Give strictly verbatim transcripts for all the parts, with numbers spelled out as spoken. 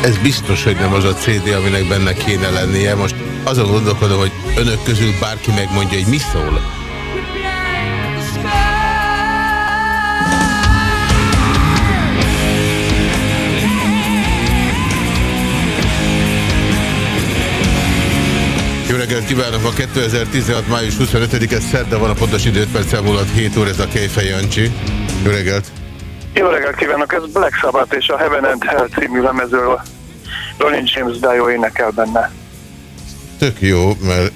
ez biztos, hogy nem az a cé dé, aminek benne kéne lennie. Most azon gondolkodom, hogy önök közül bárki megmondja, hogy mi szól. Jó reggelt kívánok! A kétezer-tizenhat. május huszonötödike szerda van, a pontos idő öt perccel múlott hét óra, ez a Kejfej Jancsi. Jó reggelt! Jó reggelt kívánok! Ez Black Sabbath és a Heaven and Hell című lemezről Ronnie James Dio énekel benne. Tök jó, mert...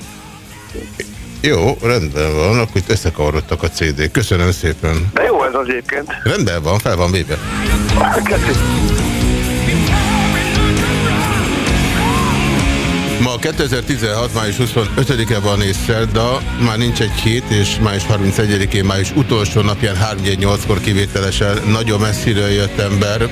Jó, rendben van, akkor itt összekavarodtak a cé dé. Köszönöm szépen. De jó ez az egyébként. Rendben van, fel van véve. Ma a kétezer-tizenhat. május huszonötödike van és szerda, már nincs egy hét, és május harmincegyedikén, május utolsó napján három nyolckor kivételesen nagyon messziről jött ember.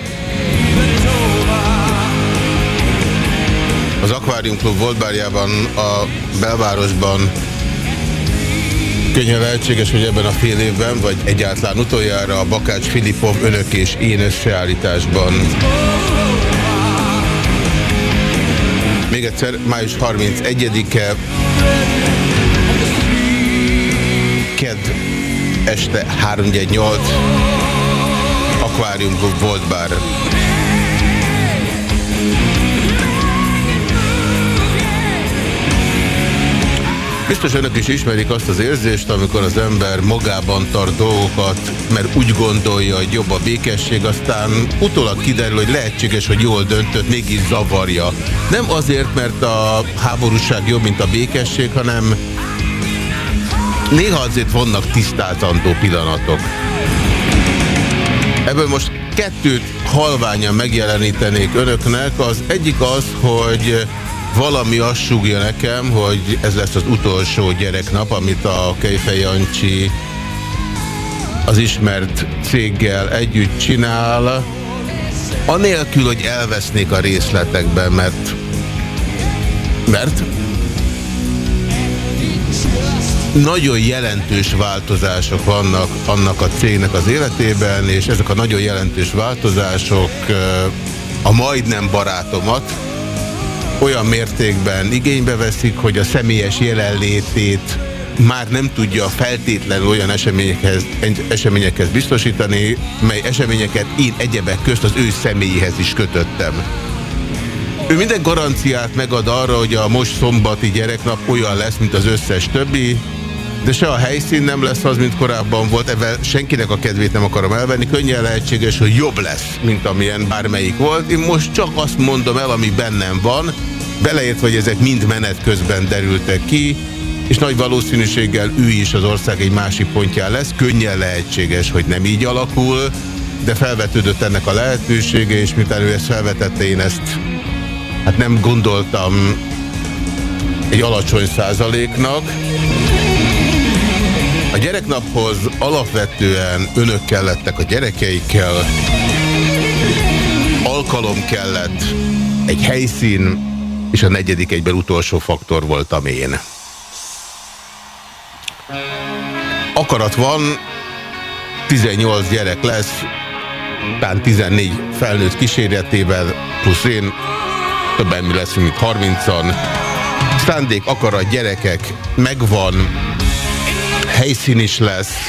Az Aquarium Club volt bárjában a belvárosban. Könnyen lehetséges, hogy ebben a fél évben, vagy egyáltalán utoljára a Bakács Filipov Önök és én összeállításban. Még egyszer, május harmincegyedike, kedd este három nyolc, Aquarium Club volt bár. Biztos önök is ismerik azt az érzést, amikor az ember magában tart dolgokat, mert úgy gondolja, hogy jobb a békesség, aztán utólag kiderül, hogy lehetséges, hogy jól döntött, mégis zavarja. Nem azért, mert a háborúság jobb, mint a békesség, hanem néha azért vannak tisztázandó pillanatok. Ebből most kettőt halványan megjelenítenék önöknek. Az egyik az, hogy valami azt súgja nekem, hogy ez lesz az utolsó gyereknap, amit a Kejfej Jancsi az ismert céggel együtt csinál, anélkül, hogy elvesznék a részletekben, mert mert nagyon jelentős változások vannak annak a cégnek az életében, és ezek a nagyon jelentős változások a majdnem barátomat olyan mértékben igénybe veszik, hogy a személyes jelenlétét már nem tudja feltétlenül olyan eseményekhez, eseményekhez biztosítani, mely eseményeket én egyebek közt az ő személyéhez is kötöttem. Ő minden garanciát megad arra, hogy a most szombati gyereknap olyan lesz, mint az összes többi, de se a helyszín nem lesz az, mint korábban volt, ebben senkinek a kedvét nem akarom elvenni, könnyen lehetséges, hogy jobb lesz, mint amilyen bármelyik volt. Én most csak azt mondom el, ami bennem van, beleért, hogy ezek mind menet közben derültek ki, és nagy valószínűséggel ő is az ország egy másik pontján lesz, könnyen lehetséges, hogy nem így alakul, de felvetődött ennek a lehetősége, és miután ő ezt felvetette, én ezt hát nem gondoltam egy alacsony százaléknak. A gyereknaphoz alapvetően önök kellettek a gyerekeikkel, alkalom kellett, egy helyszín, és a negyedik egyben utolsó faktor voltam én. Akarat van, tizennyolc gyerek lesz, talán tizennégy felnőtt kísérletével, plusz én, többen mi leszünk, mint harmincan. Szándék, akarat, gyerekek, megvan, helyszín is lesz.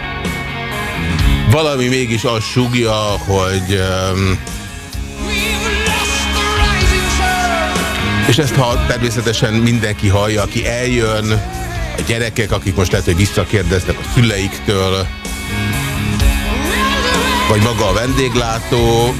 Valami mégis azt súgja, hogy... Um, és ezt ha természetesen mindenki hallja, aki eljön, a gyerekek, akik most lehet, hogy visszakérdeznek a szüleiktől, vagy maga a vendéglátó.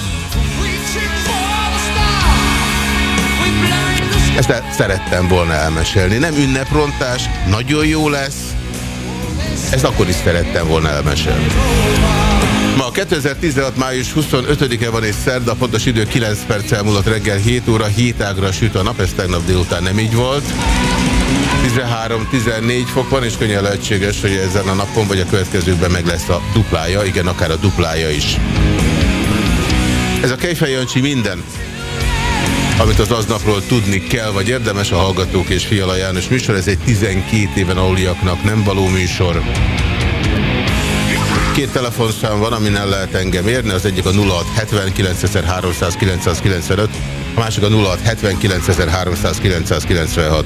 Ezt szerettem volna elmesélni. Nem ünneprontás, nagyon jó lesz. Ezt akkor is szerettem volna elmesélni. Ma a kétezer-tizenhat. május huszonötödike van és szerda, pontos idő kilenc perccel múlott reggel hét óra, hét ágra süt a nap, ez tegnap délután nem így volt. tizenhárom-tizennégy fok van, és könnyen lehetséges, hogy ezen a napon vagy a következőkben meg lesz a duplája, igen, akár a duplája is. Ez a Kejfej Jancsi minden, amit az aznapról tudni kell, vagy érdemes, a Hallgatók és Fiala János műsor. Ez egy tizenkét éven aluliaknak nem való műsor. Két telefonszám van, amin el lehet engem érni, az egyik a nulla hat hetvenkilenc háromszáz kilencszázkilencvenöt, a másik a nulla hat hetvenkilenc háromszáz kilencszázkilencvenhat.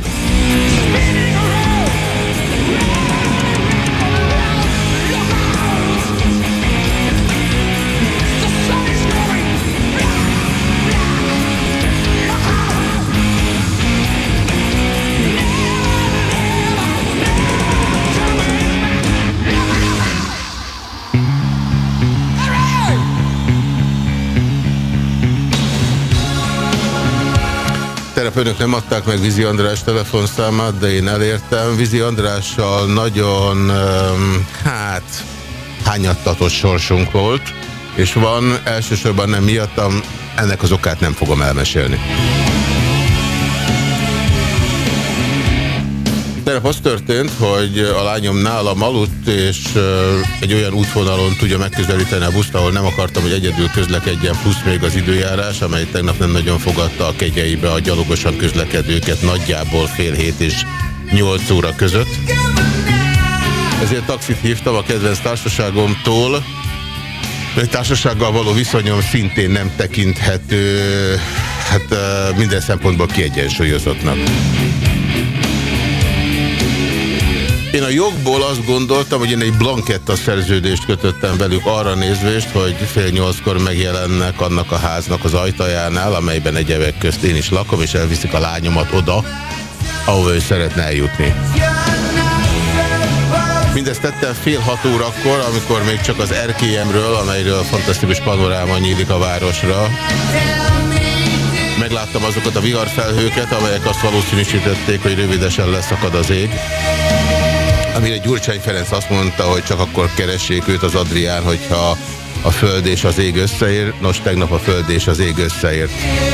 Önök nem adták meg Vizi András telefonszámát, de én elértem. Vizi Andrással nagyon, hát, hányattatos sorsunk volt, és van, elsősorban nem miattam, ennek az okát nem fogom elmesélni. Tegnap az történt, hogy a lányom nálam aludt, és egy olyan útvonalon tudja megközelíteni a buszt, ahol nem akartam, hogy egyedül közlekedjen, plusz még az időjárás, amely tegnap nem nagyon fogadta a kegyeibe a gyalogosan közlekedőket nagyjából fél hét és nyolc óra között. Ezért taxit hívtam a kedvenc társaságomtól. Egy társasággal való viszonyom szintén nem tekinthető, hát minden szempontból kiegyensúlyozottnak. Én a jogból azt gondoltam, hogy én egy blanketta szerződést kötöttem velük arra nézvést, hogy fél nyolckor megjelennek annak a háznak az ajtajánál, amelyben egyebek közt én is lakom, és elviszik a lányomat oda, ahol ő szeretne eljutni. Mindezt tettem fél hat órakor, amikor még csak az erkélyemről, amelyről fantasztikus panoráma nyílik a városra, megláttam azokat a viharfelhőket, amelyek azt valószínűsítették, hogy rövidesen leszakad az ég. Amire Gyurcsány Ferenc azt mondta, hogy csak akkor keressék őt az Adrián, hogyha a föld és az ég összeér. Nos, tegnap a föld és az ég összeért.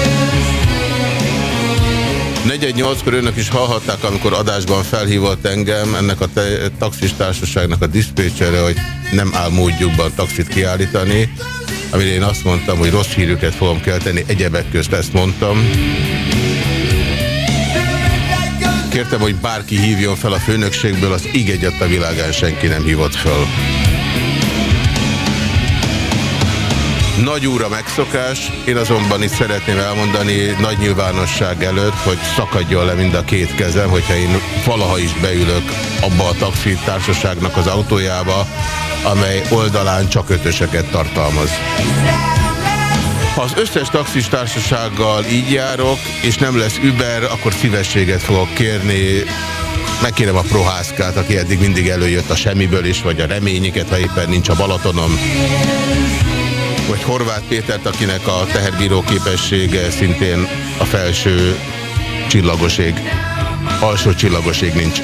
negyven nyolckor önök is hallhatták, amikor adásban felhívott engem ennek a taxis társaságnak a diszpécsere, hogy nem áll módjukban taxit kiállítani, amire én azt mondtam, hogy rossz hírüket fogom kelteni, egyebek közt ezt mondtam. Kértem, hogy bárki hívjon fel a főnökségből, az íg egyet a világán senki nem hívott fel. Nagy úra megszokás, én azonban itt szeretném elmondani nagy nyilvánosság előtt, hogy szakadjon le mind a két kezem, hogyha én valaha is beülök abba a taxitársaságnak az autójába, amely oldalán csak ötöseket tartalmaz. Ha az összes taxis társasággal így járok, és nem lesz Uber, akkor szívességet fogok kérni. Megkérem a Prohászkát, aki eddig mindig előjött a semmiből is, vagy a Reményiket, ha éppen nincs a Balatonom. Vagy Horváth Pétert, akinek a teherbíró képessége szintén a felső csillagoség. Alsó csillagoség nincs.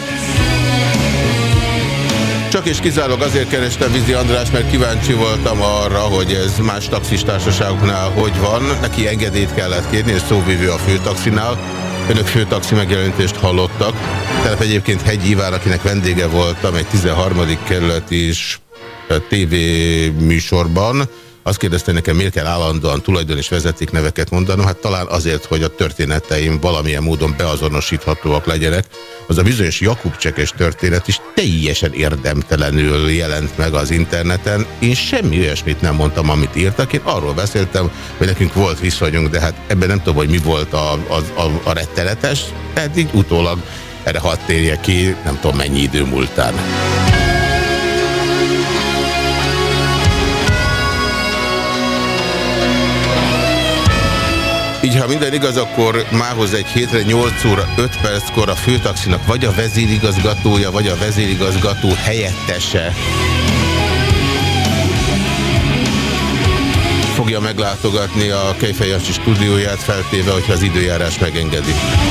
Csak és kizárólag azért kerestem Vizi András, mert kíváncsi voltam arra, hogy ez más taxistársaságoknál hogy van. Neki engedélyt kellett kérni, és szóvivő a főtaxinál. Önök főtaxi megjelentést hallottak. Tehát egyébként Hegy Iván, akinek vendége voltam egy tizenharmadik kerületi tévéműsorban, azt kérdezte nekem, miért kell állandóan tulajdon és vezetékneveket mondanom, hát talán azért, hogy a történeteim valamilyen módon beazonosíthatóak legyenek. Az a bizonyos Jakub Csekes történet is teljesen érdemtelenül jelent meg az interneten. Én semmi olyasmit nem mondtam, amit írtak. Én arról beszéltem, hogy nekünk volt viszonyunk, de hát ebben nem tudom, hogy mi volt a, a, a, a rettenetes, tehát így utólag erre hadd térje ki, nem tudom mennyi idő múltán. Így, ha minden igaz, akkor mához egy hétre nyolc óra öt perckor a főtaxinak vagy a vezérigazgatója, vagy a vezérigazgató helyettese fogja meglátogatni a Kejfej Jancsi stúdióját, feltéve, hogyha az időjárás megengedi.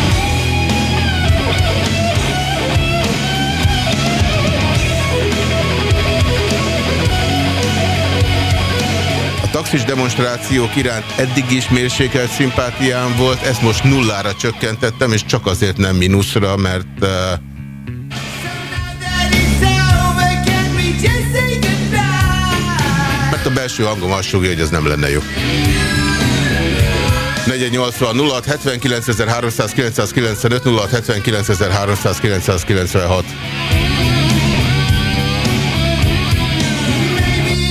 A taxis demonstrációk iránt eddig is mérsékelt szimpátiám volt, ezt most nullára csökkentettem, és csak azért nem mínuszra, mert uh, mert a belső hangom azt súgja, hogy ez nem lenne jó. negyvennyolc nulla hat hetvenkilenc háromszáz kilencszázkilencvenöt nulla hat hetvenkilenc háromszáz kilencszázkilencvenhat.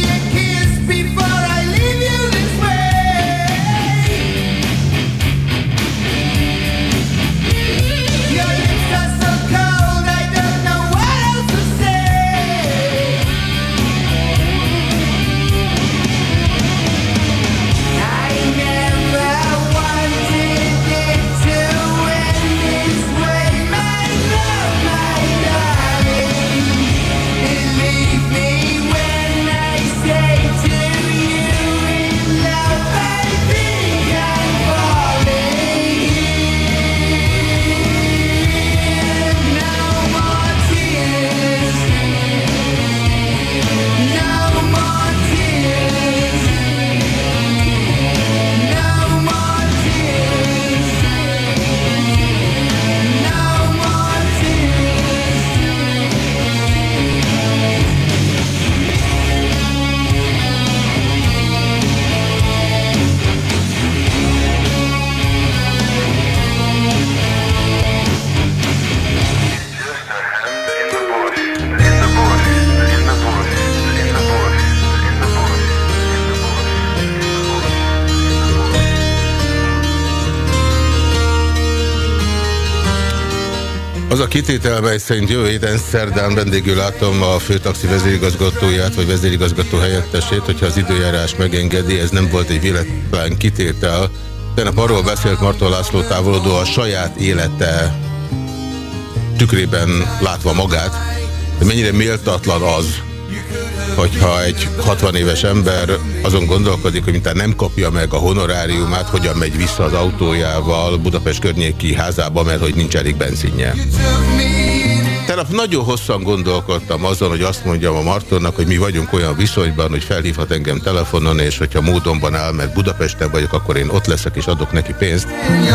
Az a kitétel, mely szerint jövő héten szerdán vendégül látom a főtaxi vezérigazgatóját, vagy vezérigazgató helyettesét, hogyha az időjárás megengedi, ez nem volt egy véletlen kitétel. Tegnap arról beszélt Marton László távolodó a saját élete tükrében látva magát, de mennyire méltatlan az, hogyha egy hatvan éves ember azon gondolkodik, hogy mintán nem kapja meg a honoráriumát, hogyan megy vissza az autójával Budapest környéki házába, mert hogy nincs elég benzinje. Tegnap nagyon hosszan gondolkodtam azon, hogy azt mondjam a Martonnak, hogy mi vagyunk olyan viszonyban, hogy felhívhat engem telefonon, és hogyha módonban áll, mert Budapesten vagyok, akkor én ott leszek és adok neki pénzt.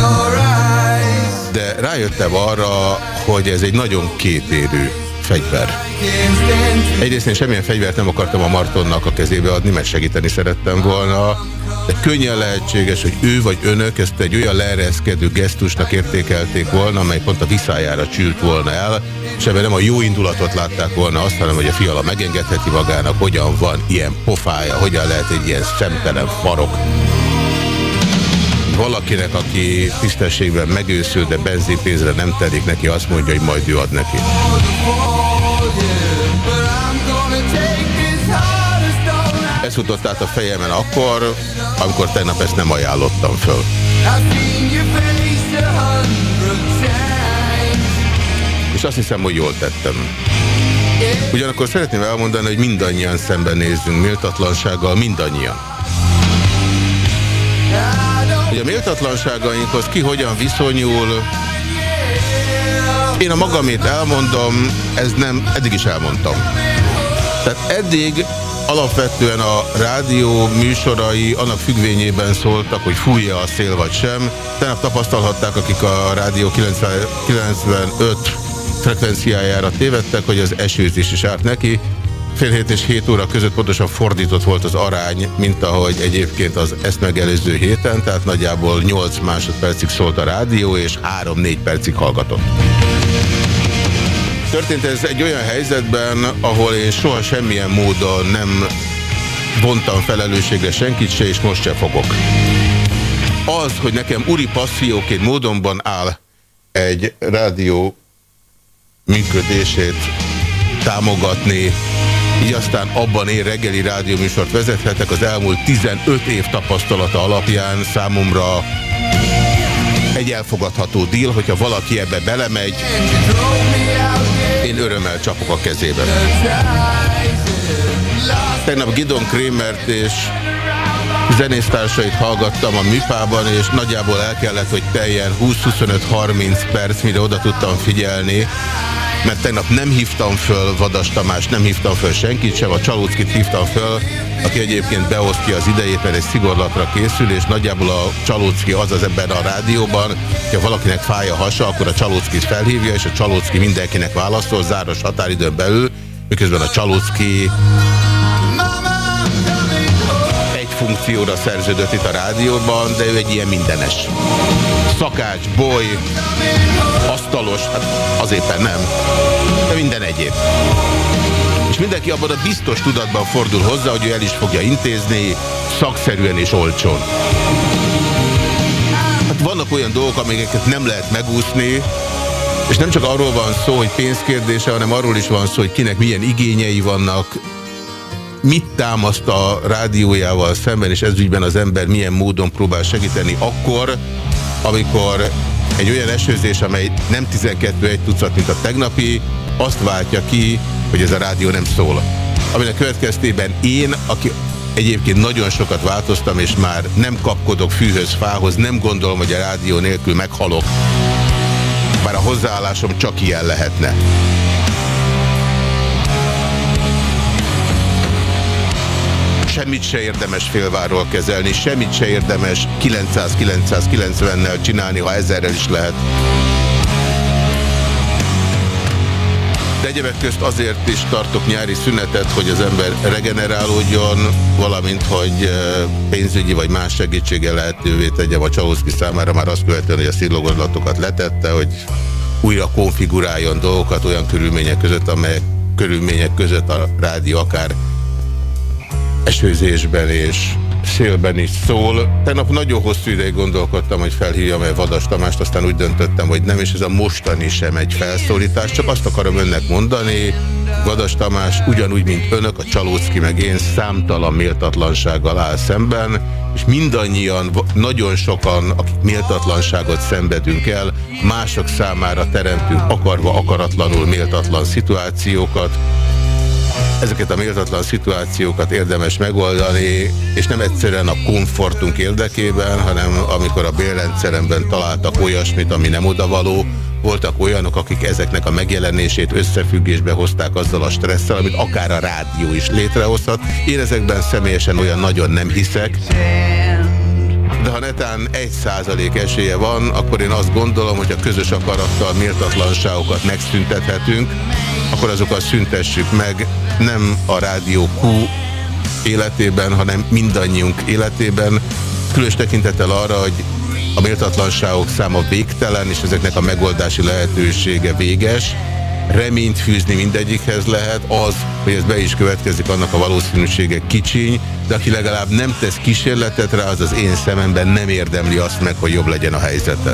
De rájöttem arra, hogy ez egy nagyon kétérű fegyver. Egyrészt én semmilyen fegyvert nem akartam a Martonnak a kezébe adni, mert segíteni szerettem volna, de könnyen lehetséges, hogy ő vagy önök ezt egy olyan leereszkedő gesztusnak értékelték volna, amely pont a viszájára csült volna el, és ebben nem a jó indulatot látták volna azt, hanem hogy a fiala megengedheti magának, hogyan van ilyen pofája, hogyan lehet egy ilyen szemtelen farok. Valakinek, aki tisztességben megőszül, de benzinpénzre nem telik neki, azt mondja, hogy majd ő ad neki. Ez futott át a fejemen akkor, amikor tegnap ezt nem ajánlottam föl. És azt hiszem, hogy jól tettem. Ugyanakkor szeretném elmondani, hogy mindannyian szembenézzünk méltatlansággal, mindannyian. Hogy a méltatlanságainkhoz ki hogyan viszonyul, én a magamét elmondom, ez nem, eddig is elmondtam. Tehát eddig alapvetően a rádió műsorai annak függvényében szóltak, hogy fújja a szél vagy sem. Tegnap tapasztalhatták, akik a rádió kilencvenöt frekvenciájára tévedtek, hogy az esőzés is árt neki. Fél hét és hét óra között pontosan fordított volt az arány, mint ahogy egyébként az ezt megelőző héten, tehát nagyjából nyolc másodpercig szólt a rádió, és három-négy percig hallgatott. Történt ez egy olyan helyzetben, ahol én soha semmilyen módon nem vontam felelősségre senkit se, és most se fogok. Az, hogy nekem uri passzióként módonban áll egy rádió működését támogatni, így aztán abban én reggeli rádióműsort vezethetek, az elmúlt tizenöt év tapasztalata alapján számomra egy elfogadható díl, hogyha valaki ebbe belemegy, én örömmel csapok a kezébe. Tegnap Gidon Krémert és zenésztársait hallgattam a műpában, és nagyjából el kellett, hogy teljen húsz-huszonöt-harminc perc, mire oda tudtam figyelni, mert tegnap nem hívtam föl Vadas Tamást, nem hívtam föl senkit sem, a Csalóckit hívtam föl, aki egyébként beosztja az idejét, mert egy szigorlatra készül, és nagyjából a Csalócki az az ebben a rádióban, hogyha valakinek fáj a hasa, akkor a Csalóckit felhívja, és a Csalócki mindenkinek válaszol, záros határidőn belül, miközben a Csalócki egy funkcióra szerződött itt a rádióban, de ő egy ilyen mindenes. Szakács, boly, asztalos, hát az éppen nem, de minden egyéb. És mindenki abban a biztos tudatban fordul hozzá, hogy ő el is fogja intézni, szakszerűen és olcsón. Hát vannak olyan dolgok, amiket nem lehet megúszni, és nem csak arról van szó, hogy pénzkérdése, hanem arról is van szó, hogy kinek milyen igényei vannak, mit támaszt a rádiójával szemben, és ezügyben az ember milyen módon próbál segíteni akkor, amikor egy olyan esőzés, amely nem tizenkettő egy tucat, mint a tegnapi, azt váltja ki, hogy ez a rádió nem szól. Aminek következtében én, aki egyébként nagyon sokat változtam, és már nem kapkodok fűhöz, fához, nem gondolom, hogy a rádió nélkül meghalok. Bár a hozzáállásom csak ilyen lehetne. Semmit se érdemes félvárról kezelni, semmit se érdemes kilencszáz-kilencszázkilencvennel csinálni, ha ezerrel is lehet. De egyebek közt azért is tartok nyári szünetet, hogy az ember regenerálódjon, valamint, hogy pénzügyi vagy más segítséggel lehetővé tegyem a Csalóczky számára, már azt követően, hogy a szillogozlatokat letette, hogy újra konfiguráljon dolgokat olyan körülmények között, amelyek körülmények között a rádió akár esőzésben és szélben is szól. Tegnap nagyon hosszú ideig gondolkodtam, hogy felhívjam-e Vadas Tamást, aztán úgy döntöttem, hogy nem, és ez a mostani sem egy felszólítás, csak azt akarom önnek mondani, Vadas Tamás ugyanúgy, mint önök, a Csalóczki meg én számtalan méltatlansággal áll szemben, és mindannyian, nagyon sokan, akik méltatlanságot szenvedünk el, mások számára teremtünk akarva, akaratlanul méltatlan szituációkat. Ezeket a méltatlan szituációkat érdemes megoldani, és nem egyszerűen a komfortunk érdekében, hanem amikor a bérrendszeremben találtak olyasmit, ami nem odavaló, voltak olyanok, akik ezeknek a megjelenését összefüggésbe hozták azzal a stresszel, amit akár a rádió is létrehozhat. Én ezekben személyesen olyan nagyon nem hiszek, de ha netán egy százalék esélye van, akkor én azt gondolom, hogy a közös akarattal méltatlanságokat megszüntethetünk, akkor azokat szüntessük meg nem a Rádió Q életében, hanem mindannyiunk életében, különös tekintettel arra, hogy a méltatlanságok száma végtelen, és ezeknek a megoldási lehetősége véges. Reményt fűzni mindegyikhez lehet, az, hogy ez be is következik, annak a valószínűsége kicsiny, de aki legalább nem tesz kísérletet rá, az az én szememben nem érdemli azt meg, hogy jobb legyen a helyzete.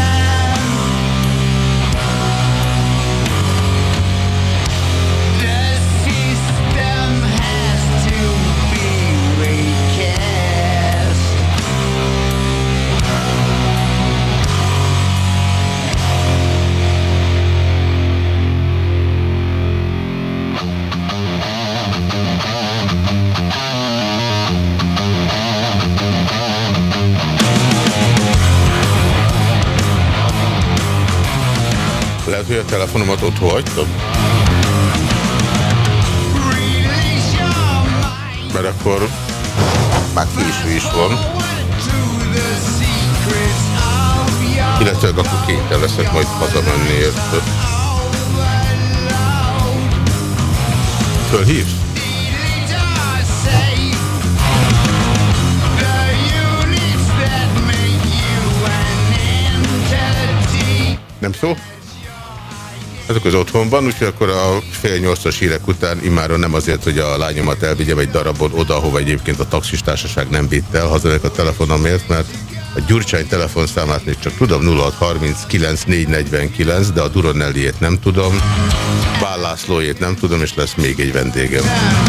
Lehet, hogy a telefonomat ott hagytam? Mert akkor már késő is van. Illetve akkor kénytelen leszek majd hazamenni, érted? Fölhívsz? Nem szó? Ezek az otthon van, úgyhogy akkor a fél nyolcas hírek után immáron nem azért, hogy a lányomat elvigyem egy darabon oda, ahova egyébként a taxistársaság nem vitt el, hazavek a telefonomért, mert a Gyurcsány telefonszámát még csak tudom, nulla hat harminckilenc négy negyvenkilenc, de a Duronelliét nem tudom, Pál Lászlóét nem tudom, és lesz még egy vendégem.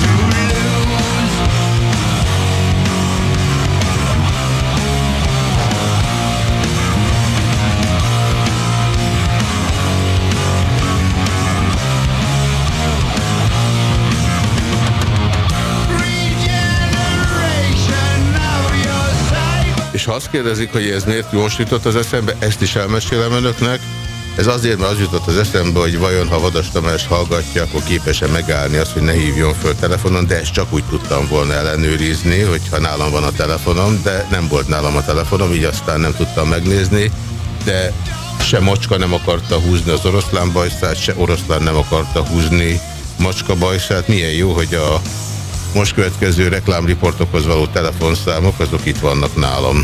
És ha azt kérdezik, hogy ez miért most jutott az eszembe, ezt is elmesélem önöknek. Ez azért, mert az jutott az eszembe, hogy vajon ha Vadas Tamás hallgatja, akkor képes-e megállni azt, hogy ne hívjon föl telefonon, de ezt csak úgy tudtam volna ellenőrizni, hogyha nálam van a telefonom, de nem volt nálam a telefonom, így aztán nem tudtam megnézni, de se macska nem akarta húzni az oroszlán bajszát, se oroszlán nem akarta húzni macska bajszát. Milyen jó, hogy a most következő reklámriportokhoz való telefonszámok, azok itt vannak nálam.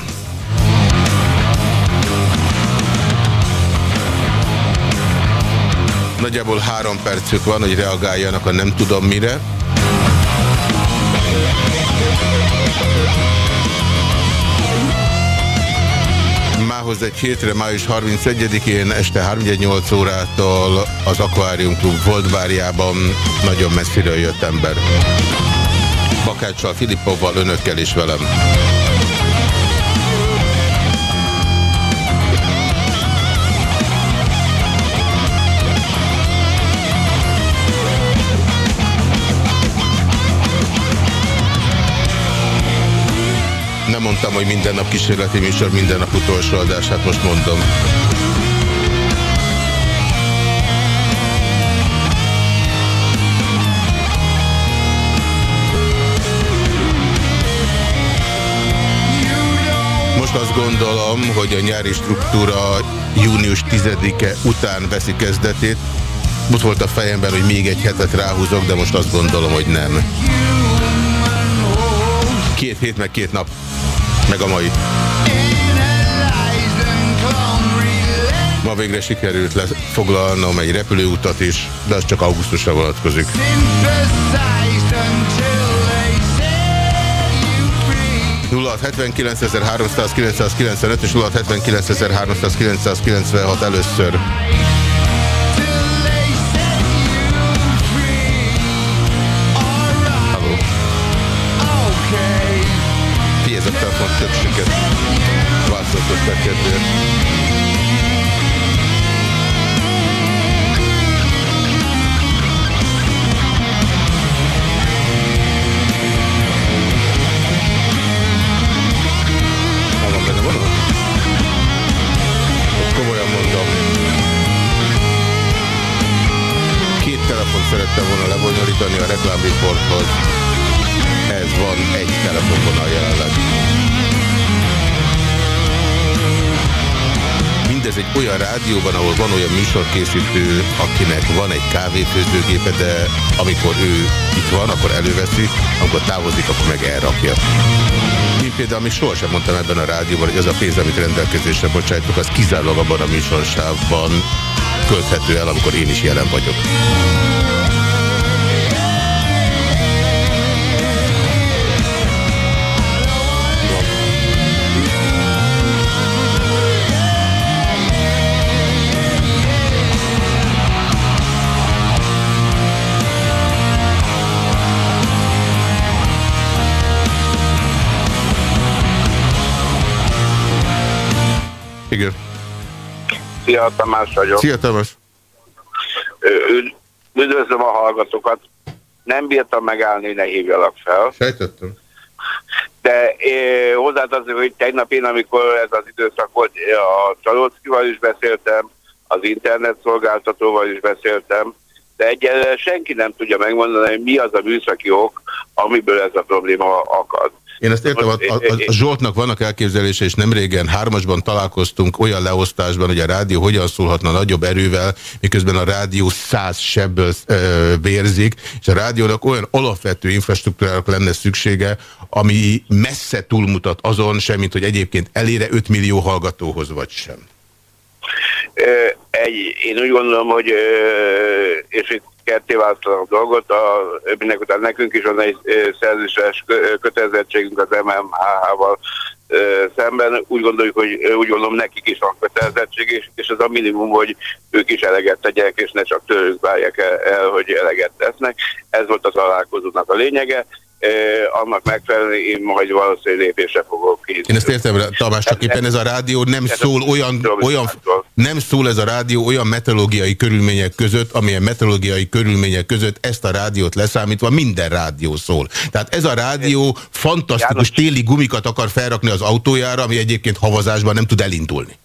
Nagyjából három percük van, hogy reagáljanak a nem tudom mire. Mához egy hétre, május harmincegyedikén este háromnyolc órától az Aquarium Klub Voltbárjában nagyon messziről jött ember. Bakáccsal, Filippovval, önökkel és velem. Nem mondtam, hogy minden nap kísérleti műsor, minden nap utolsó adás, hát most mondom. Most azt gondolom, hogy a nyári struktúra június tizedike után veszi kezdetét. Most volt a fejemben, hogy még egy hetet ráhúzok, de most azt gondolom, hogy nem. Két hét, meg két nap. Meg a mai. Ma végre sikerült lefoglalnom egy repülőutat is, de az csak augusztusra vonatkozik. nulla hetvenkilencezer-háromszáz-kilencszázkilencvenöt és nulla hetvenkilencezer-háromszáz-kilencszázkilencvenhat először. Halló. Figyelj, ez a telefon tök süket. Változatos bekedvér. Komolyan mondom. Két telefont szerettem volna lebonyolítani a reklámriporthoz. Ez van egy telefonvonal jelenleg. Mindez egy olyan rádióban, ahol van olyan műsorkészítő, akinek van egy kávéfőzőgépe, de amikor ő itt van, akkor előveszi, amikor távozik, akkor meg elrakja. Én például még sohasem mondtam ebben a rádióban, hogy az a pénz, amit rendelkezésre bocsájtok, az kizárólag abban a műsorsávban költhető el, amikor én is jelen vagyok. Igen. Szia, Tamás vagyok. Szia, Tamás. Üdvözlöm a hallgatókat. Nem bírtam megállni, ne hívjalak fel. Sejtettem. De eh, hozzátartozik, hogy tegnap én, amikor ez az időszak volt, a Csalóckival is beszéltem, az internetszolgáltatóval is beszéltem, de egyelőre senki nem tudja megmondani, hogy mi az a műszaki ok, amiből ez a probléma akad. Én ezt értem, a, a, a Zsoltnak vannak elképzelése, és nem régen hármasban találkoztunk olyan leosztásban, hogy a rádió hogyan szólhatna nagyobb erővel, miközben a rádió száz sebből ö, vérzik, és a rádiónak olyan alapvető infrastruktúrára lenne szüksége, ami messze túlmutat azon, semmint, hogy egyébként elére öt millió hallgatóhoz vagy sem. Egy, én úgy gondolom, hogy és itt ketté választanak a dolgot, a, mindenek után nekünk is van egy szerzéses kötelezettségünk az em em há há-val szemben. Úgy gondoljuk, hogy úgy gondolom, nekik is van kötelezettség, és, és ez a minimum, hogy ők is eleget tegyenek, és ne csak tőlük várják el, el, hogy eleget tesznek. Ez volt a találkozónak a lényege. Eh, annak megfelelően én majd valószínűleg lépésre fogok készíteni. Én ezt értem, Tamás, csak éppen ez a rádió nem szól olyan, olyan, nem szól ez a rádió olyan meteorológiai körülmények között, amilyen meteorológiai körülmények között ezt a rádiót leszámítva minden rádió szól. Tehát ez a rádió fantasztikus téli gumikat akar felrakni az autójára, ami egyébként havazásban nem tud elindulni.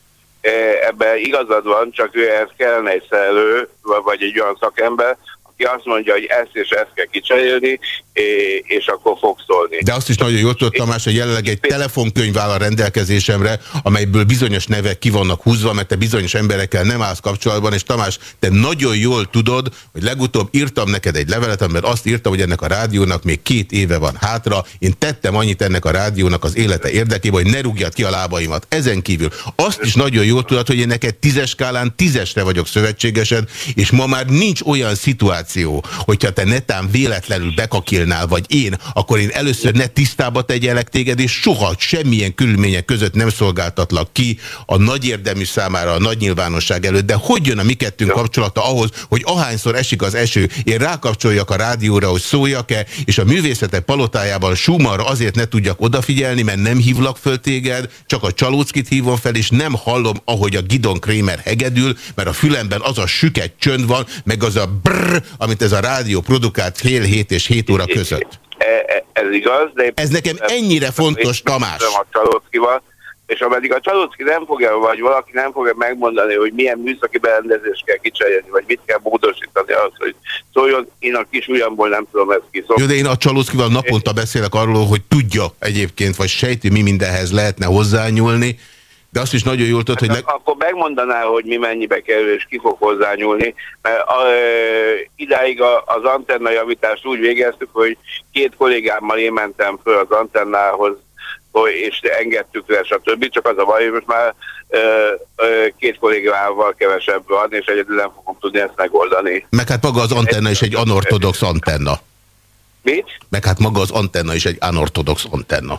Ebben igazad van, csak ehhez kellene egy szerelő, vagy egy olyan szakember, aki azt mondja, hogy ezt és ezt kell kicserélni, és akkor fog szólni. De azt is nagyon jól tudod, Tamás, hogy jelenleg egy telefonkönyv áll a rendelkezésemre, amelyből bizonyos nevek ki vannak húzva, mert te bizonyos emberekkel nem állsz kapcsolatban, és Tamás, te nagyon jól tudod, hogy legutóbb írtam neked egy levelet, mert azt írtam, hogy ennek a rádiónak még két éve van hátra, én tettem annyit ennek a rádiónak az élete érdekében, hogy ne rúgjad ki a lábaimat. Ezen kívül azt is nagyon jól tudod, hogy én neked tízes skálán tízesre vagyok szövetségesed, és ma már nincs olyan szituáció, hogyha te netán véletlenül bekakilnál, vagy én, akkor én először ne tisztába tegyelek téged, és soha semmilyen körülmények között nem szolgáltatlak ki a nagy érdemű számára a nagy nyilvánosság előtt. De hogy jön a mi kettőnk kapcsolata ahhoz, hogy ahányszor esik az eső, én rákapcsoljak a rádióra, hogy szóljak-e, és a művészetek palotájában Schumarra azért ne tudjak odafigyelni, mert nem hívlak föl téged, csak a Csalóckit hívom fel, és nem hallom, ahogy a Gidon Krémer hegedül, mert a fülemben az a süket csönd van, meg az a brrr, amit ez a rádió produkált fél hét és hét óra között. Ez igaz, de... Ez nekem ennyire fontos, Tamás. A Csalóckival, és ameddig a Csalócki nem fogja, vagy valaki nem fogja megmondani, hogy milyen műszaki berendezést kell kicserélni, vagy mit kell módosítani az, hogy szóljon, én a kis ujjamból nem tudom ezt kiszólni. Jó, de én a Csalóckival naponta beszélek arról, hogy tudja egyébként, vagy sejti, mi mindenhez lehetne hozzányúlni, de azt is nagyon jól tudod, hogy... Leg... Akkor megmondaná, hogy mi mennyibe kerül, és ki fog hozzányúlni, mert a, e, idáig a, az antennajavítást úgy végeztük, hogy két kollégámmal én mentem föl az antennához, és engedtük le, stb. Csak az a baj, hogy most már e, e, két kollégával kevesebb van, és egyedül nem fogom tudni ezt megoldani. Meg hát maga az antenna is egy anortodox antenna. Mit? Meg hát maga az antenna is egy anortodox antenna.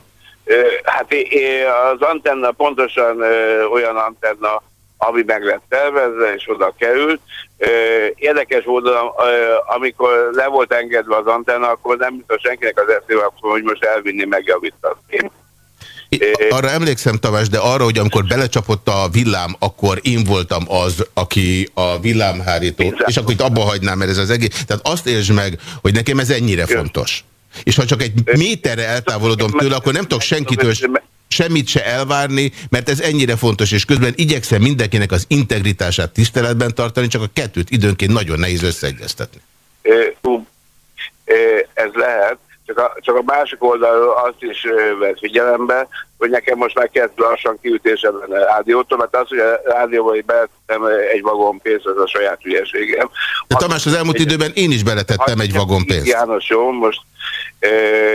Hát az antenna pontosan olyan antenna, ami meg lett tervezve, és oda került. Érdekes módon, amikor le volt engedve az antenna, akkor nem biztos senkinek az eszébe, hogy most elvinni, megjavítani. Arra emlékszem, Tamás, de arra, hogy amikor belecsapott a villám, akkor én voltam az, aki a villámhárító, Bizony. És akkor itt abba hagynám, mert ez az egész. Tehát azt értsd meg, hogy nekem ez ennyire Jö. fontos. És ha csak egy méterre eltávolodom tőle, akkor nem tudok senkitől semmit se elvárni, mert ez ennyire fontos, és közben igyekszem mindenkinek az integritását tiszteletben tartani, csak a kettőt időnként nagyon nehéz összeegyeztetni. Ez lehet, csak a, csak a másik oldalról azt is vett figyelembe, hogy nekem most már kezd lassan kiütésem lenne a rádiótól, mert az, hogy a rádióban így beletettem egy vagon pénzt, az a saját hülyeségem. De Tamás, az elmúlt időben én is beletettem egy vagon pénzt. János, jó, most e,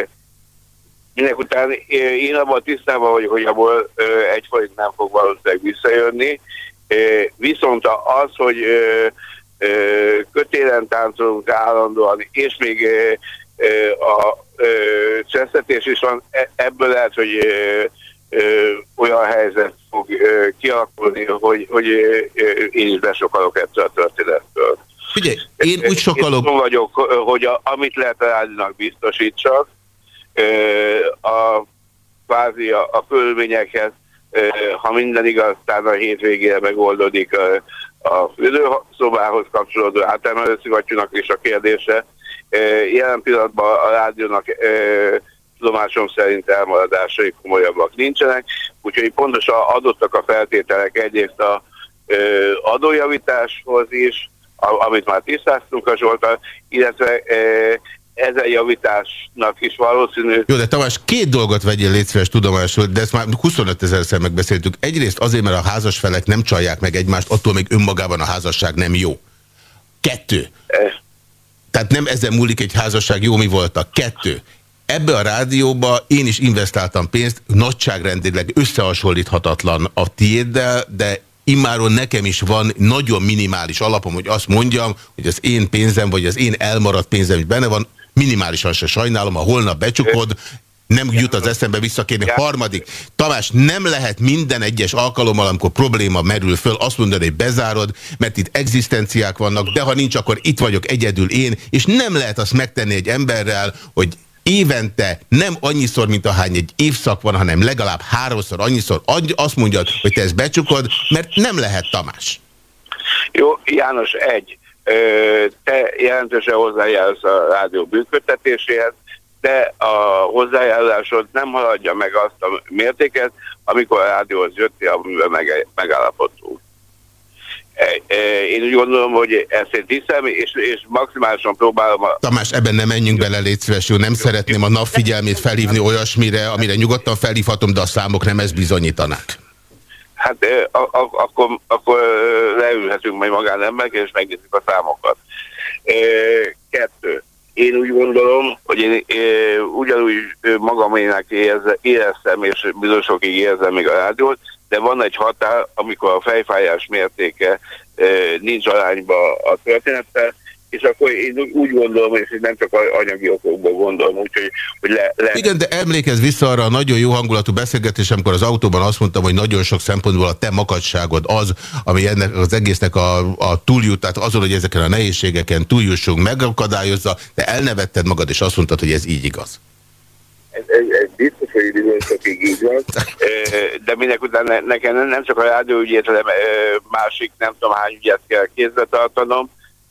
minek után én abban tisztában vagyok, hogy abból egy forint nem fog valószínűleg visszajönni, e, viszont az, hogy e, e, kötélen táncolunk állandóan, és még e, a csesztetés is van, ebből lehet, hogy ö, ö, olyan helyzet fog ö, kialakulni, hogy, hogy ö, én is besokalok ettől a történettől. Figyelj, én úgy sokalok... Én vagyok, hogy a, amit lehet a rádiónak biztosítsak, ö, a kvázi a, a körülményekhez, ö, ha minden igaz, aztán a hétvégére megoldódik a, a fürdőszobához kapcsolódó átemelő szivattyúnak is a kérdése. Jelen pillanatban a rádiónak e, tudomásom szerint elmaradásai komolyabbak nincsenek, úgyhogy pontosan adottak a feltételek egyrészt a e, adójavításhoz is, a, amit már tisztáztunk a Zsolttal, illetve e, ezen javításnak is valószínű... Jó, de Tamás, két dolgot vegyél légy szíves tudomásul, de ezt már huszonöt ezerszer megbeszéltük. Egyrészt azért, mert a házasfelek nem csalják meg egymást, attól még önmagában a házasság nem jó. Kettő. E, Tehát nem ezen múlik egy házasság, jó mi voltak. Kettő. Ebbe a rádióba én is investáltam pénzt, nagyságrendileg összehasonlíthatatlan a tiéddel, de immáron nekem is van nagyon minimális alapom, hogy azt mondjam, hogy az én pénzem, vagy az én elmaradt pénzem, hogy benne van, minimálisan se sajnálom, ha holnap becsukod, nem jut az eszembe visszakérni. Harmadik, Tamás, nem lehet minden egyes alkalommal, amikor probléma merül föl, azt mondani, hogy bezárod, mert itt egzisztenciák vannak, de ha nincs, akkor itt vagyok egyedül én, és nem lehet azt megtenni egy emberrel, hogy évente nem annyiszor, mint ahány egy évszak van, hanem legalább háromszor annyiszor azt mondjad, hogy te ezt becsukod, mert nem lehet, Tamás. Jó, János, egy. Te jelentősen hozzájárulsz a rádió működtetéséhez, de a hozzájárulásod nem haladja meg azt a mértéket, amikor a rádióhoz jöttél, amiben megállapodtunk. Én úgy gondolom, hogy ezt én hiszem, és, és maximálisan próbálom... A... Tamás, ebben nem menjünk bele, légy szívesül. Nem szeretném a nap figyelmét felhívni olyasmire, amire nyugodtan felhívhatom, de a számok nem ezt bizonyítanák. Hát a, a, akkor, akkor leülhetünk majd magánemberek, és megnézzük a számokat. Kettő. Én úgy gondolom, hogy én, én ugyanúgy magamének éreztem, és bizonyosokig érzem még a rádiót, de van egy határ, amikor a fejfájás mértéke e, nincs arányba a történettel, és akkor én úgy gondolom, és nem csak anyagi okokból gondolom, úgyhogy hogy le, le... Igen, de emlékezz vissza arra a nagyon jó hangulatú beszélgetés, amikor az autóban azt mondtam, hogy nagyon sok szempontból a te makadságod az, ami ennek az egésznek a, a túljut, tehát azon, hogy ezeken a nehézségeken túljussunk, megakadályozza, de elnevetted magad, és azt mondtad, hogy ez így igaz. Ez, ez, ez biztos, hogy bizonyosokig így van, de minek után nekem nem csak a rádióügyét, hanem másik nem tudom hány ügyet kell kézbe tartanom.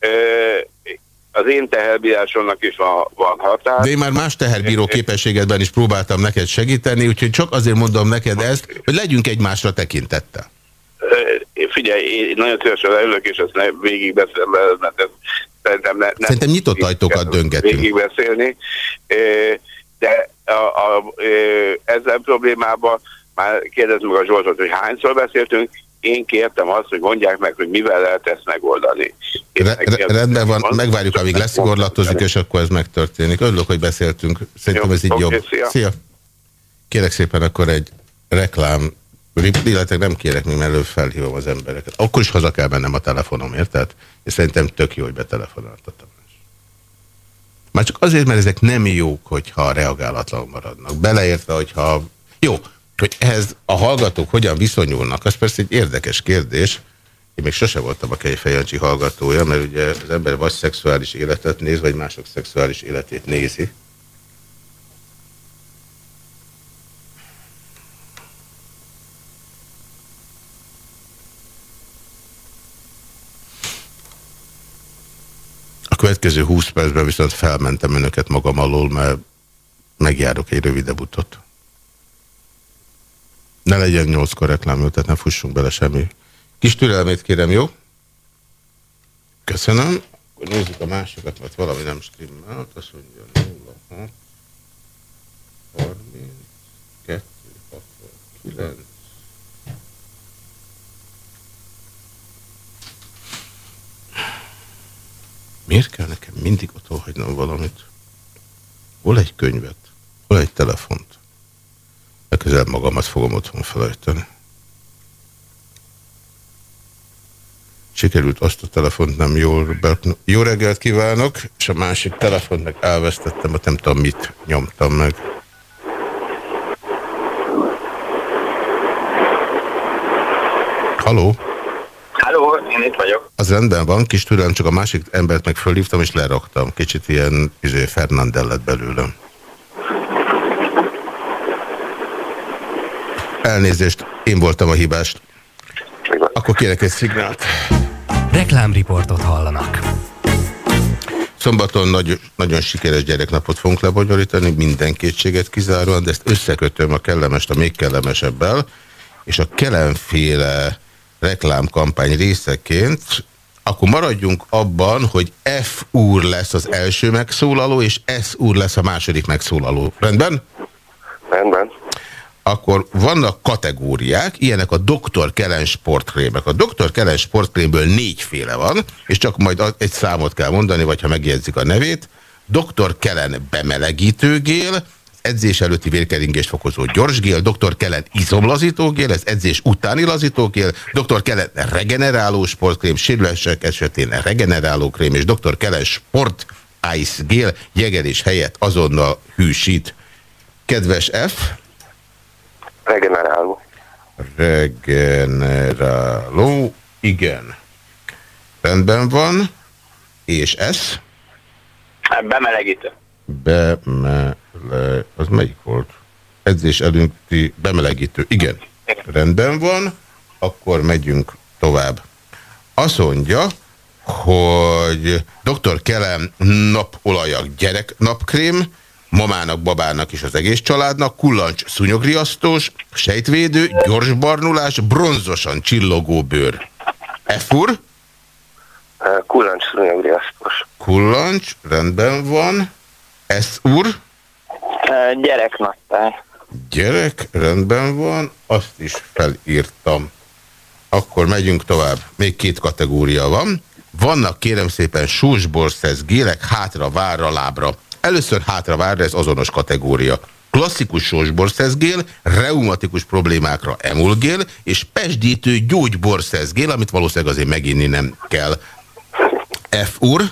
Az én teherbírásomnak is van, van határ. De én már más teherbíró képességedben is próbáltam neked segíteni, úgyhogy csak azért mondom neked ezt, hogy legyünk egymásra tekintettel. Figyelj, én nagyon szívesen leülök, és ezt végig beszélem veled, mert ez szerintem ne, nem... Szerintem nyitott ajtókat döngetünk. Végig beszélni, de a, a, ezzel problémában már kérdezd meg a Zsoltot, hogy hányszor beszéltünk. Én kértem azt, hogy mondják meg, hogy mivel lehet ezt megoldani. Re rendben van, megvárjuk, amíg leszigorlatozik, és akkor ez megtörténik. Örülök, hogy beszéltünk. Szerintem jó, ez így okay, jobb. Szia. Szia! Kérek szépen akkor egy reklám, illetve nem kérek, még előbb felhívom az embereket. Akkor is haza kell mennem a telefonom, érted? És szerintem tök jó, hogy betelefonáltatom. Már csak azért, mert ezek nem jók, hogyha reagálatlan maradnak. Beleértve, hogyha Jó, hogy ehhez a hallgatók hogyan viszonyulnak, az persze egy érdekes kérdés. Én még sose voltam a Kejfej Jancsi hallgatója, mert ugye az ember vagy szexuális életet néz, vagy mások szexuális életét nézi. A következő húsz percben viszont felmentem önöket magam alól, mert megjárok egy rövidebb utat. Ne legyen nyolckor reklámjú, tehát ne fussunk bele semmi. Kis türelmét kérem, jó? Köszönöm. Akkor nézzük a másokat, mert valami nem stimmelt. Azt mondja nulla hat harminckettő hatvankilenc. Miért kell nekem mindig otthon hagynom valamit? Hol egy könyvet? Hol egy telefont? Legközelebb magamat fogom otthon felejteni. Sikerült azt a telefont nem jól... Jó reggelt kívánok, és a másik telefont meg elvesztettem, mert nem tudom mit nyomtam meg. Halló? Halló, én itt vagyok. Az rendben van, kis türelem, csak a másik embert meg fölhívtam és leraktam. Kicsit ilyen izé, Fernandel lett belőlem. Elnézést, én voltam a hibás. Akkor kérek egy szignált. Reklámriportot hallanak. Szombaton nagy, nagyon sikeres gyereknapot fogunk lebonyolítani, minden kétséget kizáróan, de ezt összekötöm a kellemest a még kellemesebbel, és a Kelenféle reklámkampány részeként, akkor maradjunk abban, hogy F úr lesz az első megszólaló, és S úr lesz a második megszólaló. Rendben? Rendben. Akkor vannak kategóriák, ilyenek a doktor Kellen sportkrémek. A doktor Kellen sportkrémből négyféle van, és csak majd egy számot kell mondani, vagy ha megjegyzik a nevét. doktor Kellen bemelegítőgél, edzés előtti vérkeringést fokozó gyorsgél, doktor Kellen izomlazítógél, ez edzés utáni lazítógél, doktor Kellen regeneráló sportkrém, sérülések esetén regeneráló krém, és doktor Kellen sport ice gél, jegelés helyett azonnal hűsít. Kedves F. Regeneráló. Regeneráló, igen. Rendben van. És S? Bemelegítő. Bemele... Az melyik volt? Edzés előtti bemelegítő. Igen. Rendben van. Akkor megyünk tovább. Azt mondja, hogy doktor Kellen napolajak gyerek napkrém, mamának, babának és az egész családnak, kullancs szúnyogriasztós, sejtvédő, gyors barnulás, bronzosan csillogó bőr. F úr? Kullancs szúnyogriasztós. Kullancs, rendben van. S úr? Gyereknaptár. Gyerek, rendben van. Azt is felírtam. Akkor megyünk tovább. Még két kategória van. Vannak kérem szépen sósborszesz gélek hátra, várra, lábra. Először hátra várra, ez azonos kategória. Klasszikus sósborszeszgél, reumatikus problémákra emulgél, és pesdítő gyógyborszeszgél, amit valószínűleg azért meginni nem kell. F úr?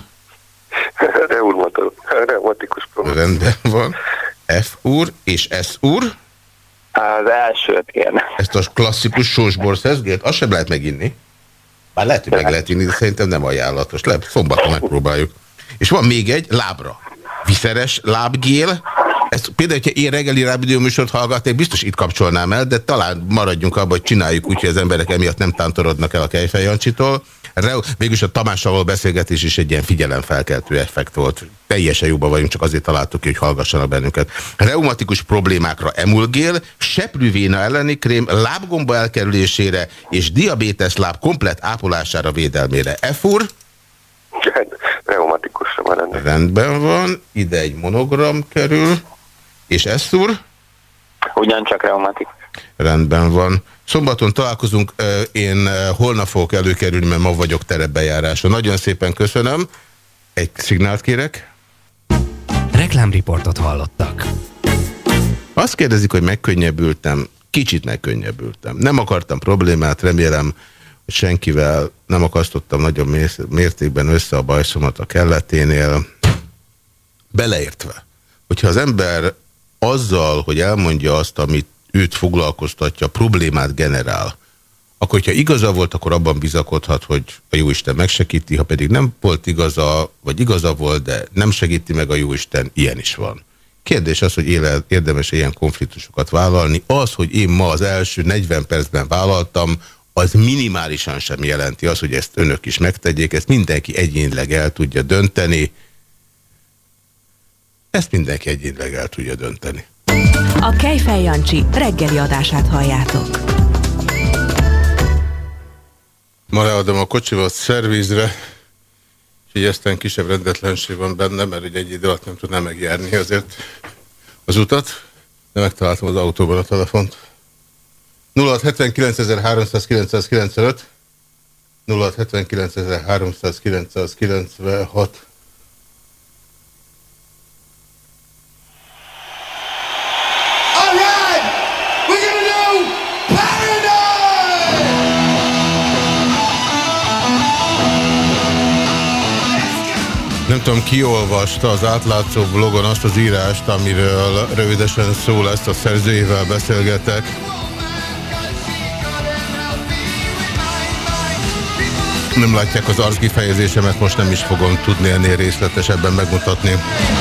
Reumatikus problémák. Rendben van. F úr és S úr? Az elsőt kérne. Ezt a klasszikus sósborszeszgélt, azt sem lehet meginni. Bár lehet, hogy meg lehet inni, de szerintem nem ajánlatos. Lehet, szombaton megpróbáljuk. És van még egy, lábra. Viszeres lábgél. Ez, például, hogyha én reggeli rádióműsort hallgatnék, biztos itt kapcsolnám el, de talán maradjunk abban, hogy csináljuk úgy, hogy az emberek emiatt nem tántorodnak el a Kejfej Jancsitól. Végülis a Tamással beszélgetés is egy ilyen figyelemfelkeltő effekt volt. Teljesen jóban vagyunk, csak azért találtuk ki, hogy hallgassanak bennünket. Reumatikus problémákra emulgél, seprűvéna elleni krém, lábgomba elkerülésére és diabétesz láb komplett ápolására, védelmére. F úr? Reumatikusra van ennek. Rendben van, ide egy monogram kerül. És S úr? Ugyancsak reumatikus. Rendben van. Szombaton találkozunk, én holnap fogok előkerülni, mert ma vagyok terepbejáráson. Nagyon szépen köszönöm. Egy szignált kérek. Reklámriportot hallottak. Azt kérdezik, hogy megkönnyebbültem. Kicsit megkönnyebbültem. Nem akartam problémát, remélem, hogy senkivel nem akasztottam nagyon mértékben össze a bajszomat a kelleténél. Beleértve, hogyha az ember azzal, hogy elmondja azt, amit őt foglalkoztatja, problémát generál, akkor, hogyha igaza volt, akkor abban bizakodhat, hogy a Jóisten megsegíti, ha pedig nem volt igaza, vagy igaza volt, de nem segíti meg a Jóisten, ilyen is van. Kérdés az, hogy éle, érdemes ilyen konfliktusokat vállalni. Az, hogy én ma az első negyven percben vállaltam, az minimálisan sem jelenti az, hogy ezt önök is megtegyék, ezt mindenki egyénileg el tudja dönteni. Ezt mindenki egyénileg el tudja dönteni. A Kejfej Jancsi reggeli adását halljátok. Ma leadom a kocsival szervízre, és így aztán kisebb rendetlenség van benne, mert ugye egy idő alatt nem tudnám megjárni azért az utat, de megtaláltam az autóban a telefont. nulla hat hetvenkilenc háromszázkilencszázkilencvenöt nulla hat hetvenkilenc háromszázkilencszázkilencvenhat. Nem tudom, ki olvasta az átlátszó blogon azt az írást, amiről rövidesen szó lesz, a szerzőjével beszélgetek. Nem látják az arckifejezésemet, most nem is fogom tudni ennél részletesebben megmutatni.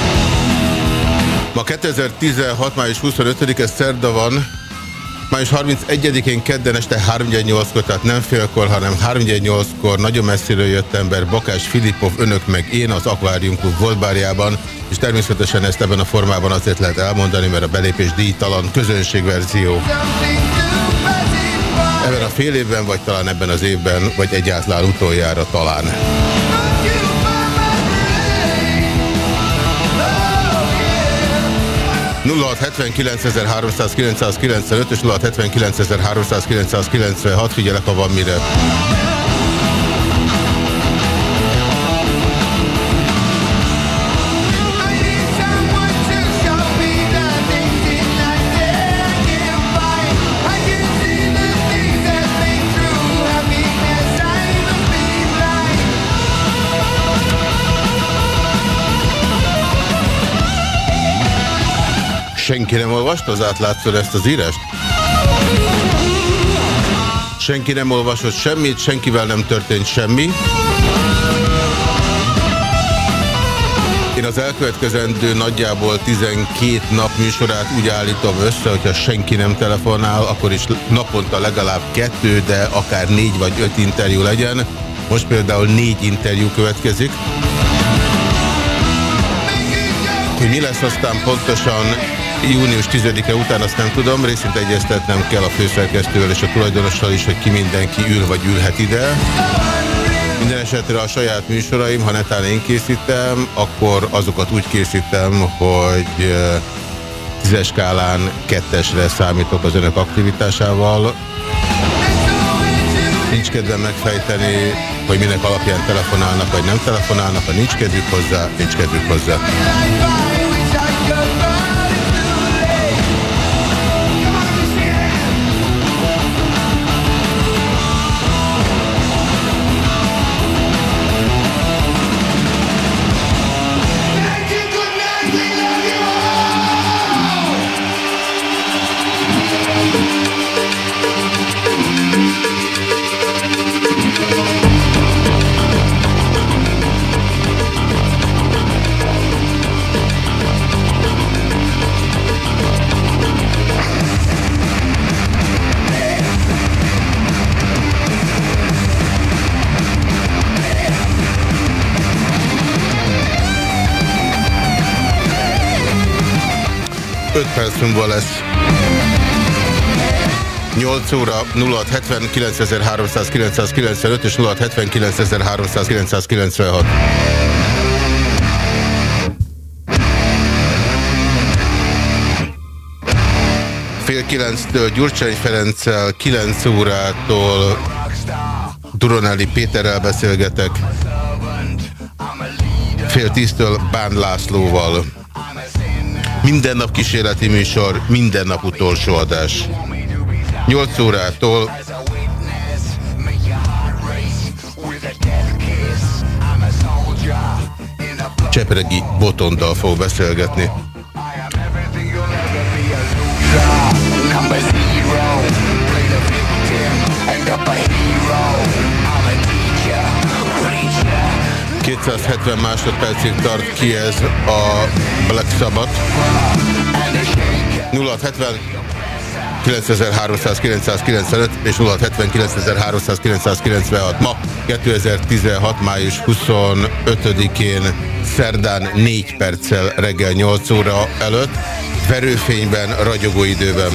Ma kétezer-tizenhat. május huszonötödike szerda van, május harmincegyedikén kedden este három nyolckor, tehát nem félkor, hanem három nyolckor nagyon messziről jött ember, Bakás Filipov, önök meg én az Aquarium Klub Voltbárjában, és természetesen ezt ebben a formában azért lehet elmondani, mert a belépés díjtalan, közönségverzió. Ebben a fél évben, vagy talán ebben az évben, vagy egyáltalán utoljára talán. nulla hat hetvenkilenc háromszázkilencszázkilencvenöt és nulla hat hetvenkilenc háromszázkilencszázkilencvenhat, figyelek, ha van mire. Senki nem olvasta az átlátszól ezt az írást? Senki nem olvasott semmit, senkivel nem történt semmi. Én az elkövetkezendő nagyjából tizenkét nap műsorát úgy állítom össze, hogyha senki nem telefonál, akkor is naponta legalább kettő, de akár négy vagy öt interjú legyen. Most például négy interjú következik. Hogy mi lesz aztán pontosan június tizedike után, azt nem tudom, részint egyeztetnem kell a főszerkesztővel és a tulajdonossal is, hogy ki mindenki ül vagy ülhet ide. Minden esetre a saját műsoraim, ha netán én készítem, akkor azokat úgy készítem, hogy tízes skálán kettesre számítok az önök aktivitásával. Nincs kedvem megfejteni, hogy minek alapján telefonálnak, vagy nem telefonálnak, ha nincs kedvük hozzá, nincs kedvük hozzá. öt perc múlva lesz. nyolc óra nulla hat hetvenkilenc háromszázkilencszázkilencvenöt és nulla hat hetvenkilenc háromszázkilencszázkilencvenhat. Fél kilenctől Gyurcsány Ferenccel, kilenc órától Duronelli Péterrel beszélgetek, fél tíztől Bán Lászlóval. Minden nap kísérleti műsor, minden nap utolsó adás. nyolc órától Csepregi Botondal fog beszélgetni. kétszázhetven másodpercig tart ki ez a Black Sabbath. nulla hat hetven kilencezer-háromszáz kilencszázkilencvenöt és nulla hat hetven kilencezer-háromszáz kilencszázkilencvenhat. Ma kétezer-tizenhat. május huszonötödikén szerdán négy perccel reggel nyolc óra előtt, verőfényben, ragyogó időben.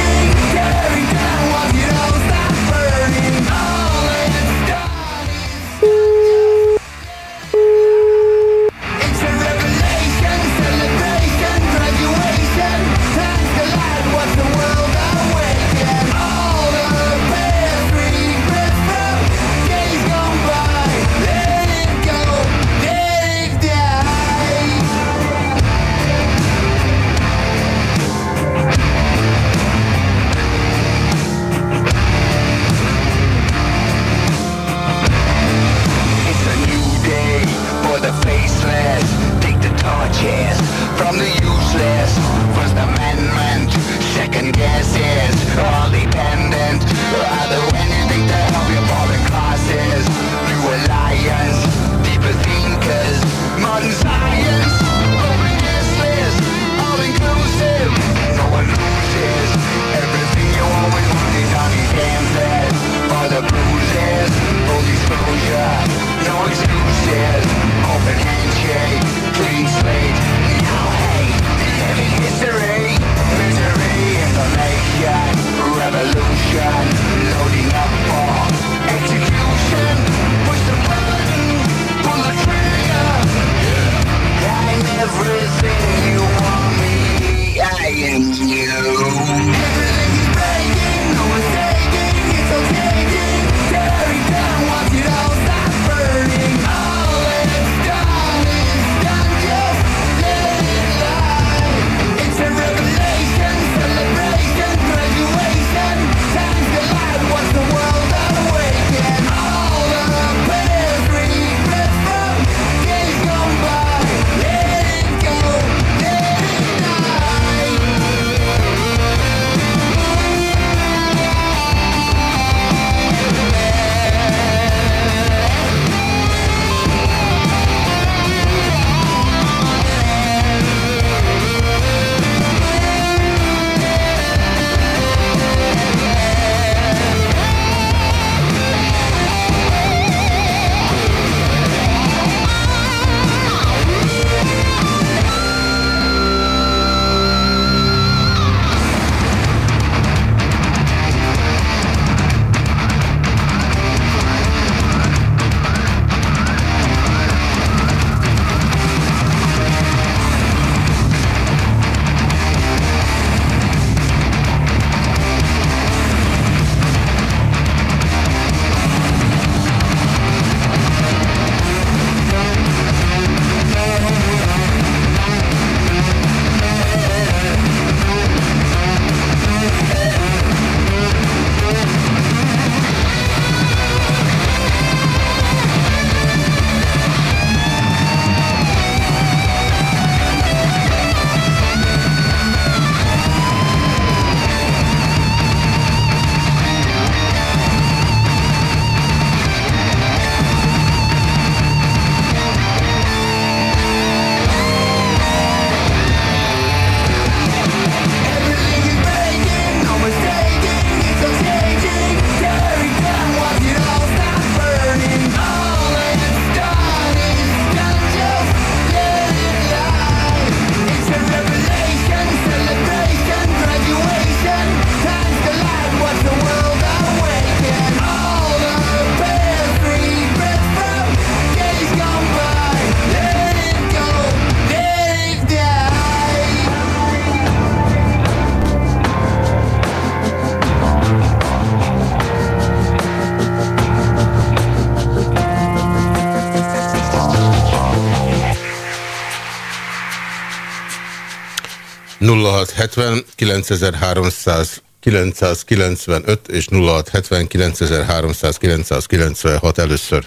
nulla hat hetven kilencezer-háromszáz kilencszázkilencvenöt és nulla hat hetven kilencezer-háromszáz kilencszázkilencvenhat először.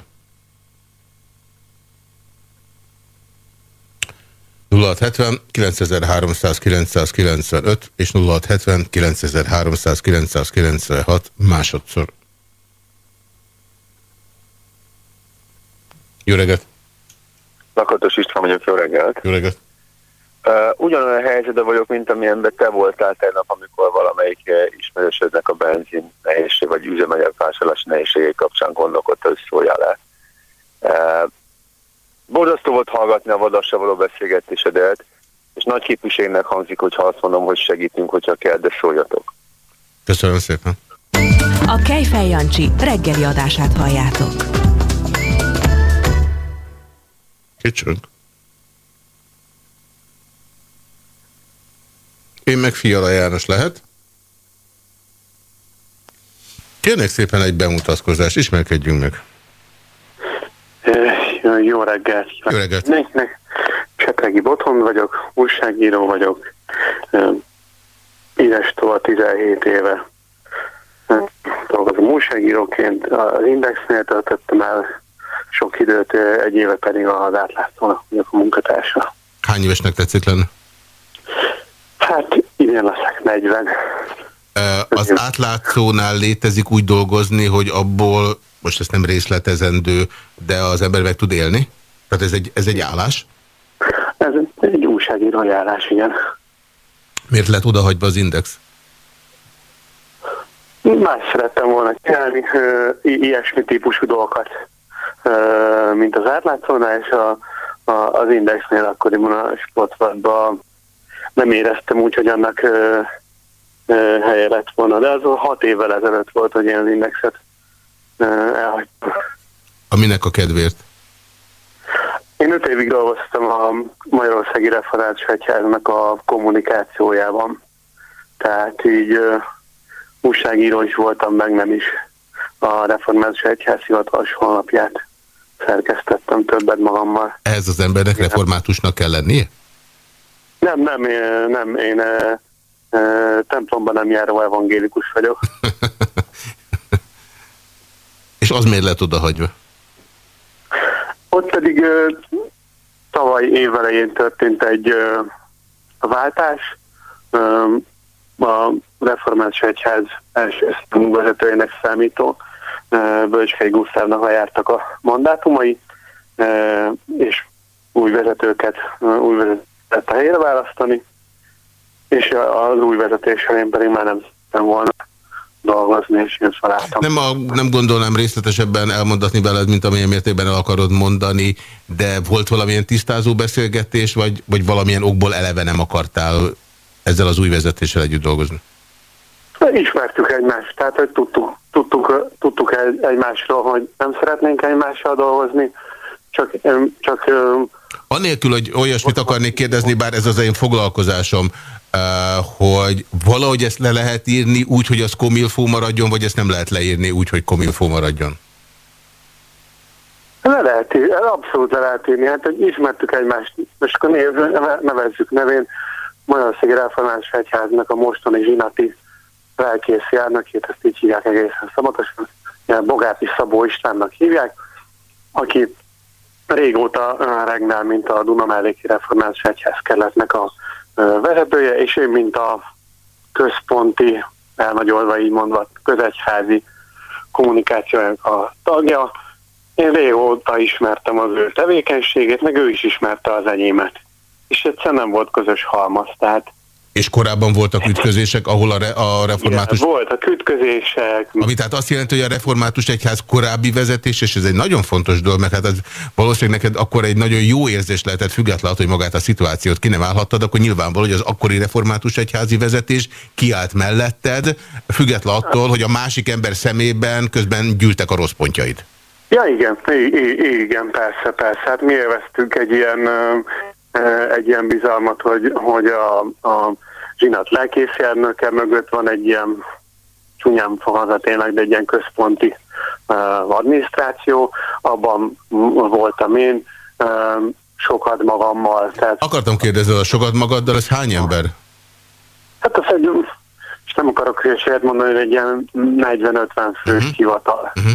nulla hat hetven kilencezer-háromszáz kilencszázkilencvenöt és nulla hat hetven kilencezer-háromszáz kilencszázkilencvenhat másodszor. Jó reggelt! Lakatos István vagyok, jó reggelt. Jó reggelt. Uh, ugyanolyan helyzetben vagyok, mint amilyenben te voltál tegnap, amikor valamelyik ismerősödnek a benzin nehézség, vagy üzemanyag vásárlási nehézségek kapcsán gondolkodta, hogy szóljál el. Uh, borzasztó volt hallgatni a Vadassal való beszélgetésedet, és nagy képviségnek hangzik, hogyha azt mondom, hogy segítünk, hogyha kell, de szóljatok. Köszönöm szépen. A Kejfej Jancsi reggeli adását halljátok. Kicsünk. Én meg Fiala János lehet. Kérnék szépen egy bemutatkozást, ismerkedjünk meg. Jó reggelt! Jó reggelt! Neknek Csepregi Botthon vagyok, újságíró vagyok, Idestól tizenhét éve dolgozom újságíróként, az Indexnél töltöttem el sok időt, egy éve pedig az Átlátszónak vagyok a munkatársa. Hány évesnek tetszik lenni? Hát idén leszek negyven. Az Átlátszónál létezik úgy dolgozni, hogy abból, most ezt nem részletezendő, de az ember meg tud élni? Tehát ez egy, ez egy állás? Ez egy újságírói állás, igen. Miért lett odahagyva az Index? Más szerettem volna csinálni, ilyesmi típusú dolgokat, mint az Átlátszónál, és a, a, az Indexnél akkoriban a sportvatban nem éreztem úgy, hogy annak ö, ö, helye lett volna. De az hat évvel ezelőtt volt, hogy én az Indexet ö, elhagytam. Aminek a kedvéért? Én öt évig dolgoztam a Magyarországi Református Egyháznak a kommunikációjában. Tehát így ö, újságíró is voltam, meg nem is. A Református Egyház hivatalos honlapját szerkesztettem többet magammal. Ehhez az embernek reformátusnak kell lennie? Nem, nem, én, nem, én e, e, templomban nem járó evangélikus vagyok. És az miért lett odahagyva? Ott pedig e, tavaly évelején történt egy e, váltás. E, a Református Egyház első vezetőjének számító e, Bölcskei Gusztávnak lejártak a mandátumai, e, és új vezetőket, új vezetőket a helyére választani, és az új vezetéssel én pedig már nem szerettem volna dolgozni, és én felálltam. Nem, a, nem gondolnám részletesebben elmondatni veled, mint amilyen mértékben el akarod mondani, de volt valamilyen tisztázó beszélgetés, vagy, vagy valamilyen okból eleve nem akartál ezzel az új vezetéssel együtt dolgozni? Ismertük egymást, tehát hogy tudtuk, tudtuk, tudtuk egymásról, hogy nem szeretnénk egymással dolgozni, csak, csak anélkül, hogy olyasmit akarnék kérdezni, bár ez az én foglalkozásom, hogy valahogy ezt le lehet írni úgy, hogy az komilfó maradjon, vagy ezt nem lehet leírni úgy, hogy komilfó maradjon? Le lehet írni, abszolút le lehet írni. Hát, hogy ismertük egymást, most akkor név, nevezzük nevén Magyarországi Református Egyháznak a mostani zsinati lelkész járnökét, ezt így hívják egészen szabatosan, Bogáti Szabó Istvánnak hívják, aki régóta regnál, mint a Dunamelléki Református Egyház kerületnek a vezetője, és én, mint a központi, elmagyolva így mondva, közegyházi kommunikációjának a tagja, én régóta ismertem az ő tevékenységét, meg ő is ismerte az enyémet. És egyszerűen nem volt közös halmaz, tehát... És korábban voltak ütközések, ahol a, re, a református... Igen, voltak ütközések. Ami tehát azt jelenti, hogy a Református Egyház korábbi vezetés, és ez egy nagyon fontos dolog, mert hát az valószínűleg neked akkor egy nagyon jó érzés lehetett, függetlenül, hogy magát a szituációt ki nem állhattad, akkor nyilvánvaló, hogy az akkori Református Egyházi vezetés kiállt melletted, függetlenül attól, hogy a másik ember szemében közben gyűltek a rossz pontjaid. Ja, igen, igen, persze, persze. Hát mi élveztünk egy ilyen... egy ilyen bizalmat, hogy, hogy a, a zsinat lelkészjárnöke mögött van egy ilyen csúnyán fogalmazva tényleg, de egy ilyen központi uh, adminisztráció, abban voltam én, uh, sokat magammal. Tehát... Akartam kérdezni, a sokat magaddal, ez hány ember? Hát az egy, és nem akarok hülyeséget mondani, hogy egy ilyen negyven-ötven fős uh-huh. hivatal. Uh-huh.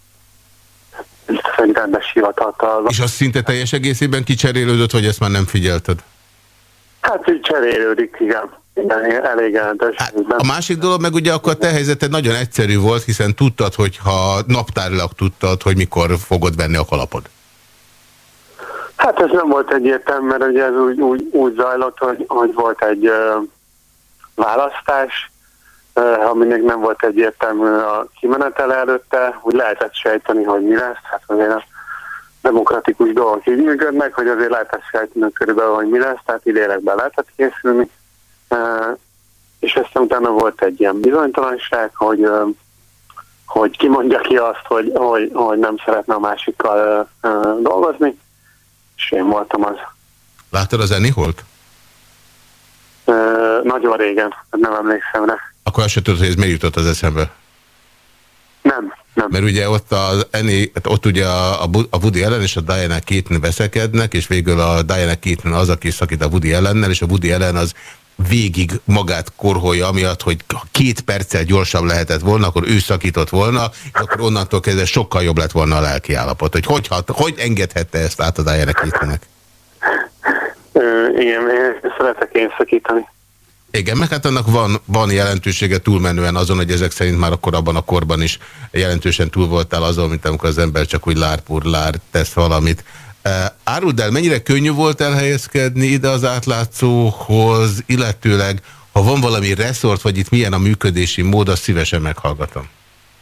Egy rendes hivataltal. És az szinte teljes egészében kicserélődött, vagy ezt már nem figyelted? Hát így cserélődik, igen. igen elég jelentős. Hát, a másik dolog meg ugye akkor a te helyzeted nagyon egyszerű volt, hiszen tudtad, hogyha naptárilag tudtad, hogy mikor fogod venni a kalapod. Hát ez nem volt egyértelmű, mert ugye ez úgy, úgy, úgy zajlott, hogy, hogy volt egy ö, választás, ö, aminek nem volt egyértelmű a kimenetele előtte, úgy lehetett sejteni, hogy mi lesz, hát azért a demokratikus dolgok így működnek, hogy azért lehetett sejteni körülbelül, hogy mi lesz, tehát idélekben lehetett készülni, ö, és aztán utána volt egy ilyen bizonytalanság, hogy, ö, hogy ki mondja ki azt, hogy, hogy, hogy nem szeretne a másikkal ö, ö, dolgozni, és én voltam az. Láttad az Anyholt? Ö, nagyon régen, nem emlékszem rá. Akkor azt se tudod, hogy ez miért jutott az eszembe? Nem, nem. Mert ugye ott, az Annie, ott ugye a, a Woody Allen és a Diane Keaton veszekednek, és végül a Diane Keaton az, aki szakít a Woody Allennel, és a Woody Allen az végig magát korholja, amiatt, hogy ha két perccel gyorsabb lehetett volna, akkor ő szakított volna, és akkor onnantól kezdve sokkal jobb lett volna a lelki állapot. Hogy hogy, hat, hogy engedhette ezt át a Diane Keatonnek? Igen, én szeretek én szakítani. Igen, meg hát annak van, van jelentősége túlmenően azon, hogy ezek szerint már akkor abban a korban is jelentősen túl voltál azon, mint amikor az ember csak úgy lár-pur-lár tesz valamit. Áruld el, mennyire könnyű volt elhelyezkedni ide az átlátszóhoz, illetőleg, ha van valami reszort, vagy itt milyen a működési mód, azt szívesen meghallgatom.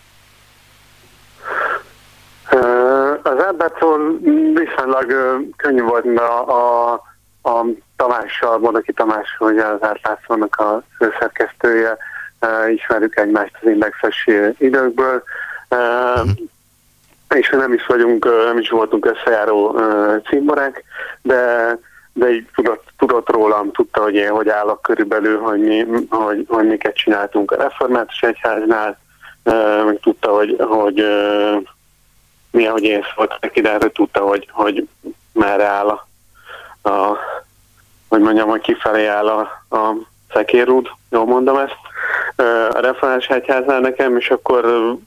Az átlátszón viszonylag könnyű volt a, a, a Tamással, Bonoki Tamás, hogy az átlátszónak a főszerkesztője, ismerjük egymást az indexes időkből, mm. és nem is vagyunk, nem is voltunk összejáró címborák, de, de így tudott, tudott rólam, tudta, hogy én hogy állok körülbelül, hogy, mi, hogy, hogy miket csináltunk a Református Egyháznál, meg tudta, hogy, hogy mi, ahogy én szóltam neki, de erről tudta, hogy, hogy merre áll a, a hogy mondjam, hogy kifelé áll a, a szekérrúd, jól mondom ezt, a Református Egyháznál nekem, és akkor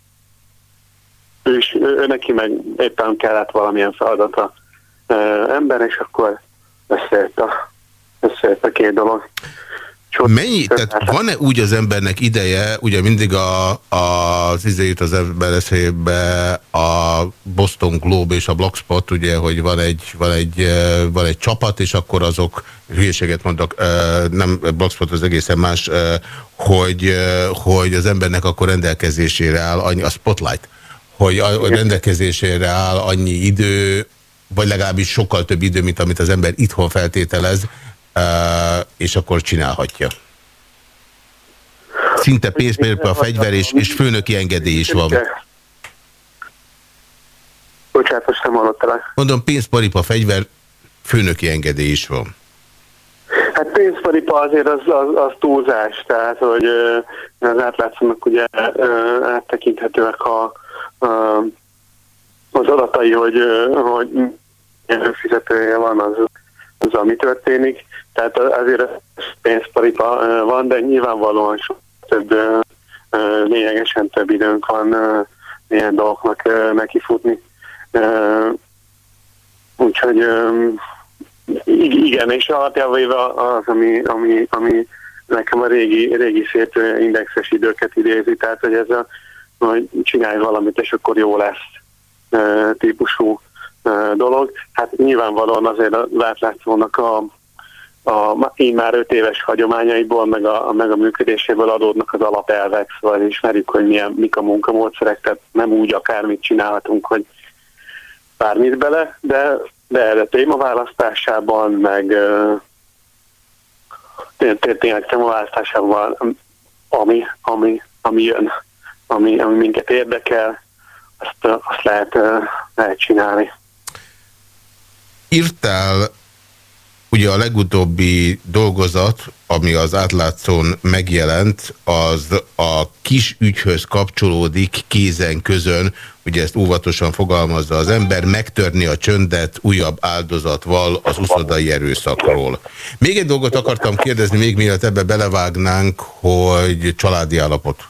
ő, is, ő neki meg éppen kellett valamilyen feladata ember, és akkor összejött a, összejött a két dolog. Mennyi, tehát van-e úgy az embernek ideje, ugye mindig a, a, az izé jut az ember eszébe a Boston Globe és a Blogspot, ugye, hogy van egy, van egy, van egy csapat, és akkor azok, hülyeséget mondok, nem Blogspot, az egészen más, hogy, hogy az embernek akkor rendelkezésére áll annyi, a Spotlight, hogy a rendelkezésére áll annyi idő, vagy legalábbis sokkal több idő, mint amit az ember itthon feltételez, Uh, és akkor csinálhatja. Szinte pénzparipa a fegyver, és, és főnöki engedély is van. Bocsánat, most nem hallottalak. Mondom, pénzparipa fegyver, főnöki engedély is van. Hát pénzparipa azért az, az, az túlzás, tehát, hogy az átlátszónak ugye áttekinthetőek a, az adatai, hogy, hogy előfizetője van az, az, ami történik. Tehát azért pénzparipa van, de nyilvánvalóan több, lényegesen több időnk van ilyen dolgoknak nekifutni. Úgyhogy igen, és alapjában véve az, ami, ami, ami nekem a régi, régi szép indexes időket idézi, tehát hogy ez a, hogy csinálj valamit, és akkor jó lesz típusú dolog. Hát nyilvánvalóan azért az átlátszónak a, a én már öt éves hagyományaiból, meg a, meg a működéséből adódnak az alapelvek, szóval ismerjük, hogy milyen, mik a munkamódszerek, tehát nem úgy akármit csinálhatunk, hogy bármit bele, de, de erre témaválasztásában, meg tényleg témaválasztásában, ami, ami, ami jön, ami, ami minket érdekel, azt, azt lehet, lehet csinálni. Írtál ugye a legutóbbi dolgozat, ami az átlátszón megjelent, az a kis ügyhöz kapcsolódik kézen közön, ugye ezt óvatosan fogalmazza az ember, megtörni a csöndet újabb áldozatval az uszodai erőszakról. Még egy dolgot akartam kérdezni, még mielőtt ebbe belevágnánk, hogy családi állapot.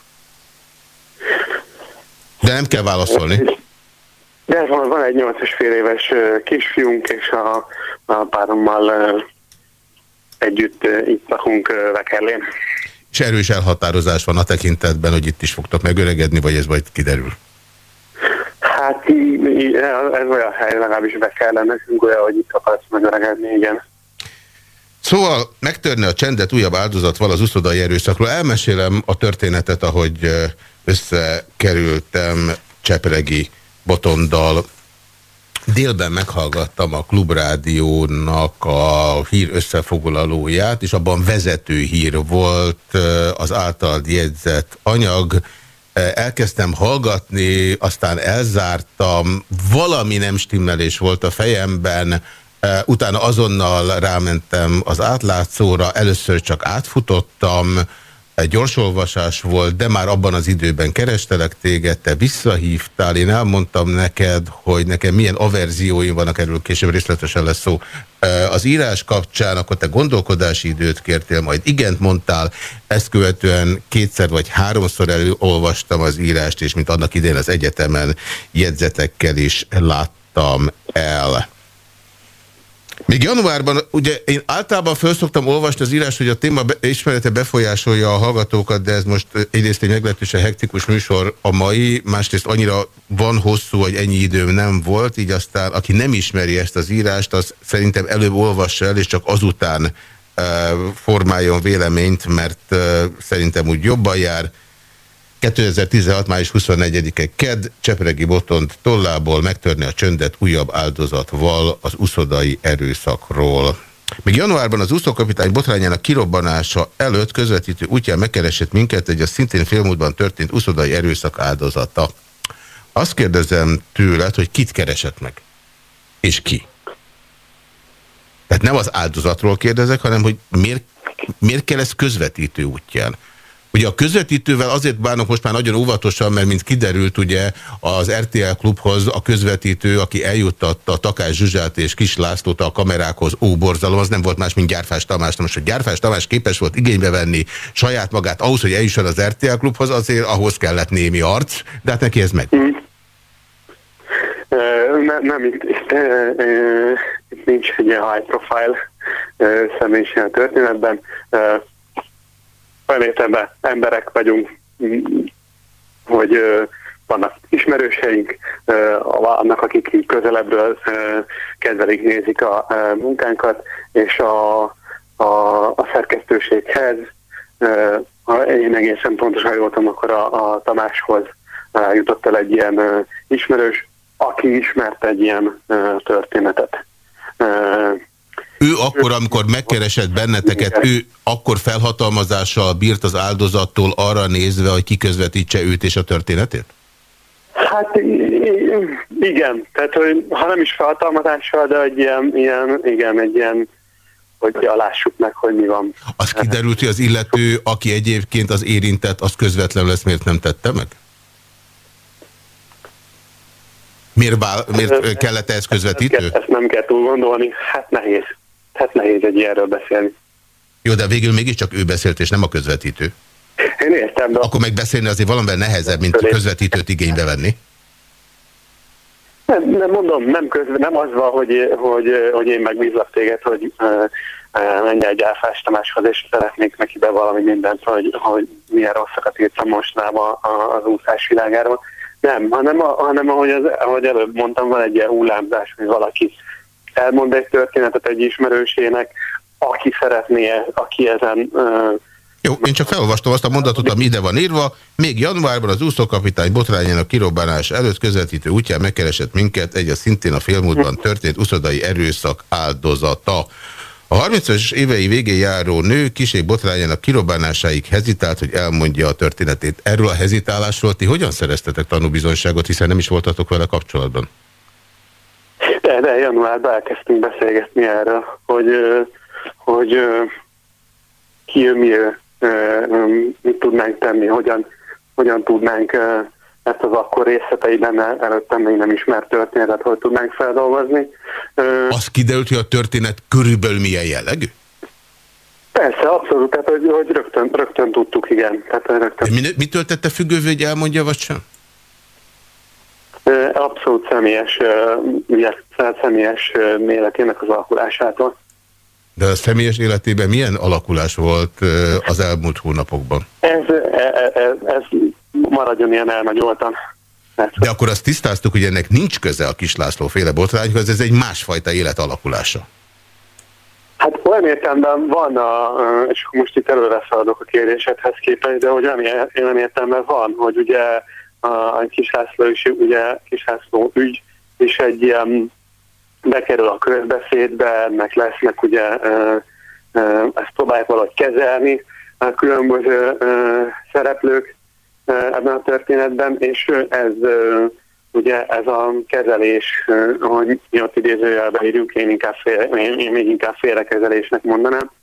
De nem kell válaszolni. De van, van egy nyolc és fél éves kisfiunk, és a, a párommal együtt itt lakunk Vekerlén. És erős elhatározás van a tekintetben, hogy itt is fogtok megöregedni, vagy ez majd kiderül? Hát Hát ez olyan hely, legalábbis be kellene nekünk olyan, hogy itt akarsz megöregedni, igen. Szóval megtörni a csendet újabb áldozatval az uszodai erőszakról. Elmesélem a történetet, ahogy összekerültem Csepregi Botonddal. Délben meghallgattam a Klubrádiónak a hír összefoglalóját, és abban vezető hír volt az általad jegyzett anyag. Elkezdtem hallgatni, aztán elzártam, valami nem stimmelés volt a fejemben, utána azonnal rámentem az átlátszóra, először csak átfutottam, egy gyorsolvasás volt, de már abban az időben kerestelek téged, te visszahívtál, én elmondtam neked, hogy nekem milyen averzióim vannak, erről később részletesen lesz szó az írás kapcsán, akkor te gondolkodási időt kértél, majd igent mondtál, ezt követően kétszer vagy háromszor elolvastam az írást, és mint annak idején az egyetemen jegyzetekkel is láttam el. Még januárban, ugye én általában föl szoktam olvasni az írás, hogy a téma be, ismerete befolyásolja a hallgatókat, de ez most egyrészt egy meglehetősen hektikus műsor a mai, másrészt annyira van hosszú, hogy ennyi időm nem volt, így aztán aki nem ismeri ezt az írást, az szerintem előbb olvassa el, és csak azután uh, formáljon véleményt, mert uh, szerintem úgy jobban jár. kétezer-tizenhat. május huszonnegyedike kedd, Csepregi Botond tollából megtörni a csöndet újabb áldozatval az uszodai erőszakról. Még januárban az úszókapitány botrányának kirobbanása előtt közvetítő útján megkeresett minket egy a szintén félmúltban történt uszodai erőszak áldozata. Azt kérdezem tőled, hogy kit keresett meg? És ki? Tehát nem az áldozatról kérdezek, hanem hogy miért, miért kell ez közvetítő útján? Ugye a közvetítővel azért bánok most már nagyon óvatosan, mert mint kiderült, ugye az er té el Klubhoz a közvetítő, aki eljuttatta Takács Zsuzsát és Kis Lászlót a kamerákhoz, ó borzalom, az nem volt más, mint Gyárfás Tamás. Most, hogy Gyárfás Tamás képes volt igénybe venni saját magát ahhoz, hogy eljusson az er té el Klubhoz, azért ahhoz kellett némi arc, de hát neki ez meg. Mm. Uh, ne, nem, itt, itt, uh, uh, itt nincs egy ilyen high profile uh, személyiség a történetben. Uh, Felvételben emberek vagyunk, hogy uh, vannak ismerőseink, uh, annak, akik közelebbről uh, kedvelik, nézik a uh, munkánkat, és a, a, a szerkesztőséghez, uh, ha én egészen pontosan voltam, akkor a, a Tamáshoz uh, jutott el egy ilyen uh, ismerős, aki ismert egy ilyen uh, történetet. Uh, Ő akkor, amikor megkeresett benneteket, ő akkor felhatalmazással bírt az áldozattól arra nézve, hogy kiközvetítse őt és a történetét? Hát igen, tehát hogy, ha nem is felhatalmazással, de egy ilyen, ilyen, igen, egy ilyen, hogy lássuk meg, hogy mi van. Az kiderült, hogy az illető, aki egyébként az érintett, az közvetlen lesz, miért nem tette meg? Miért, bál, miért kellett ez közvetítő? Ezt nem kell túl gondolni, hát nehéz. Hát nehéz egy ilyenről beszélni. Jó, de végül mégiscsak ő beszélt, és nem a közvetítő. Én értem, de... Akkor meg beszélni azért valamivel nehezebb, mint a közvetítőt igénybe venni. Nem, nem mondom, nem, közve, nem az van, hogy, hogy, hogy én megbízlak téged, hogy uh, uh, menj egy Gyárfás Tamáshoz, és szeretnék neki be valami mindent, hogy, hogy milyen rosszakat írtam mostanában az úszás világáról. Nem, hanem, hanem ahogy, az, ahogy előbb mondtam, van egy ilyen hullámzás, hogy valaki elmond egy történetet egy ismerősének, aki szeretné, aki ezen... Uh, Jó, én csak felolvastam azt a mondatot, ami ide van írva. Még januárban az úszókapitány botrányának kirobbanás előtt közvetítő útján megkeresett minket egy a szintén a félmúltban történt uszodai erőszak áldozata. A harmincas évei végén járó nő kiség botrányának kirobbanásáig hezitált, hogy elmondja a történetét. Erről a hezitálásról ti hogyan szereztetek tanúbizonyságot, hiszen nem is voltatok vele kapcsolatban? De, de januárban elkezdtünk beszélgetni erről, hogy, hogy ki ő, mi ő, mit tudnánk tenni, hogyan, hogyan tudnánk ezt az akkor részleteiben előttem még nem ismert történetet, hogy tudnánk feldolgozni. Az kiderült, hogy a történet körülbelül milyen jellegű? Persze, abszolút, tehát hogy, hogy rögtön, rögtön tudtuk, igen. Tehát, rögtön. Mi, mitől tette függővé, hogy elmondja, vagy sem? Abszolút személyes, személyes életének az alakulásától. De a személyes életében milyen alakulás volt az elmúlt hónapokban? Ez, ez, ez maradjon ilyen elnagyoltan. Mert De akkor azt tisztáztuk, hogy ennek nincs köze a Kiss László féle botrányhoz, ez egy másfajta élet alakulása. Hát olyan értelemben van, a, és most itt előre szaladok a kérdésedhez képest, de hogy olyan értelemben van, hogy ugye a Kiss László is, ugye Kiss László ügy is egy ilyen bekerül a közbeszédbe, ennek lesznek ugye, ezt próbálják valahogy kezelni a különböző szereplők ebben a történetben, és ez ugye ez a kezelés, hogy mi ott idézőjelben írjuk, én, inkább fél, én, én még inkább félrekezelésnek mondanám,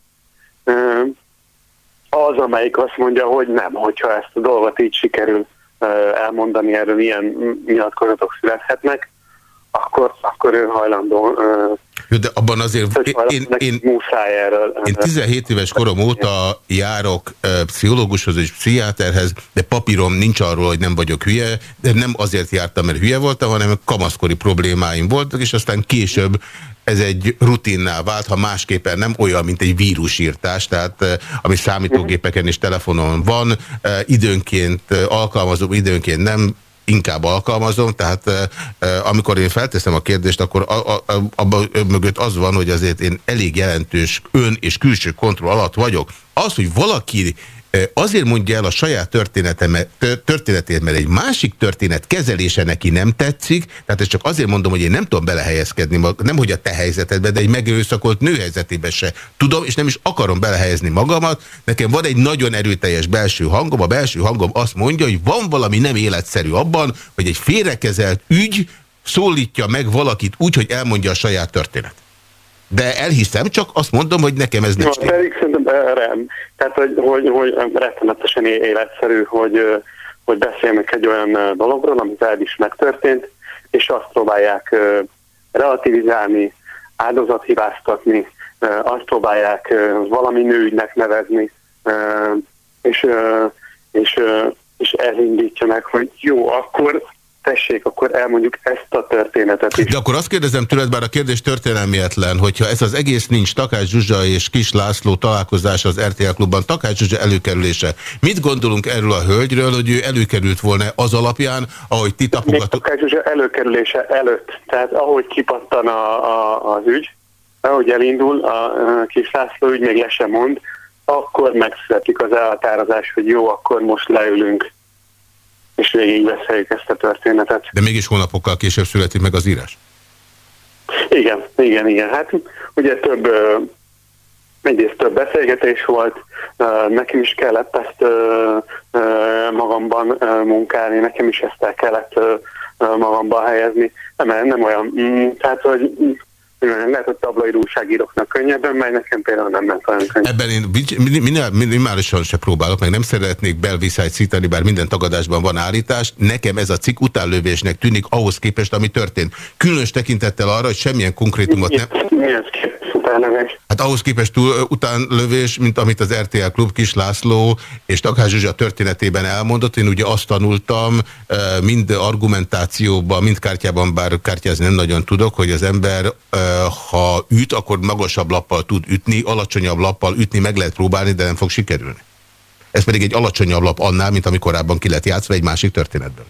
az, amelyik azt mondja, hogy nem, hogyha ezt a dolgot így sikerül elmondani, erről ilyen nyilatkozatok születhetnek, akkor, akkor ő hajlandó. Jó, de abban azért én, én, én, muszáj erről. én tizenhét éves korom óta járok pszichológushoz és pszichiáterhez, de papírom nincs arról, hogy nem vagyok hülye, de nem azért jártam, mert hülye voltam, hanem kamaszkori problémáim voltak, és aztán később ez egy rutinná vált, ha másképpen nem olyan, mint egy vírusírtás, tehát ami számítógépeken és telefonon van, időnként alkalmazom, időnként nem, inkább alkalmazom, tehát uh, amikor én felteszem a kérdést, akkor abban mögött az van, hogy azért én elég jelentős ön- és külső kontroll alatt vagyok. Az, hogy valaki uh, azért mondja el a saját történetét, mert egy másik történet kezelése neki nem tetszik, tehát ezt csak azért mondom, hogy én nem tudom belehelyezkedni, nem hogy a te helyzetedbe, de egy megerőszakolt nő helyzetébe se tudom, és nem is akarom belehelyezni magamat. Nekem van egy nagyon erőteljes belső hangom, a belső hangom azt mondja, hogy van valami nem életszerű abban, hogy egy félrekezelt ügy szólítja meg valakit úgy, hogy elmondja a saját történet. De elhiszem, csak azt mondom, hogy nekem ez nem stimmel. Pedig szerintem nem. Tehát, hogy, hogy, hogy rettenetesen életszerű, hogy, hogy beszélnek egy olyan dologról, amit el is megtörtént, és azt próbálják relativizálni, áldozathibáztatni, azt próbálják valami nőügynek nevezni, és, és, és ez indítja meg, hogy jó, akkor tessék, akkor elmondjuk ezt a történetet is. De akkor azt kérdezem tőled, bár a kérdés történelmietlen, hogyha ez az egész nincs, Takács Zsuzsa és Kiss László találkozása az er té el Klubban, Takács Zsuzsa előkerülése. Mit gondolunk erről a hölgyről, hogy ő előkerült volna az alapján, ahogy ti tapogatok? Takács Zsuzsa előkerülése előtt, tehát ahogy kipattan a, a, az ügy, ahogy elindul a, a Kiss László ügy, még le sem mond, akkor megszületik az elhatározás, hogy jó, akkor most leülünk, és végigbeszéljük ezt a történetet. De mégis hónapokkal később születik meg az írás? Igen, igen, igen. Hát ugye több, egyrészt több beszélgetés volt, nekem is kellett ezt magamban munkálni, nekem is ezt el kellett magamban helyezni. Nem, nem olyan, tehát hogy lehet, hogy tabloid újságíróknak könnyebben megy, nekem például nem ment olyan könnyű. Ebben én minimálisan se próbálok, meg nem szeretnék belviszályt szítani, bár minden tagadásban van állítás. Nekem ez a cikk utánlövésnek tűnik ahhoz képest, ami történt. Különös tekintettel arra, hogy semmilyen konkrétumot nem... Milyen utánlövés? Hát ahhoz képest túl, utánlövés, mint amit az er té el Klub Kiss László és Takács Zsuzsa történetében elmondott. Én ugye azt tanultam, mind argumentációban, mind kártyában, bár kártyázni nem nagyon tudok, hogy az ember ha üt, akkor magasabb lappal tud ütni, alacsonyabb lappal ütni meg lehet próbálni, de nem fog sikerülni. Ez pedig egy alacsonyabb lap annál, mint ami korábban ki lett játszva egy másik történetben.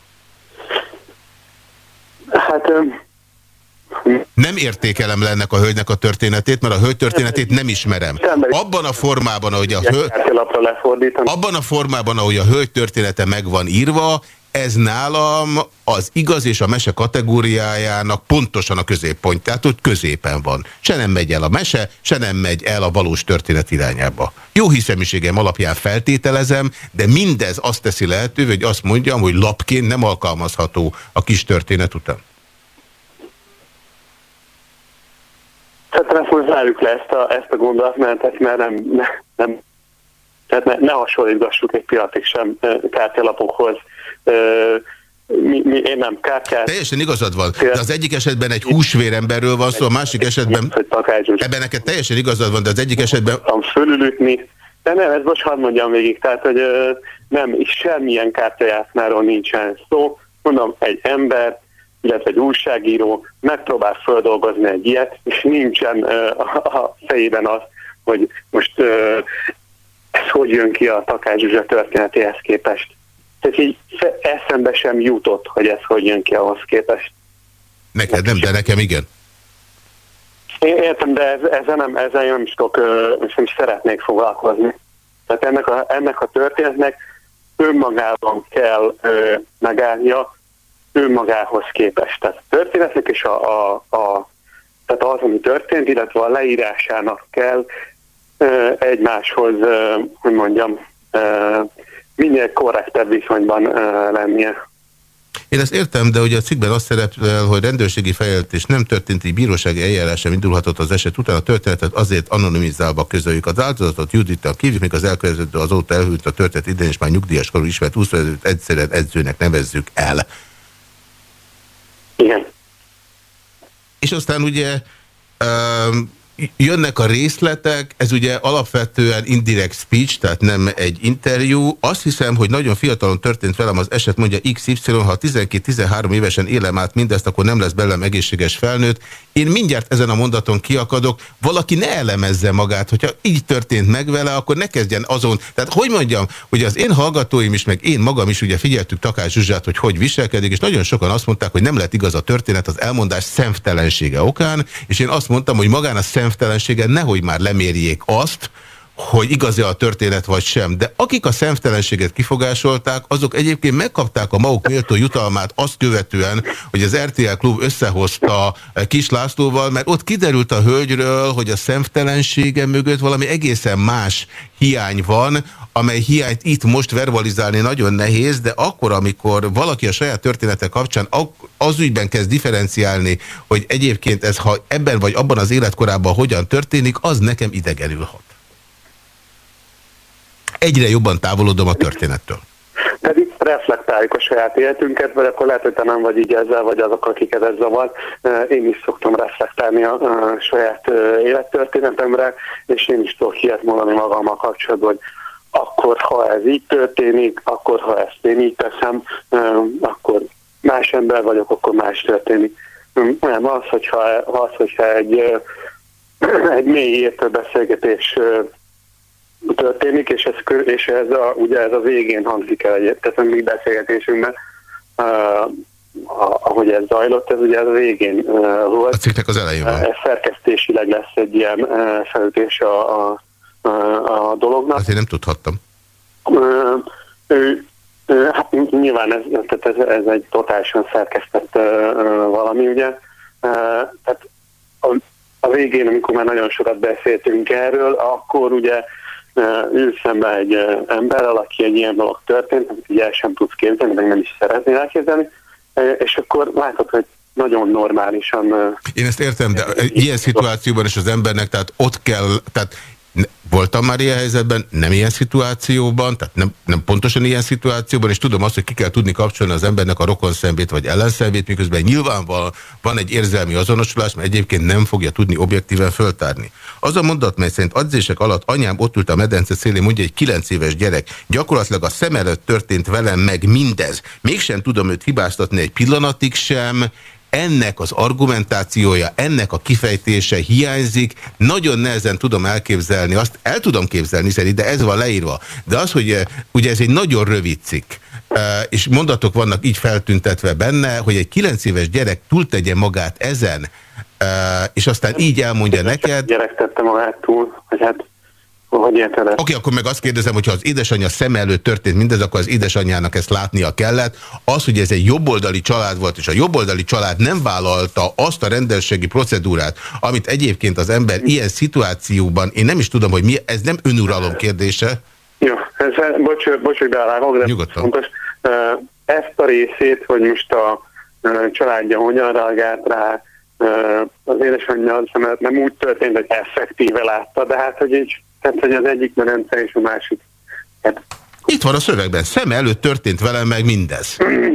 Hát... Nem értékelem le ennek a hölgynek a történetét, mert a hölgy történetét nem ismerem. Abban a formában, ahogy a hölgy, abban a formában, ahogy a hölgy története meg van írva, ez nálam az igaz és a mese kategóriájának pontosan a középpontját, tehát hogy középen van. Se nem megy el a mese, se nem megy el a valós történet irányába. Jó hiszeműségem alapján feltételezem, de mindez azt teszi lehetővé, hogy azt mondjam, hogy lapként nem alkalmazható a kis történet után. Tehát akkor zárjuk le ezt a, ezt a gondolatmenetet, mert nem, ne, nem tehát ne, ne hasonlítgassuk egy pillanatig sem kártyalapokhoz. Mi, mi, én nem kártyát. Teljesen igazad van, de az egyik esetben egy húsvéremberről van szó, a másik esetben... Ebben neked teljesen igazad van, de az egyik esetben... Fölülütni. De nem, ez most hadd mondjam végig, tehát hogy nem, semmilyen kártyajátszmáról nincsen szó. Mondom, egy ember, illetve egy újságíró megpróbál földolgozni egy ilyet, és nincsen a fejében az, hogy most ez hogy jön ki a Takács Zsuzsa történetéhez képest. Tehát így eszembe sem jutott, hogy ez hogy jön ki ahhoz képest. Neked nem, de nekem igen. Én értem, de ez, ezzel, nem, ezzel nem is tudok, nem is szeretnék foglalkozni. Tehát ennek a, ennek a történetnek önmagában kell ö, megállnia, önmagához képest. Tehát a történetnek és a, a, a, tehát az, ami történt, illetve a leírásának kell ö, egymáshoz, ö, hogy mondjam, ö, minél korrektebb viszonyban ö, lennie. Én ezt értem, de ugye a cikkben azt szerepel, hogy rendőrségi feljelentés nem történt, így bírósági eljárás sem indulhatott az eset után. A történetet azért anonimizálva közöljük. Az áldozatot Judittal kívjuk, még az elkövető azóta elhűlt a történet idején, és már nyugdíjas korú ismert úszóedzőt egyszerűen edzőnek nevezzük el. Igen. És aztán ugye um, jönnek a részletek, ez ugye alapvetően indirect speech, tehát nem egy interjú. Azt hiszem, hogy nagyon fiatalon történt velem az eset, mondja iksz ipszilon, ha tizenkét-tizenhárom évesen élem át mindezt, akkor nem lesz belőlem egészséges felnőtt. Én mindjárt ezen a mondaton kiakadok, valaki ne elemezze magát, hogyha így történt meg vele, akkor ne kezdjen azon. Tehát hogy mondjam, hogy az én hallgatóim is, meg én magam is ugye figyeltük Takács Zsuzsát, hogy hogy viselkedik, és nagyon sokan azt mondták, hogy nem lett igaz a történet az elmondás szemtelensége okán, és én azt mondtam, hogy magán a szemtelensége nehogy már lemérjék azt, hogy igaz-e a történet vagy sem. De akik a szemtelenséget kifogásolták, azok egyébként megkapták a maguk méltó jutalmát azt követően, hogy az er té el Klub összehozta Kis Lászlóval, mert ott kiderült a hölgyről, hogy a szemtelensége mögött valami egészen más hiány van, amely hiányt itt most verbalizálni nagyon nehéz, de akkor, amikor valaki a saját története kapcsán az ügyben kezd differenciálni, hogy egyébként ez, ha ebben vagy abban az életkorában hogyan történik, az nekem idegenül hat. Egyre jobban távolodom a történettől. Tehát itt reflektáljuk a saját életünket, vagy akkor lehet, hogy te nem vagy így ezzel, vagy azok, akiket ez zavar. Én is szoktam reflektálni a, a saját élettörténetemre, és én is tudok ilyet mondani magammal kapcsolatban, hogy akkor, ha ez így történik, akkor, ha ezt én így teszem, akkor más ember vagyok, akkor más történik. Nem az, hogyha, az, hogyha egy, egy mély értő beszélgetés történik, és ez, és ez a, ugye ez a végén hangzik el egyet, tehát a mi beszélgetésünkben, uh, ahogy ez zajlott, ez ugye ez a végén uh, volt. A cikknek az elején van. Ez szerkesztésileg lesz egy ilyen uh, felütés a, a, a, a dolognak. Azt én nem tudhattam. Uh, ő, uh, hát nyilván ez, tehát ez, ez egy totálisan szerkesztett uh, valami, ugye. Uh, tehát a, a végén, amikor már nagyon sokat beszéltünk erről, akkor ugye ül szembe egy emberrel, aki egy ilyen dolog történt, amit így el sem tudsz képzelni, meg nem is szeretnél elképzelni, és akkor látod, hogy nagyon normálisan... Én ezt értem, de ilyen szituációban is az embernek, tehát ott kell, tehát voltam már ilyen helyzetben, nem ilyen szituációban, tehát nem, nem pontosan ilyen szituációban, és tudom azt, hogy ki kell tudni kapcsolni az embernek a rokonszenvét vagy ellenszenvét, miközben nyilvánvalóan van egy érzelmi azonosulás, mert egyébként nem fogja tudni objektíven föltárni. Az a mondat, mely szerint adzések alatt anyám ott ült a medence szélén, mondja egy kilenc éves gyerek, gyakorlatilag a szem előtt történt velem meg mindez. Mégsem tudom őt hibáztatni egy pillanatig sem. Ennek az argumentációja, ennek a kifejtése hiányzik, nagyon nehezen tudom elképzelni, azt el tudom képzelni szerint, de ez van leírva. De az, hogy ugye ez egy nagyon rövid cikk, és mondatok vannak így feltüntetve benne, hogy egy kilenc éves gyerek túltegye magát ezen, és aztán így elmondja neked... Gyerek tette magát túl, hogy hát... Oké, okay, akkor meg azt kérdezem, hogyha az édesanyja szeme előtt történt mindez, akkor az édesanyjának ezt látnia kellett. Az, hogy ez egy jobboldali család volt, és a jobboldali család nem vállalta azt a rendőrségi procedúrát, amit egyébként az ember ilyen szituációban, én nem is tudom, hogy mi, ez nem önuralom kérdése. Jó, ez, bocs, bocs, hogy beállálok, de nyugodtan. Fontos. Ezt a részét, hogy most a családja hogyan reagált rá, az édesanyja nem úgy történt, hogy effektíve látta, de hát, hogy így tehát, hogy az egyik medence és a másik. Hát. Itt van a szövegben, szem előtt történt velem meg mindez.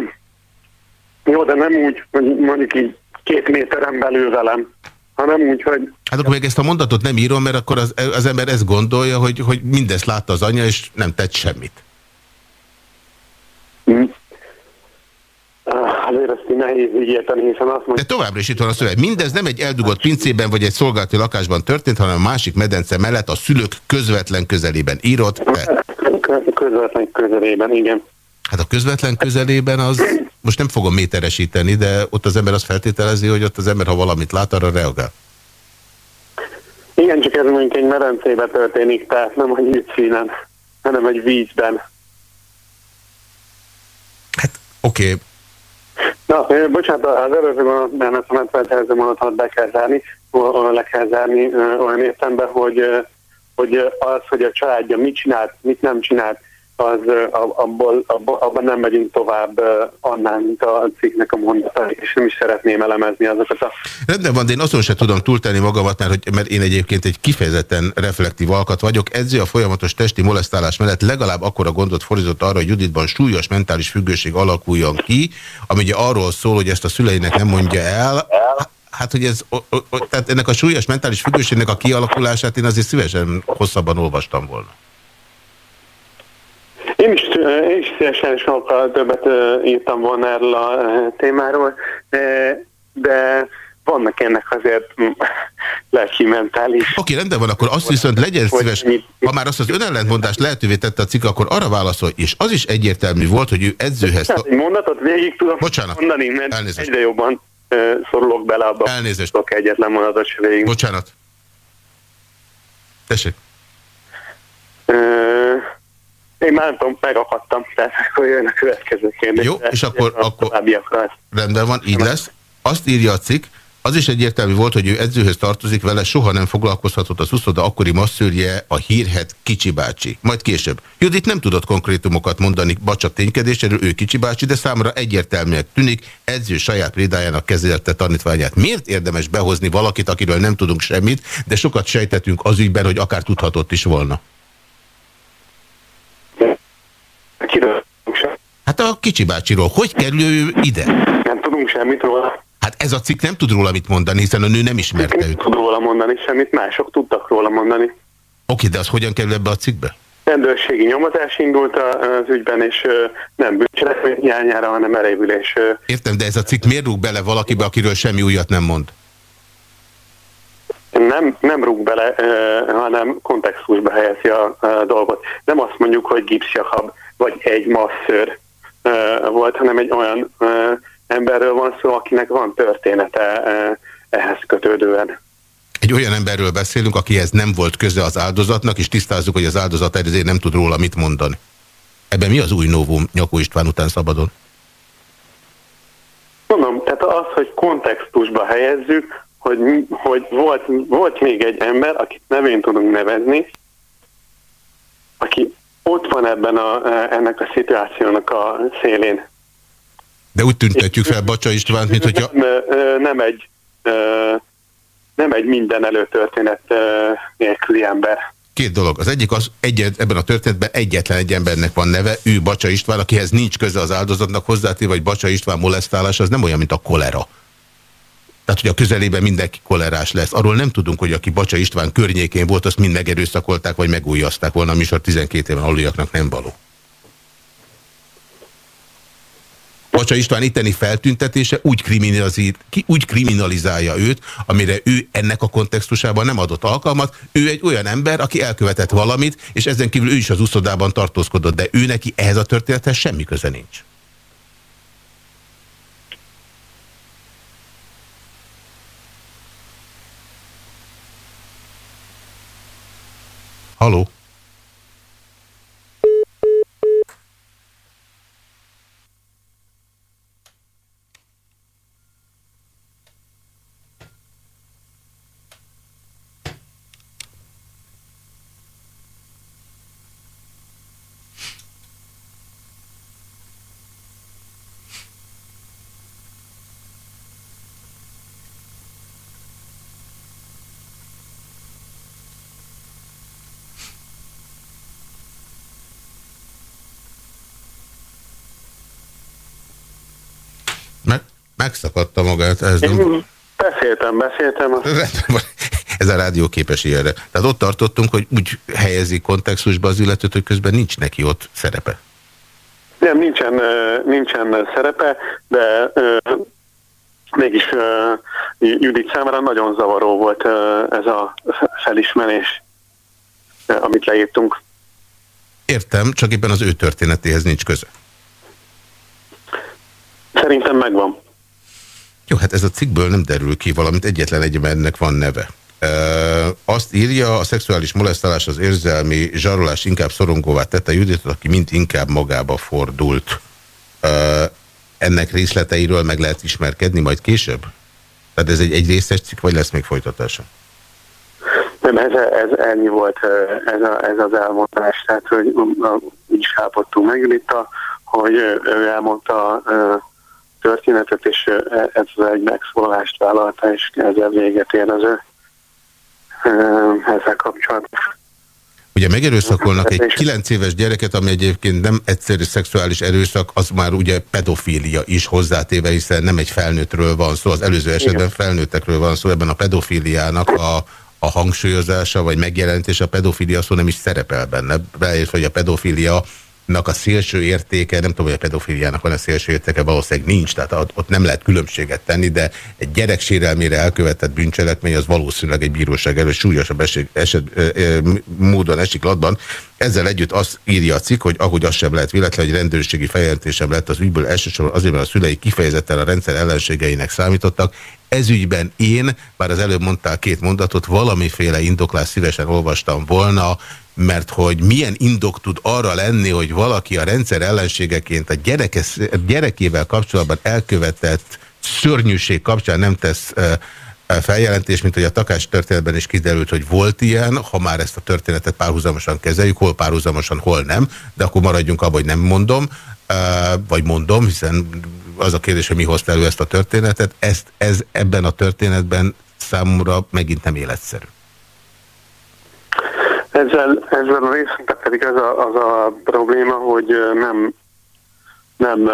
Jó, de nem úgy, hogy mondjuk így két méteren belül velem, hanem úgy, hogy... Hát akkor még ezt a mondatot nem írom, mert akkor az, az ember ezt gondolja, hogy, hogy mindezt látta az anya, és nem tett semmit. Mm. Azért ezt így nehéz így érteni, hiszen azt mondja... De továbbra is itt van a szöveg. Mindez nem egy eldugott pincében vagy egy szolgálati lakásban történt, hanem a másik medence mellett a szülők közvetlen közelében írott. Közvetlen közelében, igen. Hát a közvetlen közelében az, most nem fogom méteresíteni, de ott az ember azt feltételezi, hogy ott az ember, ha valamit lát, arra reagál. Igen, csak ez mondjuk egy medencébe történik, tehát nem a nyílcínen, hanem egy vízben. Hát oké. Okay. Na, bocsánat, az előző gondolat, a mentőfeltelező mondatot be kell zárni, le kell zárni olyan értelemben, hogy, hogy az, hogy a családja mit csinált, mit nem csinált, az abból, abból, abban nem megyünk tovább annál, mint a cikknek a mondata, és nem is szeretném elemezni azokat a... Rendben van, de én azon sem tudom túltenni magamat, mert, hogy, mert én egyébként egy kifejezetten reflektív alkat vagyok. Edző a folyamatos testi molesztálás mellett legalább akkora gondot fordított arra, hogy Juditban súlyos mentális függőség alakuljon ki, ami ugye arról szól, hogy ezt a szüleinek nem mondja el. Hát, hogy ez, o, o, tehát ennek a súlyos mentális függőségnek a kialakulását én azért szívesen hosszabban olvastam volna. Én is, én is szívesen sokkal többet írtam volna erről a témáról, de vannak ennek azért lelki mentális. Oké, rendben van, akkor azt viszont legyen szíves, ha már azt az önellentmondást lehetővé tette a cikk, akkor arra válaszol, és az is egyértelmű volt, hogy ő edzőhez... Tehát egy mondatot végig tudom Bocsánat. mondani, mert Elnézést. egyre jobban szorulok bele abba. Elnézést. Tudok egyetlen mondatot se végig. Bocsánat. Tessék. Én már nem tudom, megakadtam, tehát akkor jön a következő kérdés. Jó, és akkor, akkor rendben van, így lesz. Azt írja a cikk, az is egyértelmű volt, hogy ő edzőhöz tartozik, vele soha nem foglalkozhatott az uszoda akkori masszőrje, a hírhedt Kicsi bácsi. Majd később. Judit nem tudott konkrétumokat mondani Bacsa ténykedéséről, ő Kicsi bácsi, de számra egyértelműen tűnik, edző saját prédájának kezelte tanítványát. Miért érdemes behozni valakit, akiről nem tudunk semmit, de sokat sejtetünk az ügyben, hogy akár tudhatott is volna? Kiről? Hát a Kicsi bácsiról. Hogy kerül ő ide? Nem tudunk semmit róla. Hát ez a cikk nem tud róla mit mondani, hiszen a nő nem ismerte őt. Nem tud róla mondani semmit, mások tudtak róla mondani. Oké, de az hogyan kerül ebbe a cikkbe? Rendőrségi nyomozás indult az ügyben, és nem bűncselekmény hiányára, hanem elévülés. Értem, de ez a cikk miért rúg bele valakibe, akiről semmi újat nem mond? Nem, nem rúg bele, hanem kontextusba helyezi a dolgot. Nem azt mondjuk, hogy gipszjakab vagy egy masszőr volt, hanem egy olyan emberről van szó, akinek van története ehhez kötődően. Egy olyan emberről beszélünk, akihez nem volt köze az áldozatnak, és tisztázzuk, hogy az áldozat ezért nem tud róla mit mondani. Ebben mi az új novum Nyakó István után szabadon? Mondom, tehát az, hogy kontextusba helyezzük, hogy, hogy volt, volt még egy ember, akit nevén tudunk nevezni, aki ott van ebben a, ennek a szituációnak a szélén. De úgy tüntetjük fel Bacsa Istvánt, mint hogyha... Nem, nem egy, nem egy minden előtörténet nélküli ember. Két dolog. Az egyik az, egyet, ebben a történetben egyetlen egy embernek van neve, ő Bacsa István, akihez nincs köze az áldozatnak, hozzátéve, vagy Bacsa István molesztálás, az nem olyan, mint a kolera. Tehát, hogy a közelében mindenki kolerás lesz. Arról nem tudunk, hogy aki Bacsa István környékén volt, azt mind megerőszakolták, vagy megújazták volna, a műsor tizenkét éven aluliaknak nem való. Bacsa István itteni feltüntetése úgy, úgy kriminalizálja őt, amire ő ennek a kontextusában nem adott alkalmat. Ő egy olyan ember, aki elkövetett valamit, és ezen kívül ő is az uszodában tartózkodott, de ő neki ehhez a történethez semmi köze nincs. Halló? Megszakadta magát. Ez nem... Beszéltem, beszéltem. Ez a rádió képes ilyenre. Tehát ott tartottunk, hogy úgy helyezi kontextusba az illetőt, hogy közben nincs neki ott szerepe. Nem, nincsen, nincsen szerepe, de uh, mégis uh, Judit számára nagyon zavaró volt uh, ez a felismerés, uh, amit leírtunk. Értem, csak éppen az ő történetéhez nincs köze. Szerintem megvan. Jó, hát ez a cikkből nem derül ki, valamint egyetlen egyben ennek van neve. E, azt írja, a szexuális molesztálás az érzelmi zsarolás inkább szorongóvá tette Juditot, aki mind inkább magába fordult. E, ennek részleteiről meg lehet ismerkedni majd később? Tehát ez egy, egy részes cikk, vagy lesz még folytatása? Nem, ez, ez ennyi volt ez, a, ez az elmondás, tehát hogy így állapodtunk meg Judita, hogy ő elmondta a történetet, és ez egy megszólalást vállalta, és ezzel véget ér az ő ezzel kapcsolatban. Ugye megerőszakolnak egy kilenc éves gyereket, ami egyébként nem egyszerű szexuális erőszak, az már ugye pedofília is hozzátéve, hiszen nem egy felnőttről van szó, az előző esetben felnőttekről van szó, ebben a pedofíliának a, a hangsúlyozása vagy megjelenítése, a pedofília szó nem is szerepel benne, beértve, hogy a pedofília a szélső értéke, nem tudom, hogy a pedofiliának van a szélső értéke, valószínűleg nincs, tehát ott nem lehet különbséget tenni, de egy gyerek sérelmére elkövetett bűncselekmény az valószínűleg egy bíróság előtt súlyosabb eset, eset, módon esik latban. Ezzel együtt azt írja a cikk, hogy ahogy az sem lehet véletlen, hogy rendőrségi feljelentésem lett az ügyből, elsősorban azért, mert a szülei kifejezetten a rendszer ellenségeinek számítottak. Ezügyben én, bár az előbb mondtál két mondatot, valamiféle indoklást szívesen olvastam volna, mert hogy milyen indok tud arra lenni, hogy valaki a rendszer ellenségeként a gyerekes, gyerekével kapcsolatban elkövetett szörnyűség kapcsán nem tesz feljelentés, mint hogy a Takács történetben is kiderült, hogy volt ilyen, ha már ezt a történetet párhuzamosan kezeljük, hol párhuzamosan, hol nem, de akkor maradjunk abban, hogy nem mondom, vagy mondom, hiszen az a kérdés, hogy mi hozta elő ezt a történetet, ezt, ez ebben a történetben számomra megint nem életszerű. Ezzel, ezzel a részünkben pedig az a, az a probléma, hogy nem, nem,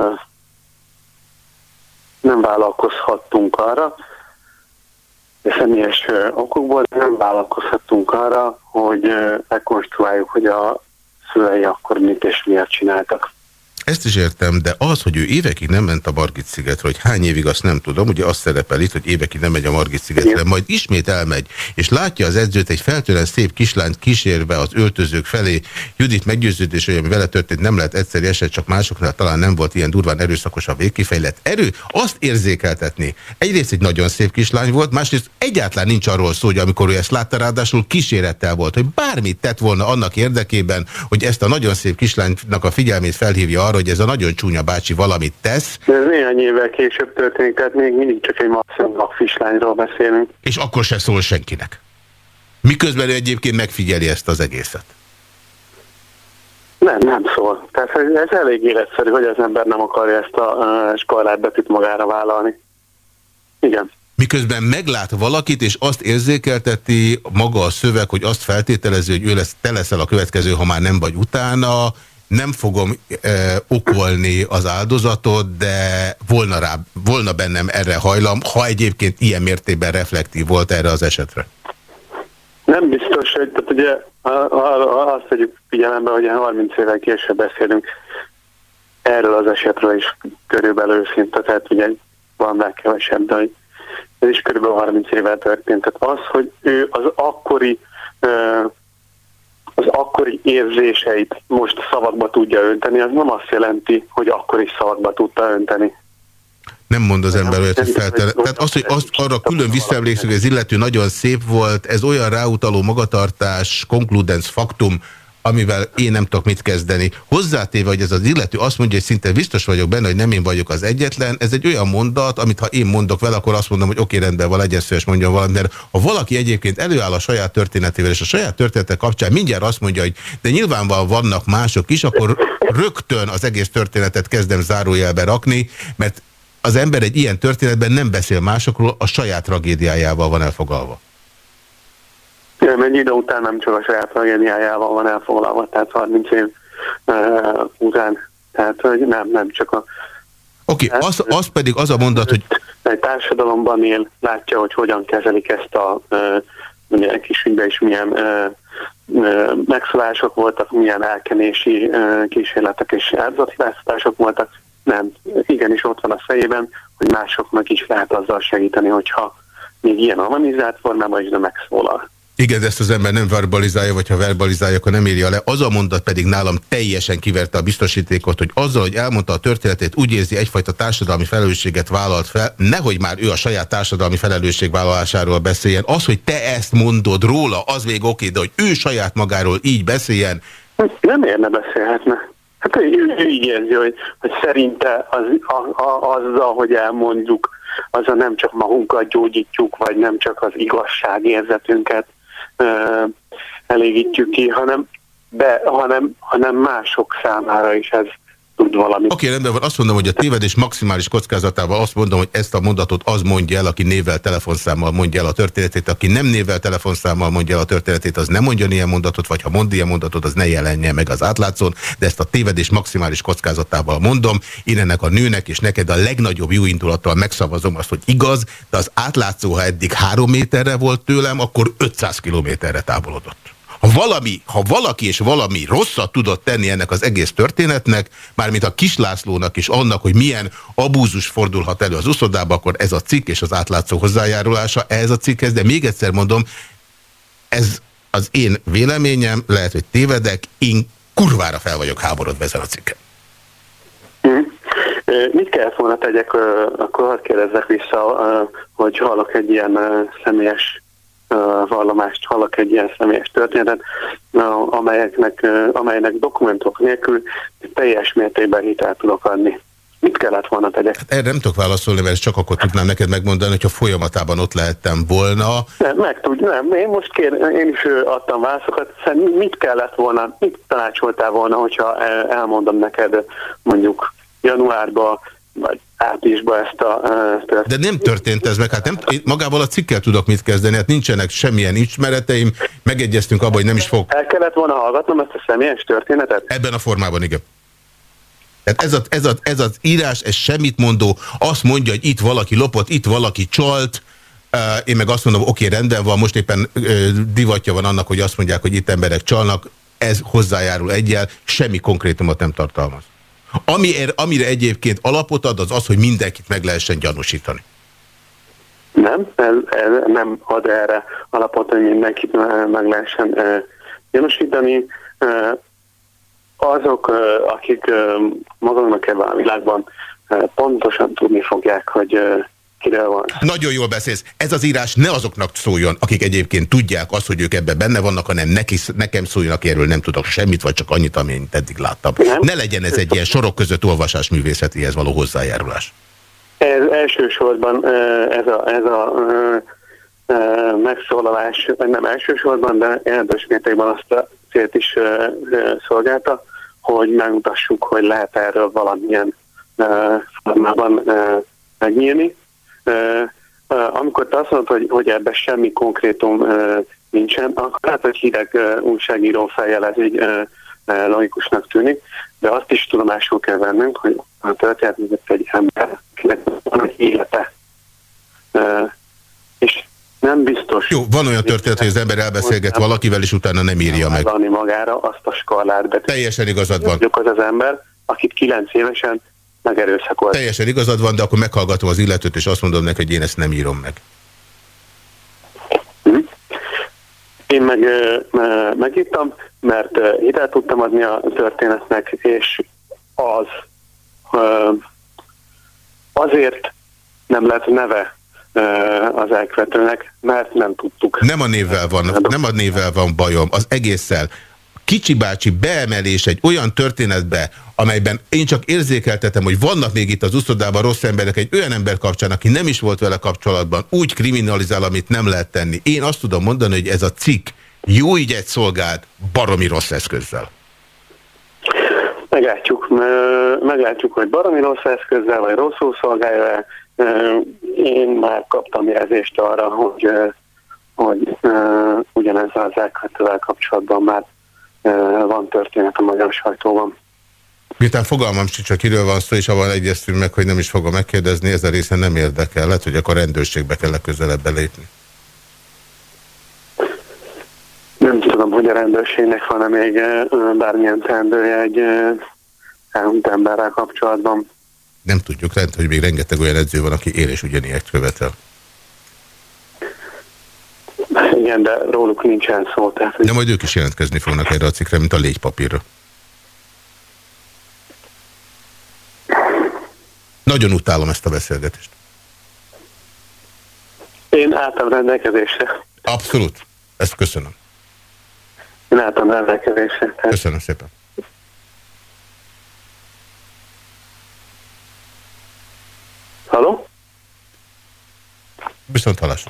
nem vállalkozhattunk arra, de személyes okokból nem vállalkozhattunk arra, hogy rekonstruáljuk, hogy a szülei akkor mit és miért csináltak. Ezt is értem, de az, hogy ő évekig nem ment a Margit-szigetre, hogy hány évig, azt nem tudom, ugye azt szerepel itt, hogy évekig nem megy a Margit-szigetre, majd ismét elmegy, és látja az edzőt egy feltően szép kislányt kísérve az öltözők felé. Judit meggyőződés, hogy ami vele történt, nem lehet egyszerű eset, csak másoknál talán nem volt ilyen durván erőszakos a végkifejlett erő, azt érzékeltetni. Egyrészt egy nagyon szép kislány volt, másrészt egyáltalán nincs arról szó, hogy amikor ő ezt látta, ráadásul kísérettel volt, hogy bármit tett volna annak érdekében, hogy ezt a nagyon szép kislánynak a figyelmét felhívja, hogy ez a nagyon csúnya bácsi valamit tesz. De ez néhány évvel később történik, tehát még mindig csak egy maximum fislányról beszélünk. És akkor se szól senkinek. Miközben ő egyébként megfigyeli ezt az egészet. Nem, nem szól. Tehát ez elég életszerű, hogy az ember nem akarja ezt a uh, skarlátbetűt magára vállalni. Igen. Miközben meglát valakit, és azt érzékelteti maga a szöveg, hogy azt feltételező, hogy ő lesz, te leszel a következő, ha már nem vagy utána, nem fogom eh, okolni az áldozatot, de volna, rá, volna bennem erre hajlam, ha egyébként ilyen mértékben reflektív volt erre az esetre. Nem biztos, hogy tehát ugye azt vegyük figyelembe, hogy harminc évvel később beszélünk erről az esetről is körülbelül szinte, tehát ugye van már kevesebb, de ez is körülbelül harminc évvel történt. Tehát az, hogy ő az akkori az akkori érzéseit most szavakba tudja önteni, az nem azt jelenti, hogy akkor is szavakba tudta önteni. Nem mond az ember olyat, hogy feltele. Tehát az, hogy azt arra külön visszaemlékszünk, hogy az illető nagyon szép volt, ez olyan ráutaló magatartás, konkludens faktum, amivel én nem tudok mit kezdeni. Hozzátéve, hogy ez az illető azt mondja, hogy szinte biztos vagyok benne, hogy nem én vagyok az egyetlen, ez egy olyan mondat, amit ha én mondok vele, akkor azt mondom, hogy oké, okay, rendben van, legyen szíves, mondjam valamit, mert ha valaki egyébként előáll a saját történetével, és a saját története kapcsán mindjárt azt mondja, hogy de nyilvánvalóan vannak mások is, akkor rögtön az egész történetet kezdem zárójelbe rakni, mert az ember egy ilyen történetben nem beszél másokról, a saját tragédiájával van elfoglalva. Nem, egy idő után nem csak a saját tragédiájával van elfoglalva, tehát harminc év uh, után, tehát hogy nem, nem csak a... Oké, okay, az, az pedig az a mondat, hogy... Egy társadalomban él, látja, hogy hogyan kezelik ezt a uh, kis ügyben is milyen uh, uh, megszólások voltak, milyen elkenési uh, kísérletek és áldozathibáztatások voltak. Nem, igenis ott van a fejében, hogy másoknak is lehet azzal segíteni, hogyha még ilyen anonimizált formában is, de megszólal. Igen, de ezt az ember nem verbalizálja, vagy ha verbalizálja, akkor nem írja le. Az a mondat pedig nálam teljesen kiverte a biztosítékot, hogy azzal, hogy elmondta a történetét, úgy érzi, egyfajta társadalmi felelősséget vállalt fel, nehogy már ő a saját társadalmi felelősségvállalásáról beszéljen. Az, hogy te ezt mondod róla, az még oké, de hogy ő saját magáról így beszéljen. Nem érne beszélhetne. Hát ő, ő így érzi, hogy, hogy szerinte az, a, a, azzal, hogy elmondjuk, azzal nem csak magunkat gyógyítjuk, vagy nem csak az igazságérzetünket ö, elégítjük ki, hanem, be, hanem, hanem mások számára is ez tud valami. Oké, okay, rendben van. Azt mondom, hogy a tévedés maximális kockázatával azt mondom, hogy ezt a mondatot az mondja el, aki névvel, telefonszámmal mondja el a történetét, aki nem névvel, telefonszámmal mondja el a történetét, az nem mondjon ilyen mondatot, vagy ha mond ilyen mondatot, az ne jelenje meg az átlátszón, de ezt a tévedés maximális kockázatával mondom. Én ennek a nőnek és neked a legnagyobb jó indulattal megszavazom azt, hogy igaz, de az átlátszó, ha eddig három méterre volt tőlem, akkor ötszáz kilométerre távolodott. Ha valami, ha valaki és valami rosszat tudott tenni ennek az egész történetnek, mármint a Kis Lászlónak is annak, hogy milyen abúzus fordulhat elő az uszodába, akkor ez a cikk és az átlátszó hozzájárulása ehhez a cikkhez, de még egyszer mondom, ez az én véleményem, lehet, hogy tévedek, én kurvára fel vagyok háborodva ezen a cikken. Mm. Mit kellett volna tegyek, akkor hadd kérdezzek vissza, hogy hallok egy ilyen személyes vallomást, hallok egy ilyen személyes történetet, amelyeknek, amelynek dokumentok nélkül teljes mértékben hitelt tudok adni. Mit kellett volna tegyek? Hát erre nem tudok válaszolni, mert csak akkor tudnám neked megmondani, hogyha folyamatában ott lehettem volna. Nem, meg tudj, nem. Én most kér, én is adtam válaszokat. Szerintem mit kellett volna, mit tanácsoltál volna, hogyha elmondom neked mondjuk januárban, vagy áprilisban ezt a... Ezt De nem történt ez meg, hát nem, magával a cikkel tudok mit kezdeni, hát nincsenek semmilyen ismereteim, megegyeztünk abban, hogy nem is fog... El kellett volna hallgatnom ezt a személyes történetet? Ebben a formában, igen. Tehát ez, a, ez, a, ez az írás, ez semmit mondó, azt mondja, hogy itt valaki lopott, itt valaki csalt, én meg azt mondom, oké, rendben van, most éppen divatja van annak, hogy azt mondják, hogy itt emberek csalnak, ez hozzájárul egyel, semmi konkrétumot nem tartalmaz. Ami, amire egyébként alapot ad, az az, hogy mindenkit meg lehessen gyanúsítani. Nem, ez, ez nem ad erre alapot, hogy mindenkit meg lehessen e, gyanúsítani. E, azok, e, akik e, mozognak ebben a világban, e, pontosan tudni fogják, hogy e, kiről van. Nagyon jól beszélsz. Ez az írás ne azoknak szóljon, akik egyébként tudják azt, hogy ők ebben benne vannak, hanem neki, nekem szóljanak, erről nem tudok semmit, vagy csak annyit, amit eddig láttam. Nem? Ne legyen ez egy ilyen sorok között olvasásművészetihez való hozzájárulás. Ez elsősorban ez a, ez a megszólalás, nem elsősorban, de jelentős mértékben azt a célt is szolgálta, hogy megmutassuk, hogy lehet erről valamilyen formában megnyílni. Uh, uh, amikor te azt mondod, hogy, hogy ebben semmi konkrétum uh, nincsen, akkor lehet, hogy hideg uh, újságíró fejjel ez így uh, uh, logikusnak tűnik, de azt is tudomásul kell vennünk, hogy a történet egy ember, akinek van egy élete. Uh, és nem biztos... Jó, van olyan történet, hogy az ember elbeszélget valakivel, és utána nem írja meg. Nem magára azt a skarlát betűt. Teljesen igazad van. Az az ember, akit kilenc évesen megerőszakolt. Teljesen igazad van, de akkor meghallgatom az illetőt, és azt mondom neki, hogy én ezt nem írom meg. Én meg megírtam, mert hitelt tudtam adni a történetnek, és az azért nem lett neve az elkövetőnek, mert nem tudtuk. Nem a névvel van, nem a névvel van bajom, az egésszel. Kicsi bácsi beemelés egy olyan történetbe, amelyben én csak érzékeltetem, hogy vannak még itt az uszodában rossz emberek egy olyan ember kapcsán, aki nem is volt vele kapcsolatban, úgy kriminalizál, amit nem lehet tenni. Én azt tudom mondani, hogy ez a cikk jó ügyet szolgált baromi rossz eszközzel. Meglátjuk, meglátjuk, hogy baromi rossz eszközzel, vagy rosszul szolgálja. Én már kaptam jelzést arra, hogy, hogy ugyanezzel az elkövetővel kapcsolatban már van történet a magyar sajtóban. Miután fogalmam sincs, csak kiről van szó, és abban egyeztünk meg, hogy nem is fogom megkérdezni, ez a része nem érdekel. Lehet, hogy akkor a rendőrségbe kell legközelebb belépni. Nem tudom, hogy a rendőrségnek van-e még bármilyen teendője egy elhunyt emberrel kapcsolatban. Nem tudjuk, lehet, hogy még rengeteg olyan edző van, aki él és ugyanilyet követel. Igen, de róluk nincsen szó. Tehát, hogy... De majd ők is jelentkezni fognak erre a cikkre, mint a légypapírra. Nagyon utálom ezt a beszélgetést. Én álltam rendelkezésre. Abszolút. Ezt köszönöm. Én álltam rendelkezésre. Tehát... Köszönöm szépen. Halló? Viszont hallásra.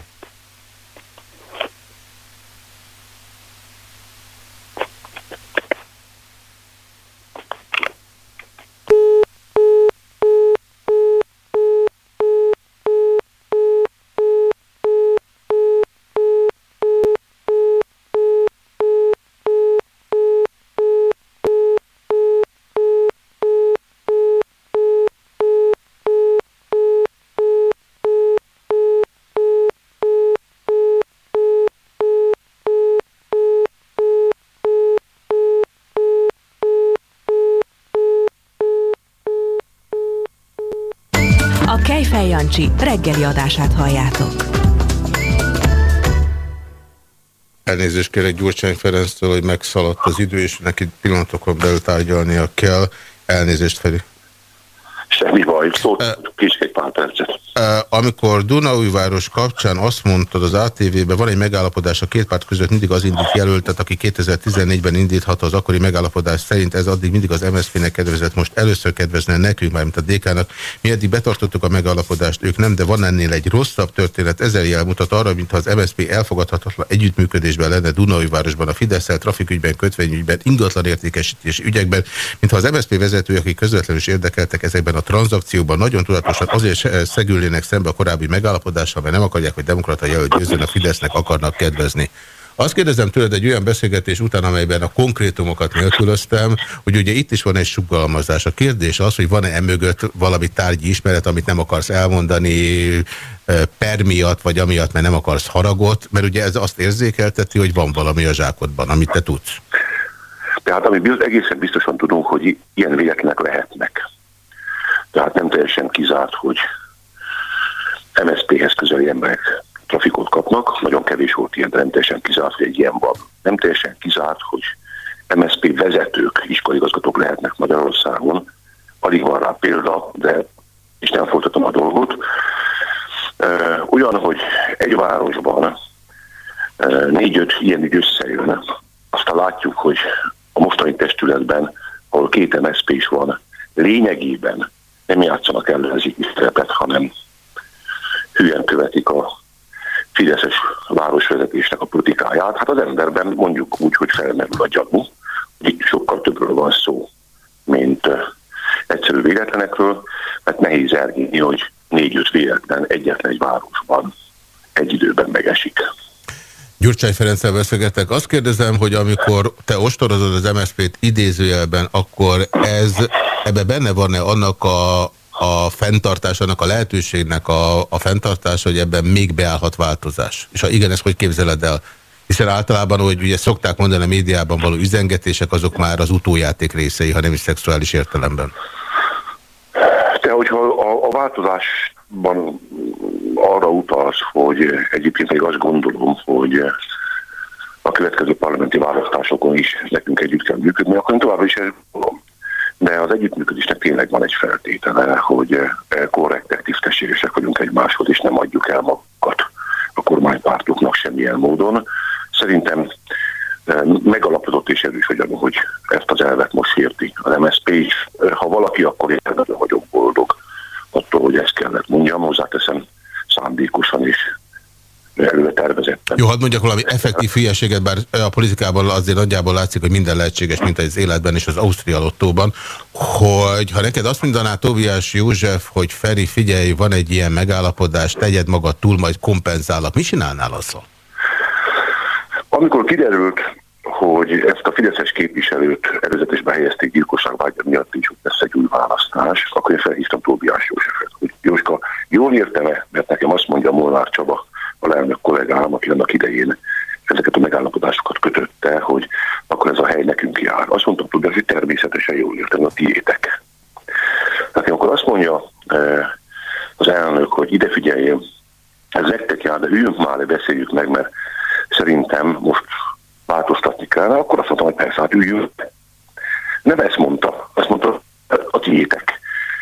Kejfej Jancsi reggeli adását halljátok. Elnézést kérek Gyurcsány Ferenctől, hogy megszaladt az idő, és neki pillanatokon belül tárgyalnia kell. Elnézést, Feri. Semmi baj, szólt kis egy pár percet. Amikor Dunaújváros kapcsán azt mondtad az á té vében, van egy megállapodás a két párt között, mindig az indít jelöltet, aki kétezer-tizennégyben indíthat, az akkori megállapodás szerint ez addig mindig az em es zé pé-nek kedvezett, most először kedvezne nekünk, mármint a dé ká-nak. Mi eddig betartottuk a megállapodást, ők nem, de van ennél egy rosszabb történet, ezzel jel mutat arra, mintha az em es zé pé elfogadhatatlan együttműködésben lenne Dunaújvárosban, a Fidesz-szel, trafikügyben, kötvényügyben, ingatlan értékesítési ügyekben, mintha az em es zé pé vezetői, akik közvetlenül is érdekeltek ezekben a tranzakcióban, nagyon tudatosan azért szegülnének szembe a korábbi megállapodással, mert nem akarják, hogy demokrata jelölt győzön, a Fidesznek akarnak kedvezni. Azt kérdezem tőled egy olyan beszélgetés után, amelyben a konkrétumokat nélkülöztem, hogy ugye itt is van egy suggalmazás. A kérdés az, hogy van-e emögött valami tárgyi ismeret, amit nem akarsz elmondani per miatt, vagy amiatt, mert nem akarsz haragot, mert ugye ez azt érzékelteti, hogy van valami a zsákodban, amit te tudsz. Tehát ami egészen biztosan tudunk, hogy ilyen véletlenek lehetnek. Tehát nem teljesen kizárt, hogy em es zé pé-hez közeli emberek trafikot kapnak, nagyon kevés volt ilyen, de nem teljesen kizárt, hogy egy ilyen van. Nem teljesen kizárt, hogy em es zé pé vezetők, iskolaigazgatók lehetnek Magyarországon. Alig van rá példa, de és nem folytatom a dolgot. Ugyan, hogy egy városban négy-öt ilyen ügy összejön, aztán látjuk, hogy a mostani testületben, ahol két em es zé pé is van, lényegében nem játszanak ellenzéki szerepet, hanem hülyen követik a fideszes városvezetésnek a politikáját. Hát az emberben mondjuk úgy, hogy felmerül a gyanú, hogy itt sokkal többről van szó, mint uh, egyszerű véletlenekről, mert nehéz elhinni, hogy négy-öt véletlen egyetlen egy városban egy időben megesik. Gyurcsány Ferenccel beszélgetek. Azt kérdezem, hogy amikor te ostorozod az em es zé pét idézőjelben, akkor ez, ebben benne van-e annak a, a fenntartás, annak a lehetőségnek a, a fenntartás, hogy ebben még beállhat változás? És ha igen, ezt hogy képzeled el? Hiszen általában, hogy ugye szokták mondani a médiában való üzengetések, azok már az utójáték részei, ha nem is szexuális értelemben. Te, hogyha a, a változásban arra utalsz, hogy egyébként még azt gondolom, hogy a következő parlamenti választásokon is nekünk együtt kell működni, akkor én továbbra is ezt gondolom. De az együttműködésnek tényleg van egy feltétele, hogy korrektek, tisztességesek vagyunk egymáshoz, és nem adjuk el magukat a kormánypártoknak semmilyen módon. Szerintem megalapozott és erős vagyok, hogy ezt az elvet most érti az em es zé pé is. Ha valaki, akkor érdekel vagyok boldog attól, hogy ezt kellett mondjam, hozzáteszem szándékosan és előre tervezettem. Jó, hadd mondjak valami effektív hülyeséget, bár a politikában azért nagyjából látszik, hogy minden lehetséges, mint az életben és az Ausztria lottóban, hogy ha neked azt mondaná Tóbiás József, hogy Feri, figyelj, van egy ilyen megállapodás, tegyed magad túl, majd kompenzálak. Mi csinálnál azzal? Amikor kiderült, hogy ezt a fideszes képviselőt előzetesben helyezték gyilkosságvágy miatt is, hogy lesz egy új választás, akkor én felhívtam Tóbiás Józsefet, hogy Jóska, jól értem-e, mert nekem azt mondja Molnár Csaba, a lelnök kollégám, aki annak idején ezeket a megállapodásokat kötötte, hogy akkor ez a hely nekünk jár. Azt mondtam, tudod, hogy természetesen jól értem, a tiétek. Tehát akkor azt mondja az elnök, hogy ide figyeljön, ez nektek jár, de üljünk már le, beszéljük meg, mert szerintem most változtatni kellene, akkor azt mondtam, hogy persze, hát üljünk. Nem ezt mondta, azt mondta, a tiétek.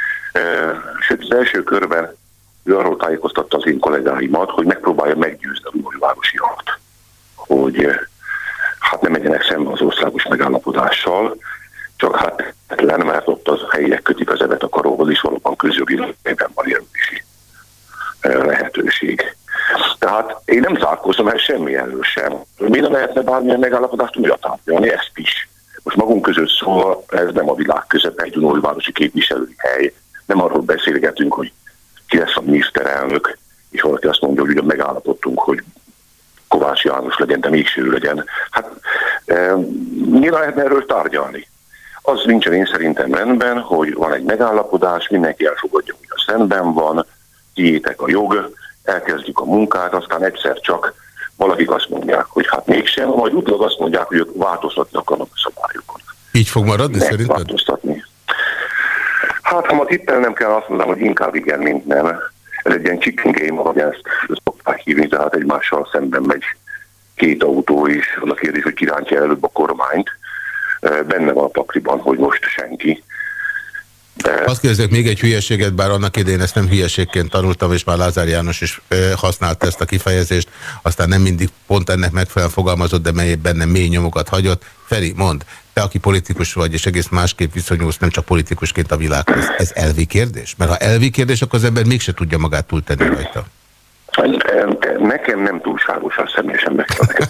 Sőt, az első körben ő arról tájékoztatta az én kollégáimat, hogy megpróbálja meggyőzni a Dunajvárosiakat, hogy hát nem menjenek szembe az országos megállapodással, csak hát lenne, mert ott az helyiek kötik az evet a karóhoz, és valóban közjogi van jelölési lehetőség. Tehát én nem zárkózom el semmi elől sem. Miért nem lehetne bármilyen megállapodást újra tárgyalni, ezt is. Most magunk között szól, ez nem a világ közepe, egy dunajvárosi képviselői hely. Nem arról beszélgetünk, hogy ki lesz a miniszterelnök, és valaki azt mondja, hogy ugye megállapodtunk, hogy Kovács János legyen, de mégse ő legyen. Hát e, miért lehetne erről tárgyalni? Az nincsen én szerintem rendben, hogy van egy megállapodás, mindenki elfogadja, hogy a szemben van, tiétek a jog, elkezdjük a munkát, aztán egyszer csak valakik azt mondják, hogy hát mégsem, majd utólag azt mondják, hogy ők változtatni akarnak a szabályokon. Így fog maradni nem szerinted? Változtatni. Hát ha ma tippelnem kell, azt mondanám, hogy inkább igen, mint nem. Ez egy ilyen chicken game, ahogy ezt szokták hívni, tehát egymással szemben megy két autó is. Az a kérdés, hogy kirántja előbb a kormányt. Benne van a pakliban, hogy most senki. De... Azt kérdezek még egy hülyeséget, bár annak idején ezt nem hülyeségként tanultam, és már Lázár János is használta ezt a kifejezést, aztán nem mindig pont ennek megfelelően fogalmazott, de mely bennem mély nyomokat hagyott. Feri, mondd, te, aki politikus vagy, és egész másképp viszonyulsz, nem csak politikusként a világhoz, ez elvi kérdés? Mert ha elvi kérdés, akkor az ember mégse tudja magát túltenni rajta. Nekem nem túlságosan személyesen megtalálni.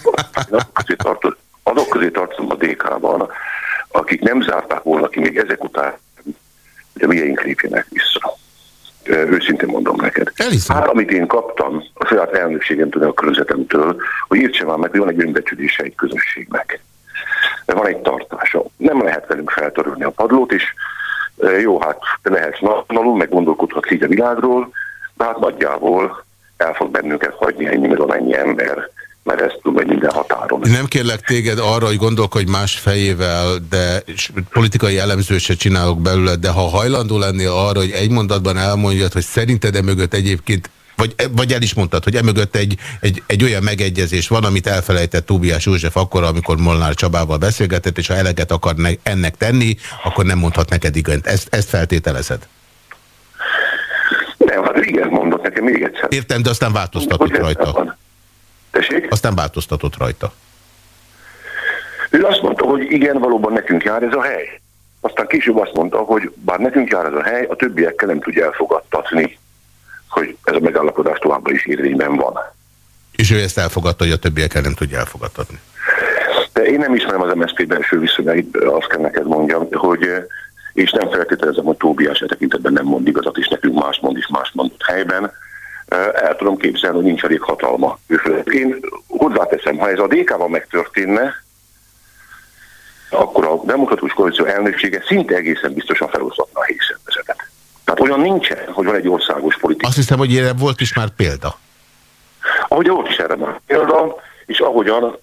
Azok közé tartozom a dé ká-ban, akik nem zárták volna ki még ezek után, hogy a miénk lépjenek vissza. Őszintén mondom neked. Elhiszem. Hát amit én kaptam a saját elnökségemtől, a környezetemtől, hogy írtsam már meg, hogy van egy önbecsülése egy közösségnek. De van egy tartása. Nem lehet velünk feltörölni a padlót, és jó, hát te lehetsz nalul, meg gondolkodhatsz így a világról, de hát nagyjából el fog bennünket hagyni ennyi, meg amennyi ember, mert ezt tudom, hogy minden határon. Nem kérlek téged arra, hogy gondolkodj más fejével, de politikai elemzőt se csinálok belőle, de ha hajlandó lennél arra, hogy egy mondatban elmondjad, hogy szerinted emögött egyébként, vagy, vagy el is mondtad, hogy emögött egy, egy, egy olyan megegyezés van, amit elfelejtett Tóbiás József akkor, amikor Molnár Csabával beszélgetett, és ha eleget akar ennek tenni, akkor nem mondhat neked igent. Ezt, ezt feltételezed? Nem, hát igen, mondott nekem még egyszer. Értem, de aztán változtatott rajta. Tessék? Aztán változtatott rajta. Ő azt mondta, hogy igen, valóban nekünk jár ez a hely. Aztán később azt mondta, hogy bár nekünk jár ez a hely, a többiekkel nem tudja elfogadtatni, hogy ez a megállapodás továbbra is érvényben van. És ő ezt elfogadta, hogy a többiekkel nem tudja elfogadtatni. De én nem ismerem az em es zé pé belső viszonyait, azt kell neked mondjam, hogy, és nem feltételezem, hogy Tóbiás e tekintetben nem mond igazat, és nekünk más mond is más mondott helyben. El tudom képzelni, hogy nincs elég hatalma. Én hozzáteszem, ha ez a dé ká-ban megtörténne, akkor a demokratikus koalíció elnöksége szinte egészen biztosan feloszlatna a hétszervezetet. Tehát olyan nincsen, hogy van egy országos politika. Azt hiszem, hogy erre volt is már példa. Ahogy volt is erre már példa, és ahogyan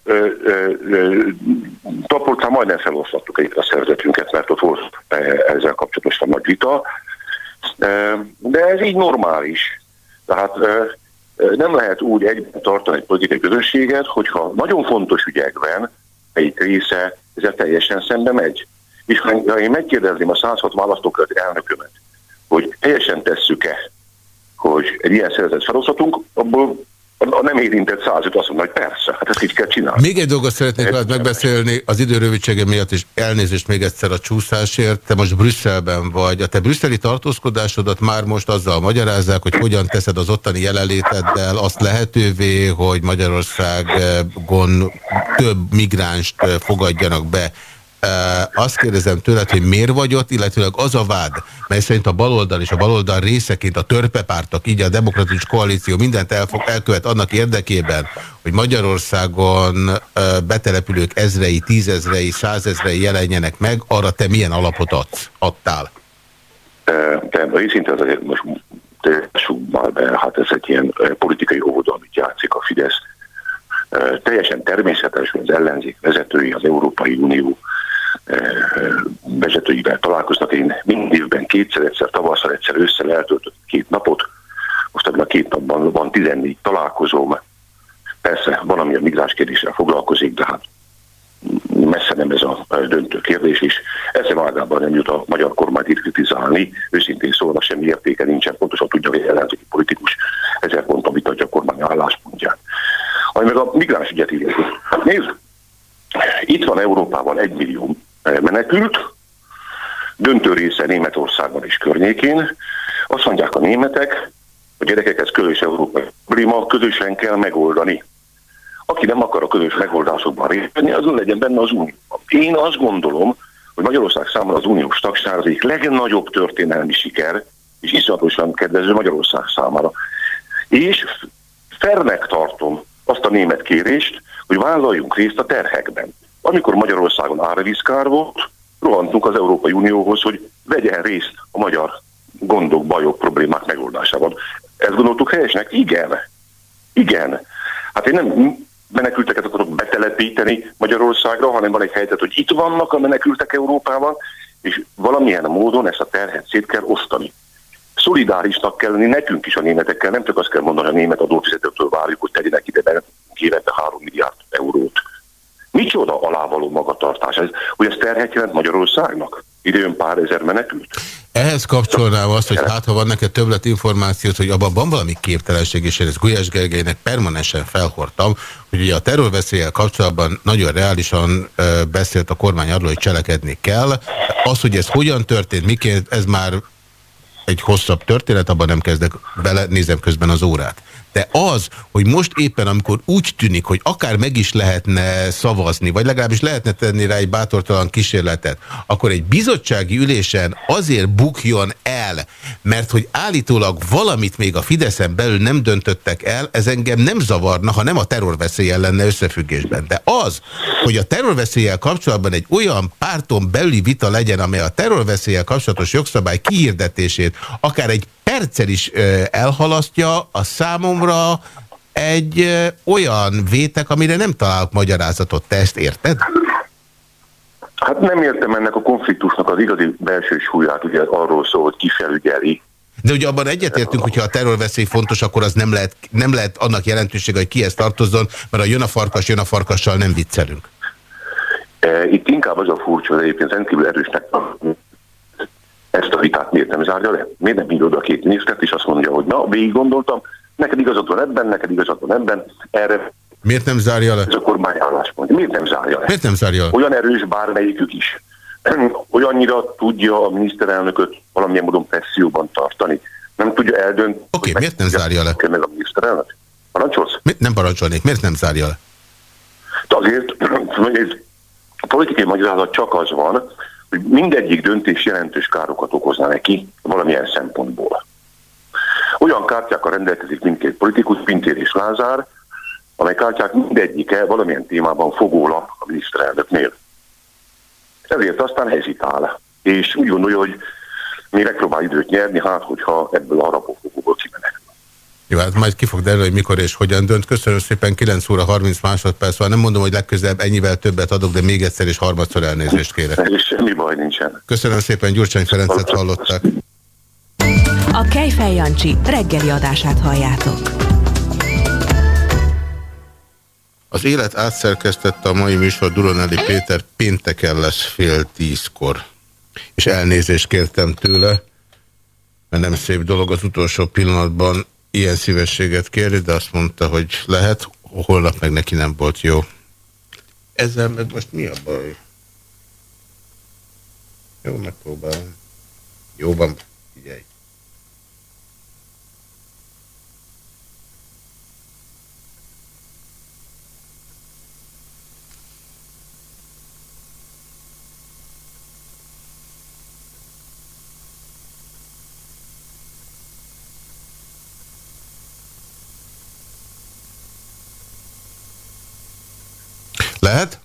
Tapolcán majdnem feloszlattuk egyébként a szervezetünket, mert ott volt ezzel kapcsolatosan nagy vita. De ez így normális. Tehát nem lehet úgy egyben tartani egy politikai közösséget, hogyha nagyon fontos ügyekben egyik része ezzel teljesen szembe megy. És ha én megkérdezném a száz hat választókörleti elnökömet, hogy teljesen tesszük-e, hogy egy ilyen szervezet feloszlatunk, abból a nem érintett száz öt azt mondja, hogy persze, hát ezt így kell csinálni. Még egy dolgot szeretnék veled megbeszélni, az idő rövidsége miatt, és elnézést még egyszer a csúszásért. Te most Brüsszelben vagy. A te brüsszeli tartózkodásodat már most azzal magyarázzák, hogy hogyan teszed az ottani jelenléteddel azt lehetővé, hogy Magyarországon több migránst fogadjanak be. Azt kérdezem tőled, hogy miért vagy ott, illetőleg az a vád, mely szerint a baloldal és a baloldal részeként a törpepártok, így a demokratikus koalíció mindent elfog, elkövet annak érdekében, hogy Magyarországon betelepülők ezrei, tízezrei, százezrei jelenjenek meg, arra te milyen alapot adsz, adtál? De részint ez azért most tessük már be, hát ez egy ilyen politikai óvoda, amit játszik a Fidesz. Teljesen természetes, hogy az ellenzék vezetői, az Európai Unió vezetőivel találkoznak. Én minden évben kétszer, egyszer tavasszal, egyszer ősszel eltöltött két napot. Most ebben a két napban van tizennégy találkozóm. persze valami a migráns kérdéssel foglalkozik, de hát messze nem ez a döntő kérdés is. Ezzel magában nem jut a magyar kormányt kritizálni, őszintén szólva semmi értéke nincsen, pontosan tudja, hogy ellenzéki politikus ezer ponton vitatja a kormány álláspontját. Ami meg a migráns ügyet illeti. Nézd, itt van Európában egy millió menekült, döntő része Németországban és környékén. Azt mondják a németek, a gyerekek, ez közös európai probléma, közösen kell megoldani. Aki nem akar a közös megoldásokban részt venni, azon legyen benne az unióban. Én azt gondolom, hogy Magyarország számára az uniós tagság az egyik legnagyobb történelmi siker, és iszonyatosan kedvező Magyarország számára. És fernek tartom azt a német kérést, hogy vállaljunk részt a terhekben. Amikor Magyarországon árvízkár volt, rohantunk az Európai Unióhoz, hogy vegyen részt a magyar gondok, bajok, problémák megoldásában. Ezt gondoltuk helyesnek? Igen. Igen. Hát én nem menekülteket akarok betelepíteni Magyarországra, hanem van egy helyzet, hogy itt vannak a menekültek Európában, és valamilyen módon ezt a terhet szét kell osztani. Szolidárisnak kell lenni nekünk is a németekkel, nem csak azt kell mondani, hogy a német adófizetőktől várjuk, hogy tegyenek ide évente három milliárd eurót. Micsoda alávaló magatartás ez, hogy ez terhet jelent Magyarországnak? Ide jön pár ezer menekült? Ehhez kapcsolnám azt, hogy hát ha van neked többlet információt, hogy abban van valami képtelenség, és én ezt Gulyás Gergelynek permanensen felhordtam, hogy ugye a terrorveszéllyel kapcsolatban nagyon reálisan ö, beszélt a kormány arról, hogy cselekedni kell. Az, hogy ez hogyan történt, miként, ez már egy hosszabb történet, abban nem kezdek bele, nézem közben az órát. De az, hogy most éppen, amikor úgy tűnik, hogy akár meg is lehetne szavazni, vagy legalábbis lehetne tenni rá egy bátortalan kísérletet, akkor egy bizottsági ülésen azért bukjon el, mert hogy állítólag valamit még a Fideszen belül nem döntöttek el, ez engem nem zavarna, ha nem a terrorveszéllyel lenne összefüggésben. De az, hogy a terrorveszéllyel kapcsolatban egy olyan párton belüli vita legyen, amely a terrorveszéllyel kapcsolatos jogszabály kihirdetését akár egy perccel is ö, elhalasztja, a számomra egy ö, olyan vétek, amire nem találok magyarázatot. Te ezt érted? Hát nem értem ennek a konfliktusnak az igazi belső súlyát, ugye arról szól, hogy ki felügyeli. De ugye abban egyetértünk, hogyha a terrorveszély fontos, akkor az nem lehet, nem lehet annak jelentősége, hogy kihez tartozzon, mert a jön a farkas, jön a farkassal nem viccelünk. Itt inkább az a furcsa, hogy egyébként rendkívül erősnek ezt a vitát miért nem zárja le? Miért nem írod a két minisztert, és azt mondja, hogy na, végig gondoltam, neked igazad van ebben, neked igazad van ebben, erre... Miért nem zárja le? Ez a kormány álláspont. Miért nem zárja le? Miért nem zárja le? Olyan erős bármelyikük is. Olyannyira tudja a miniszterelnököt valamilyen módon presszióban tartani. Nem tudja eldönteni... Oké, okay, miért nem zárja le? Meg a miniszterelnök? Parancsolsz? Mi? Nem parancsolnék. Miért nem zárja le? De azért, hogy a politikai magyarázat csak az van, hogy mindegyik döntés jelentős károkat okozna neki valamilyen szempontból. Olyan kártyákkal rendelkezik mindkét politikus, Pintér és Lázár, amely kártyák mindegyike valamilyen témában fogólap a miniszterelnöknél. Ezért aztán hezitál, és úgy gondolja, hogy mi megpróbál időt nyerni, hát hogyha ebből a rapófogóból kimenek. Jó, hát majd ki fog derülni, hogy mikor és hogyan dönt. Köszönöm szépen, kilenc óra harminc másodperc van. Nem mondom, hogy legközelebb ennyivel többet adok, de még egyszer és harmadszor elnézést kérek. És semmi baj nincsen. Köszönöm szépen, Gyurcsány Ferencet hallották. A Kejfej Jancsi reggeli adását halljátok. Az élet átszerkesztette a mai műsor, Duronelli Péter pénteken lesz fél tízkor. És elnézést kértem tőle, mert nem szép dolog az utolsó pillanatban ilyen szívességet kérni, de azt mondta, hogy lehet, holnap meg neki nem volt jó. Ezzel meg most mi a baj? Jó, megpróbálom. Jó van, figyelj. Lehet?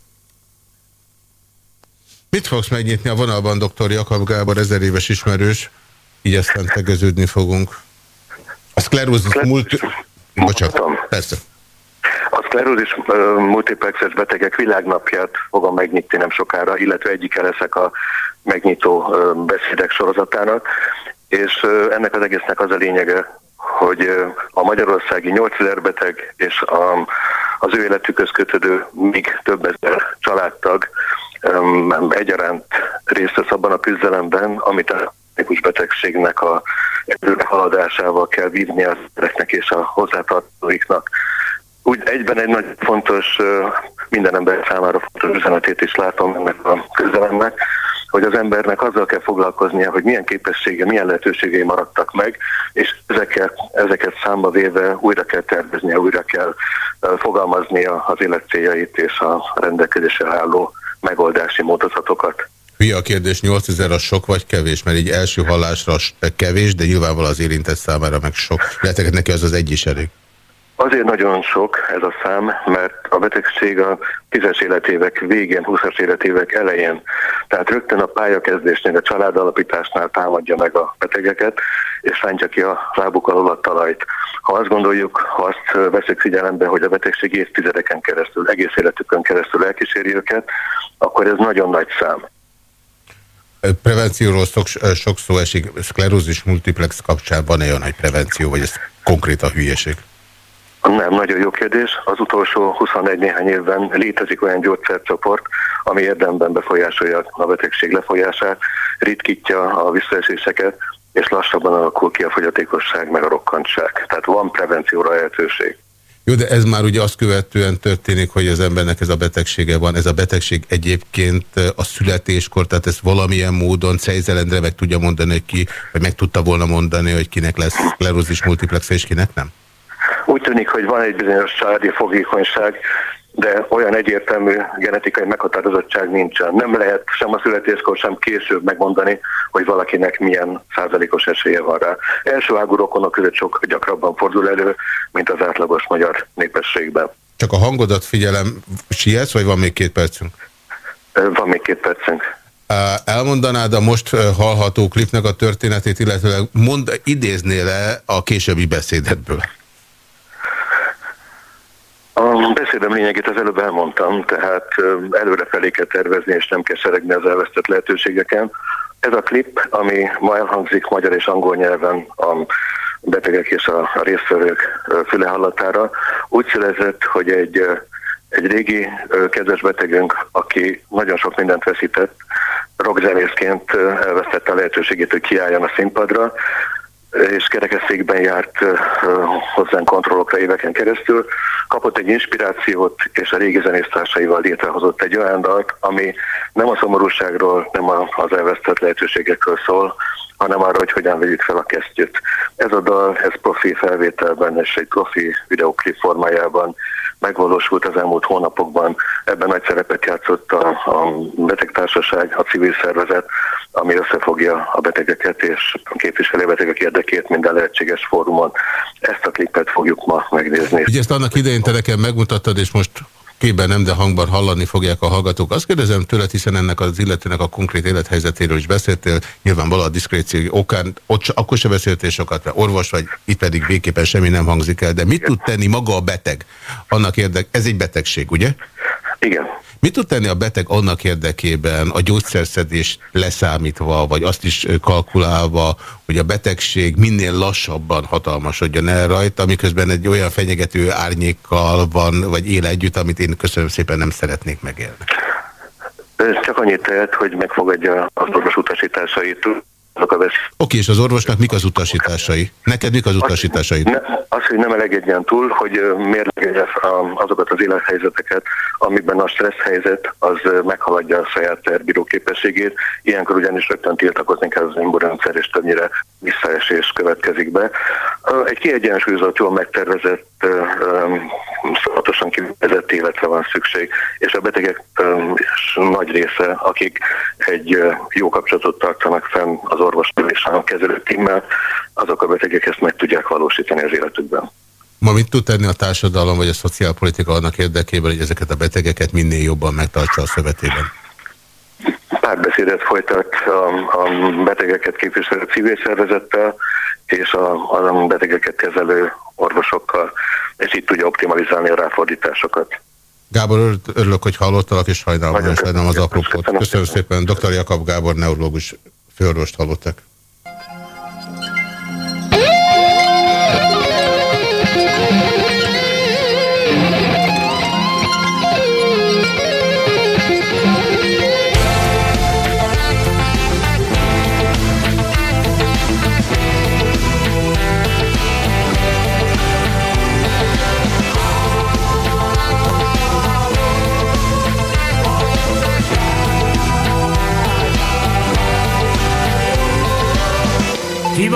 Mit fogsz megnyitni a vonalban, doktor Jakab Gábor, ezer éves ismerős? Így aztán tegeződni fogunk. A szklerózis Szkler... multi... Bocsánat, persze. A szklerózis multiplexes betegek világnapját fogom megnyitni nem sokára, illetve egyike leszek a megnyitó beszédek sorozatának, és ennek az egésznek az a lényege, hogy a magyarországi nyolcezer beteg és a az ő életükhöz kötődő még több ezer családtag um, egyaránt részt vesz abban a küzdelemben, amit a krónikus betegségnek a haladásával kell vívni az embereknek és a hozzátartozóiknak. Úgy egyben egy nagyon fontos, minden ember számára fontos üzenetét is látom ennek a küzdelemnek, hogy az embernek azzal kell foglalkoznia, hogy milyen képessége, milyen lehetőségei maradtak meg, és ezeket, ezeket számba véve újra kell terveznie, újra kell fogalmaznia az élet céljait és a rendelkezésre álló megoldási módozatokat. Hülye a kérdés, nyolcezer az sok vagy kevés? Mert így első hallásra kevés, de nyilvánvalóan az érintett számára meg sok. Leheteket neki az az egy is elég. Azért nagyon sok ez a szám, mert a betegség a tízes életévek végén, húszas életévek elején, tehát rögtön a pályakezdésnél, a családalapításnál támadja meg a betegeket, és rántja ki a lábuk alól a talajt. Ha azt gondoljuk, ha azt veszük figyelembe, hogy a betegség évtizedeken keresztül, egész életükön keresztül elkíséri őket, akkor ez nagyon nagy szám. Prevencióról sok, sok szó esik, szklerózis multiplex kapcsán van-e olyan nagy prevenció, vagy ez konkrét a hülyeség? Nem, nagyon jó kérdés. Az utolsó huszonegy néhány évben létezik olyan gyógyszercsoport, ami érdemben befolyásolja a betegség lefolyását, ritkítja a visszaeséseket, és lassabban alakul ki a fogyatékosság meg a rokkantság. Tehát van prevencióra lehetőség. Jó, de ez már ugye azt követően történik, hogy az embernek ez a betegsége van. Ez a betegség egyébként a születéskor, tehát ezt valamilyen módon Cejzelendre meg tudja mondani, hogy ki, vagy meg tudta volna mondani, hogy kinek lesz szklerózis multiplex és kinek nem? Úgy tűnik, hogy van egy bizonyos családi fogékonyság, de olyan egyértelmű genetikai meghatározottság nincsen. Nem lehet sem a születéskor, sem később megmondani, hogy valakinek milyen százalékos esélye van rá. Elsőágú rokonok között sokkal gyakrabban fordul elő, mint az átlagos magyar népességben. Csak a hangodat figyelem, sietsz, vagy van még két percünk? Van még két percünk. Elmondanád a most hallható klipnek a történetét, illetve mond, idéznél-e a későbbi beszédedből? A beszédem lényegét az előbb elmondtam, tehát előrefelé kell tervezni, és nem kell seregni az elvesztett lehetőségeken. Ez a klip, ami ma elhangzik magyar és angol nyelven a betegek és a résztvevők füle hallatára, úgy született, hogy egy, egy régi kedves betegünk, aki nagyon sok mindent veszített, rockzenészként elvesztette a lehetőségét, hogy kiálljon a színpadra, és kerekesszékben járt uh, hozzánk kontrollokra éveken keresztül, kapott egy inspirációt, és a régi zenésztársaival létrehozott egy olyan dalt, ami nem a szomorúságról, nem a, az elvesztett lehetőségekről szól, hanem arra, hogy hogyan vegyük fel a kesztyűt. Ez a dal, ez profi felvételben és egy profi videoklip formájában megvalósult az elmúlt hónapokban. Ebben nagy szerepet játszott a, a betegtársaság, a civil szervezet, ami összefogja a betegeket és képviseli a betegek érdekét minden lehetséges fórumon. Ezt a klipet fogjuk ma megnézni. Ugye ezt annak idején te nekem megmutattad, és most képben nem, de hangban hallani fogják a hallgatók. Azt kérdezem tőled, hiszen ennek az illetőnek a konkrét élethelyzetéről is beszéltél, nyilvánvalóan a diszkréció okán, ott akkor se beszéltél sokat, mert orvos vagy, itt pedig végképpen semmi nem hangzik el, de mit tud tenni maga a beteg annak érdek, ez egy betegség, ugye? Igen. Mit tud tenni a beteg annak érdekében, a gyógyszerszedést leszámítva, vagy azt is kalkulálva, hogy a betegség minél lassabban hatalmasodjon el rajta, miközben egy olyan fenyegető árnyékkal van, vagy él együtt, amit én köszönöm szépen nem szeretnék megélni? Csak annyit tehet, hogy megfogadja az orvos utasításait. Oké, okay, és az orvosnak mik az utasításai? Neked mik az utasításaid? Az, az hogy nem elegedjen túl, hogy mérlegelje azokat az élethelyzeteket, amiben a stressz helyzet az meghaladja a saját terbíró képességét. Ilyenkor ugyanis rögtön tiltakozni kell az immunrendszer, és többnyire visszaesés következik be. Egy kiegyensúlyozott, jól megtervezett, szavatosan kivezett életre van szükség, és a betegek nagy része, akik egy jó kapcsolatot tartanak fenn az orvosnál és a kezelőtimmel, azok a betegek ezt meg tudják valósítani az életükben. Ma mit tud tenni a társadalom vagy a szociálpolitika annak érdekében, hogy ezeket a betegeket minél jobban megtartsa a szövetében? Párbeszédet folytat a, a betegeket képviselő civil szervezettel és a, a betegeket kezelő orvosokkal, és így tudja optimalizálni a ráfordításokat. Gábor, örülök, hogy hallottalak, és sajnálom, és sajnálom az apropót. Köszönöm szépen. doktor Jakab Gábor, neurológus főorvost hallottak.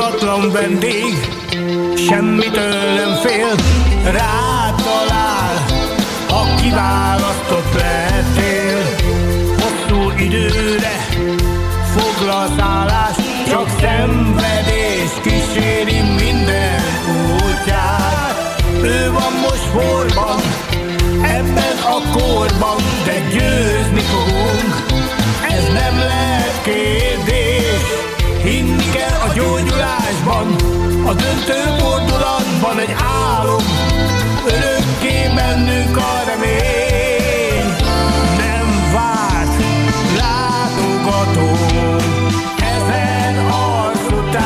szokatlan vendég, semmitől nem fél, rátalál, ha kiválasztott lettél. Hosszú időre foglalsz állást, csak szenvedés kíséri minden útját. Ő van most forban, ebben a korban, de győzni fogunk, ez nem lehet kérdés. Hinni kell a gyógyulásban, a döntő fordulatban egy álom, örökké bennünk a remény. Nem várt látogató, ezen arcutás,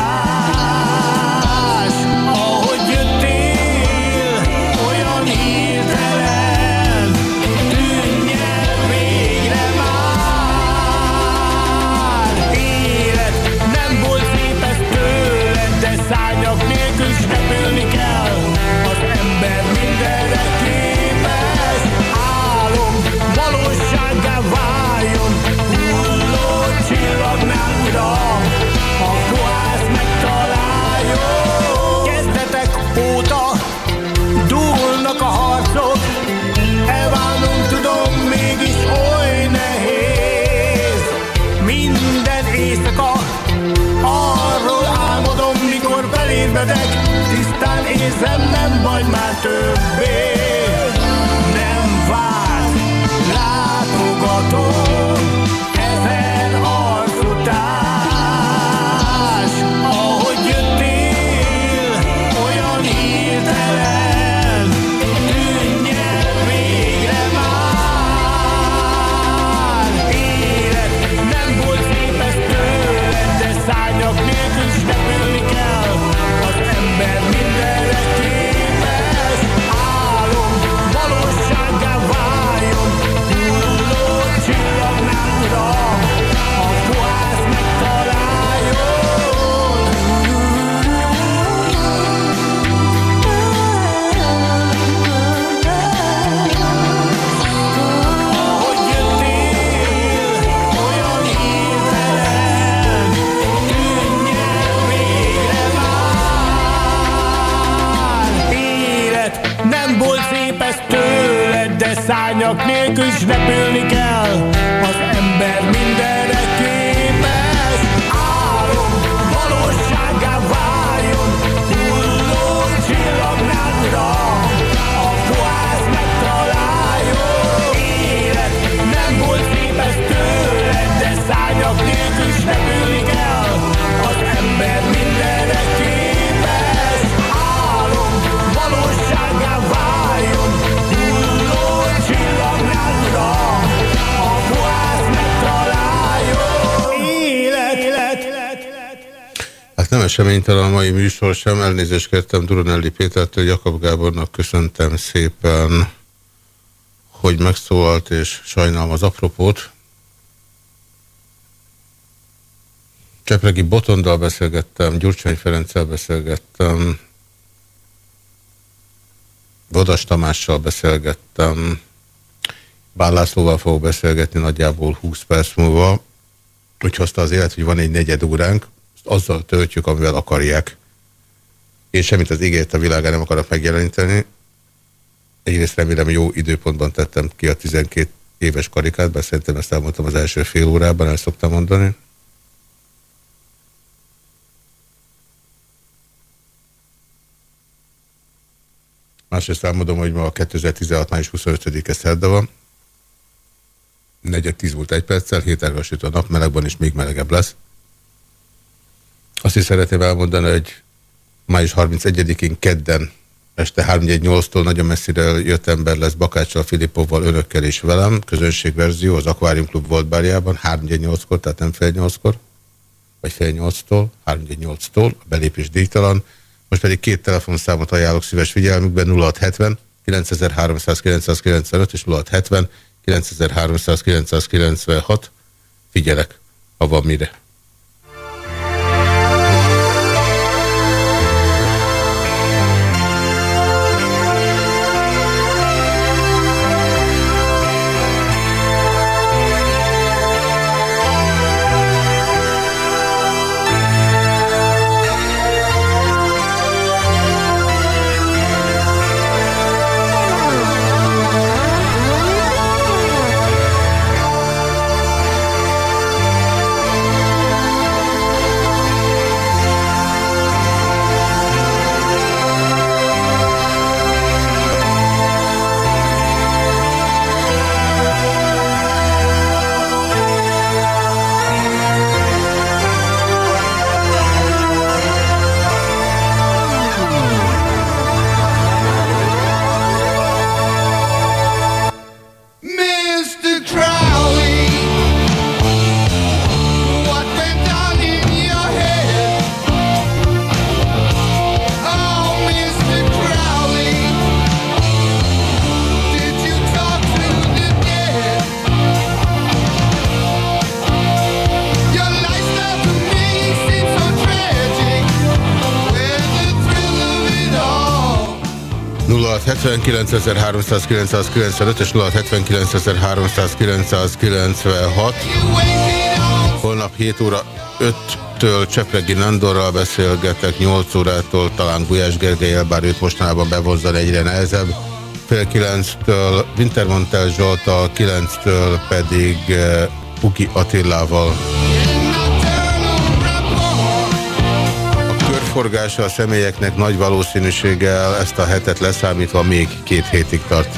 ahogy jöttél, olyan hirtelen, tűnj el végre már. Élet nem volt szép, ez tőled, de szárnyak nélkül s repülni kell. Az ember mindenre képes, álom valósággá váljon, hulló csillagnál uram, a kohász megtaláljon. Kezdetek óta dúlnak a harcok, elválnom tudom, mégis oly nehéz. Minden éjszaka arról álmodom, mikor felébredek, tisztán érzem, nem vagy már többé. Nem várt látogató, ezen arcutás, ahogy jöttél, olyan hirtelen, tűnj el végre már. Élet nem volt szép, ez tőled, de szárnyak nélkül s repülni kell. Az ember mindenre képes, álom valósággá váljon, hulló csillagnál uram, a kohász megtaláljon. Ahogy jöttél, olyan hirtelen, tűnj el végre már. Élet nem volt szép, ez tőled, de szárnyak nélkül s repülni kell. Az ember mindenre képes, álom valósággá váljon, hulló csillagnál uram, a kohász megtaláljon. Élet nem volt szép, ez tőled, de szárnyak nélkül s repülni kell. Az ember mindenre képes, álom valósággá váljon, hulló csillagnál uram, a kohász megtaláljon. Élet, élet, élet, élet. Hát nem eseménytelen a mai műsor sem. Elnézést kértem Duronelli Pétertől, Jakab Gábornak köszöntem szépen, hogy megszólalt, és sajnálom az apropót. Csepregi Botondal beszélgettem, Gyurcsány Ferenccel beszélgettem, Vodas Tamással beszélgettem, Bán Lászlóval fogok beszélgetni nagyjából húsz perc múlva. Úgy hozta az élet, hogy van egy negyed óránk, azzal töltjük, amivel akarják. És semmit az ígért a világán nem akarok megjeleníteni. Egyrészt remélem, jó időpontban tettem ki a tizenkét éves karikát, bár szerintem ezt elmondtam az első fél órában, el szoktam mondani. Másrészt elmondom, hogy ma a kétezer-tizenhat. május huszonötödike szerda van. negyed tíz volt egy perccel, héten süt a nap, meleg van és még melegebb lesz. Azt is szeretném elmondani, hogy május harmincegyedikén kedden este három nyolctól nagyon messzire jött ember lesz Bakáccsal, Filipovval, önökkel és velem. Közönségverzió az Aquarium Club volt bárjában, három nyolckor, tehát nem fél nyolckor, vagy fél nyolctól, három nyolctól, a belépés díjtalan. Most pedig két telefonszámot ajánlok szíves figyelmükben, nulla hat hetven kilencezerháromszázkilencvenöt és nulla hat hetven kilencezerháromszázkilencvenhat. Figyelek, ha van mire. nulla hat hetvenkilenc-háromszázkilencszázkilencvenöt és nulla hat hetvenkilenc-háromszázkilencszázkilencvenhat. Holnap hét óra öttől Csepregi Nándorral beszélgetek, nyolc órától talán Gulyás Gergellyel, bár őt mostanában bevonzani egyre nehezebb. Fél kilenctől Wintermantel Zsolttal, kilenctől pedig uh, Uki Attilával. A körforgása a személyeknek nagy valószínűséggel ezt a hetet leszámítva még két hétig tart.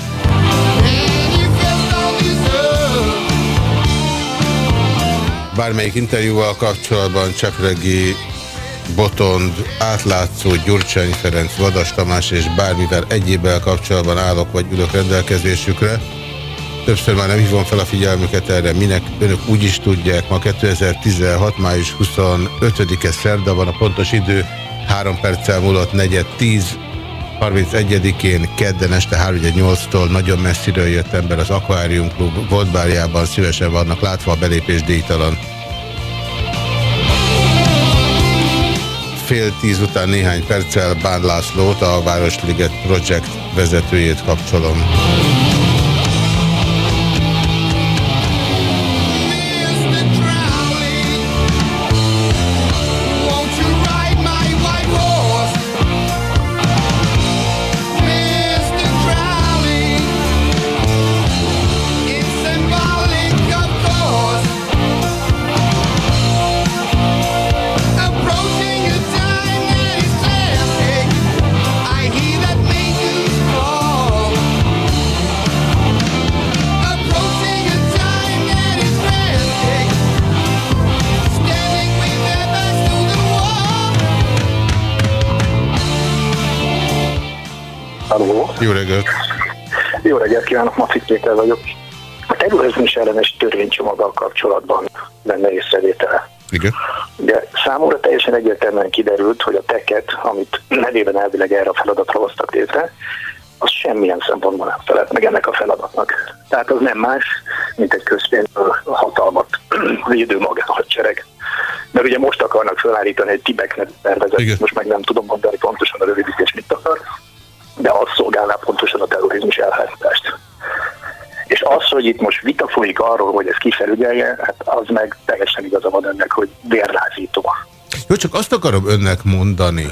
Bármelyik interjúval kapcsolatban Csepregi, Botond, Átlátszó, Gyurcsány Ferenc, Vadas Tamás és bármivel egyébbel kapcsolatban állok vagy ülök rendelkezésükre. Többször már nem hívom fel a figyelmüket erre, minek önök úgy is tudják. Ma kétezer-tizenhat. május huszonötödike szerda van, a pontos idő három perccel múlott negyed tíz. harmincegyedikén kedden este három nyolctól nagyon messziről jött ember az Aquarium Klub volt bárjában, szívesen vannak látva, a belépés díjtalan. Fél tíz után néhány perccel Bán Lászlót, a Városliget Project vezetőjét kapcsolom. Jó reggelt! Jó reggelt kívánok, Maffik Péter vagyok. A terrorizmus ellenes törvénycsomaggal kapcsolatban lenne észrevétele. Igen. De számomra teljesen egyértelműen kiderült, hogy a teket, amit nevében elvileg erre a feladatra hoztak létre, az semmilyen szempontból nem felelt meg ennek a feladatnak. Tehát az nem más, mint egy közpénzből hatalmat védő magánhadsereg. Mert ugye most akarnak felállítani egy Tibek tervezet, most meg nem tudom mondani pontosan a rövidítés mit akar, de az szolgálná pontosan a terrorizmus elhárítást. És az, hogy itt most vita folyik arról, hogy ez kifelügyelje, hát az meg teljesen igaza van önnek, hogy vérlázító. Jó, csak azt akarom önnek mondani,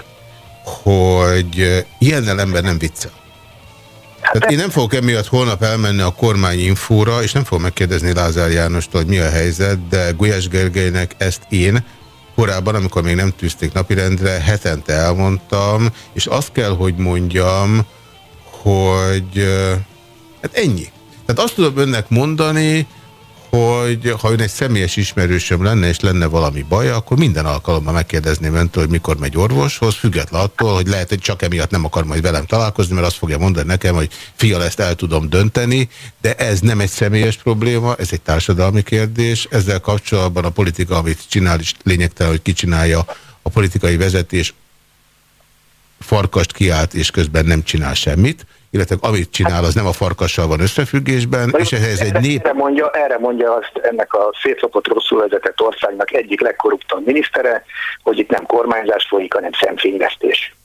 hogy ilyennel ember nem viccel. Hát Tehát én nem fogok emiatt holnap elmenni a kormányinfóra, és nem fogom megkérdezni Lázár Jánostól, hogy mi a helyzet, de Gulyás Gergelynek ezt én korábban, amikor még nem tűzték napirendre, hetente elmondtam, és azt kell, hogy mondjam, hogy hát ennyi. Tehát azt tudom önnek mondani, hogy ha ön egy személyes ismerősöm lenne, és lenne valami baja, akkor minden alkalommal megkérdezném öntől, hogy mikor megy orvoshoz, független attól, hogy lehet, hogy csak emiatt nem akar majd velem találkozni, mert azt fogja mondani nekem, hogy fia, ezt el tudom dönteni, de ez nem egy személyes probléma, ez egy társadalmi kérdés. Ezzel kapcsolatban a politika, amit csinál, is lényegtelen, hogy ki csinálja, a politikai vezetés farkast kiált, és közben nem csinál semmit, illetve amit csinál, az nem a farkassal van összefüggésben, de és ehhez egy nép... Erre mondja, erre mondja azt ennek a szétszopott, rosszul vezetett országnak egyik legkorruptabb minisztere, hogy itt nem kormányzás folyik, hanem szemfényvesztés.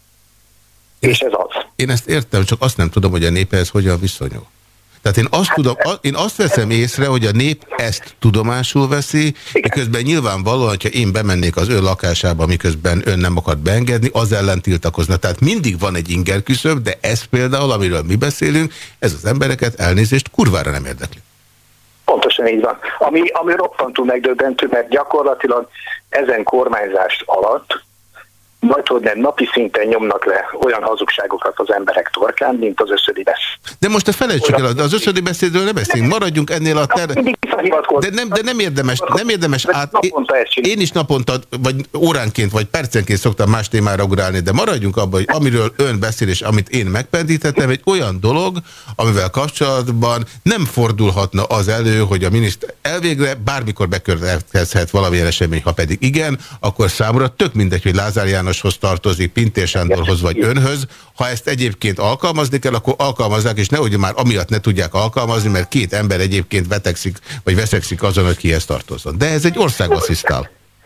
És ez az. Én ezt értem, csak azt nem tudom, hogy a nép ehhez hogyan viszonyul. Tehát én azt, hát, tudom, én azt veszem észre, hogy a nép ezt tudomásul veszi, miközben nyilvánvalóan, hogyha én bemennék az ön lakásába, miközben ön nem akart beengedni, az ellen tiltakozna. Tehát mindig van egy ingerküszöb, de ez például, amiről mi beszélünk, ez az embereket, elnézést, kurvára nem érdekli. Pontosan így van. Ami, ami roppantú megdöbbentő, mert gyakorlatilag ezen kormányzás alatt majd hogy nem napi szinten nyomnak le olyan hazugságokat az emberek torkán, mint az összödi beszéd. De most a felejtsük el, az összödi beszédről ne beszélünk, maradjunk ennél a ter... De nem, de nem érdemes, nem érdemes át... Én is naponta, vagy óránként, vagy percenként szoktam más témára ugrálni, de maradjunk abban, hogy amiről ön beszél, és amit én megpendítettem, egy olyan dolog, amivel kapcsolatban nem fordulhatna az elő, hogy a miniszter elvégre bármikor bekövetkezhet valamilyen esemény, ha pedig igen, akkor számomra tök mindegy, hogy Lázár Jánoshoz tartozik, Pintér Sándorhoz vagy önhöz. Ha ezt egyébként alkalmazni kell, akkor alkalmazzák, és nehogy már amiatt ne tudják alkalmazni, mert két ember egyébként vetekszik, vagy veszekszik azon, hogy kihez tartozzon. De ez egy országasszisztál.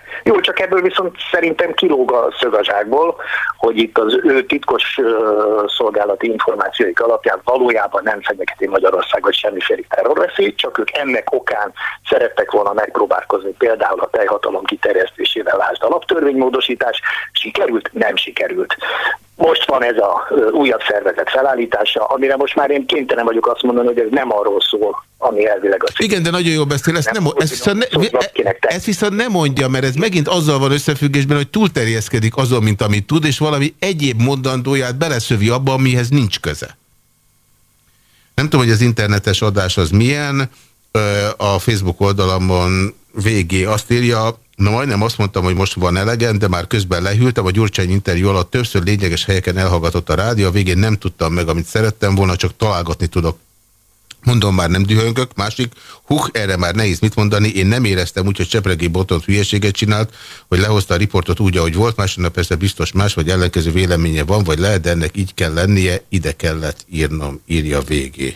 Jó, csak ebből viszont szerintem kilóg a szög a zsákból, hogy itt az ő titkos uh, szolgálati információik alapján valójában nem fenyegeti Magyarországot semmiféle terrorveszély, csak ők ennek okán szerettek volna megpróbálkozni például a teljhatalom kiterjesztésével, lásd alaptörvénymódosítás, sikerült, nem sikerült. Most van ez a uh, újabb szervezet felállítása, amire most már én kénytelen vagyok azt mondani, hogy ez nem arról szól, ami elvileg a Igen, de nagyon jól beszél, ezt, nem, nem, ezt, viszont ne, ezt viszont nem mondja, mert ez megint azzal van összefüggésben, hogy túlterjeszkedik azon, mint amit tud, és valami egyéb mondandóját beleszövi abba, amihez nincs köze. Nem tudom, hogy az internetes adás az milyen, a Facebook oldalamon végé azt írja, na majdnem azt mondtam, hogy most van elegen, de már közben lehűltem, a Gyurcsány interjú alatt többször lényeges helyeken elhallgatott a rádió, a végén nem tudtam meg, amit szerettem volna, csak találgatni tudok. Mondom, már nem dühöngök. Másik, huk, erre már nehéz mit mondani, én nem éreztem úgy, hogy Csepregi Botont hülyeséget csinált, hogy lehozta a riportot úgy, ahogy volt, másnap persze biztos más, vagy ellenkező véleménye van, vagy lehet, de ennek így kell lennie, ide kellett írnom, írja végé.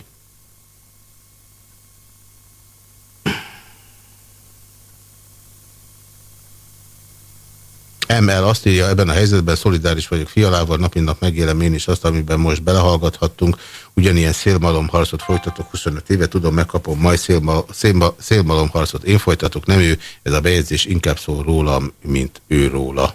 em el azt írja, ebben a helyzetben szolidáris vagyok Fialával, nap mint nap megélem én is azt, amiben most belehallgathattunk. Ugyanilyen szélmalomharcot folytatok huszonöt éve, tudom, megkapom, majd szélma, szélma, szélmalomharcot én folytatok, nem ő. Ez a bejegyzés inkább szól rólam, mint ő róla.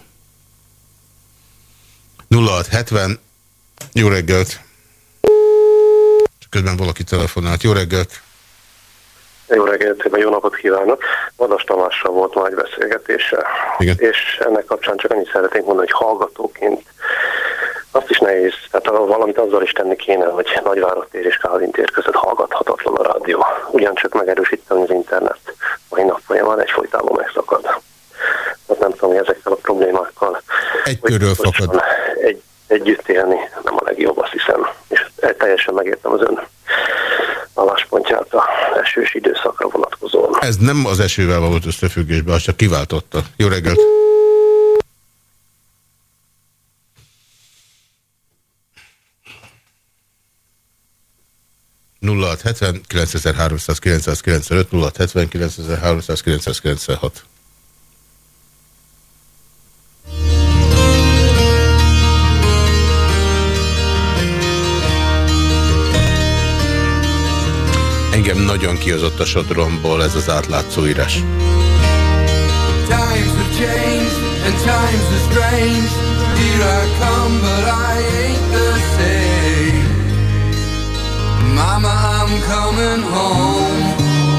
nulla hat hetven. Jó reggelt! Közben valaki telefonált. Jó reggelt! Jó reggelt, jó napot kívánok! Vadas Tamással volt már egy beszélgetése, és ennek kapcsán csak annyit szeretnénk mondani, hogy hallgatóként azt is nehéz, tehát valamit azzal is tenni kéne, hogy Nagyvárad tér és Kálvin tér között hallgathatatlan a rádió. Ugyancsak megerősítem, az internet mai nap folyamán egyfolytában megszakad. Hát nem tudom, hogy ezekkel a problémákkal egy körül fakad. Egy, együtt élni nem a legjobb, azt hiszem. És teljesen megértem az ön álláspontját az esős időszakra vonatkozóan. Ez nem az esővel volt összefüggésben, azt csak kiváltotta. Jó reggelt! nulla hat hetven kilencezerháromszázkilencvenöt nulla hat hetven kilencezerháromszázkilencvenhat. Engem nagyon kihozott a sodromból ez az átlátszó írás. Times have changed and times are strange. Here I come but I ain't the same. Mama, I'm coming home.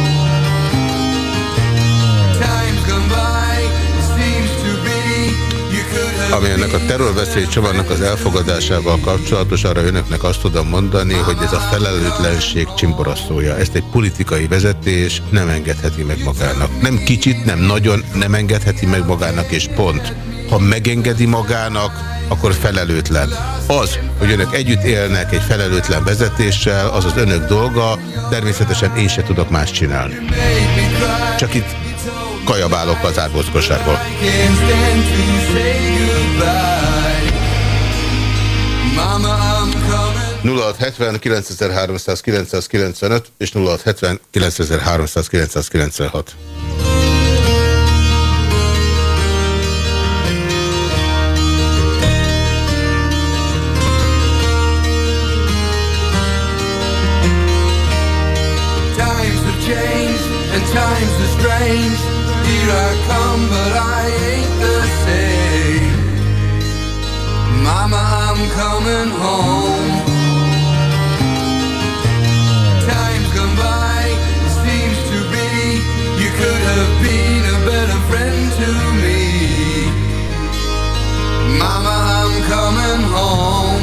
Times gone by, seems to be. Ami ennek a terrorveszély csomagnak az elfogadásával kapcsolatos, arra önöknek azt tudom mondani, hogy ez a felelőtlenség csimborasztója. Ezt egy politikai vezetés nem engedheti meg magának. Nem kicsit, nem nagyon, nem engedheti meg magának, és pont. Ha megengedi magának, akkor felelőtlen. Az, hogy önök együtt élnek egy felelőtlen vezetéssel, az az önök dolga, természetesen én se tudok más csinálni. Csak itt kajabálok az árbózkosárból. nulla hat hetven kilencezerháromszázkilencvenöt és nulla hat hetven kilencezerháromszázkilencvenhat. Times have changed and times are strange. Here I come, but I ain't the same. Mama, I'm coming home. Time's gone by, it seems to be. You could have been a better friend to me. Mama, I'm coming home.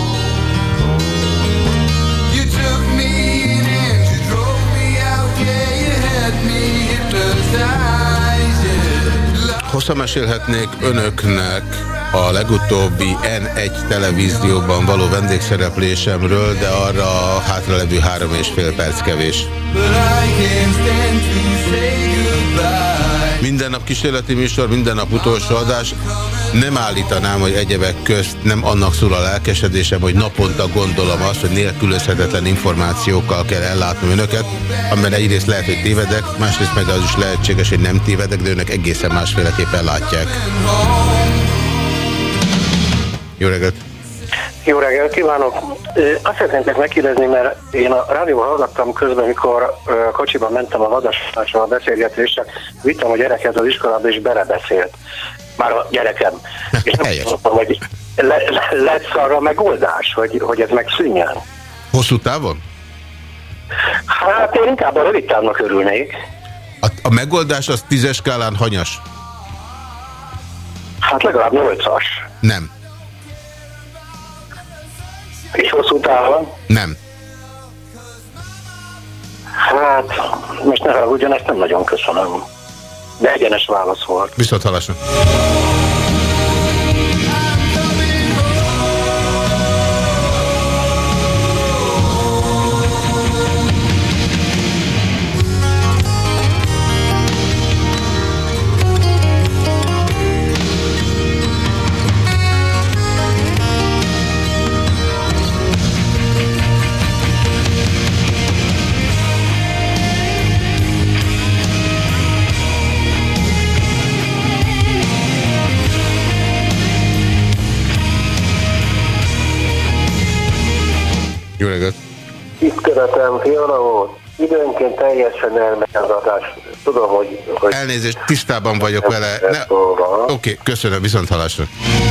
You took me in and you drove me out. Yeah, you had me hypnotized. Hosszan mesélhetnék önöknek a legutóbbi en egy televízióban való vendégszereplésemről, de arra a hátralevő három és fél perc kevés. But I can't stand to say goodbye. Minden nap kísérleti műsor, minden nap utolsó adás. Nem állítanám, hogy egyebek közt nem annak szól a lelkesedésem, hogy naponta gondolom azt, hogy nélkülözhetetlen információkkal kell ellátnom önöket, amiben egyrészt lehet, hogy tévedek, másrészt meg az is lehetséges, hogy nem tévedek, de önök egészen másféleképpen látják. Jó reggelt! Jó reggelt kívánok! Azt szeretném megkérdezni, mert én a rádióban hallgattam közben, mikor kocsiban mentem a vadastársal a beszélgetésre, vittem a gyereket az iskolába, és belebeszélt. Már a gyerekem. És nem mondtam, hogy le, le, lesz arra megoldás, hogy, hogy ez megszűnjön. Hosszú távon? Hát én inkább a rövid távnak örülnék. A, a megoldás az tízes skálán hanyas? Hát legalább nyolcas. Nem. És hosszú távon? Nem. Hát, most ne haragudjon, ezt nem nagyon köszönöm. De egyenes válasz volt. Viszont hallásra. Jó reggelt! Itt követem, Fiona volt. Időnként teljesen elmegy az adás. Tudom, hogy... hogy Elnézést, tisztában vagyok vele. Ne... Oké, okay, köszönöm, viszont hallásra.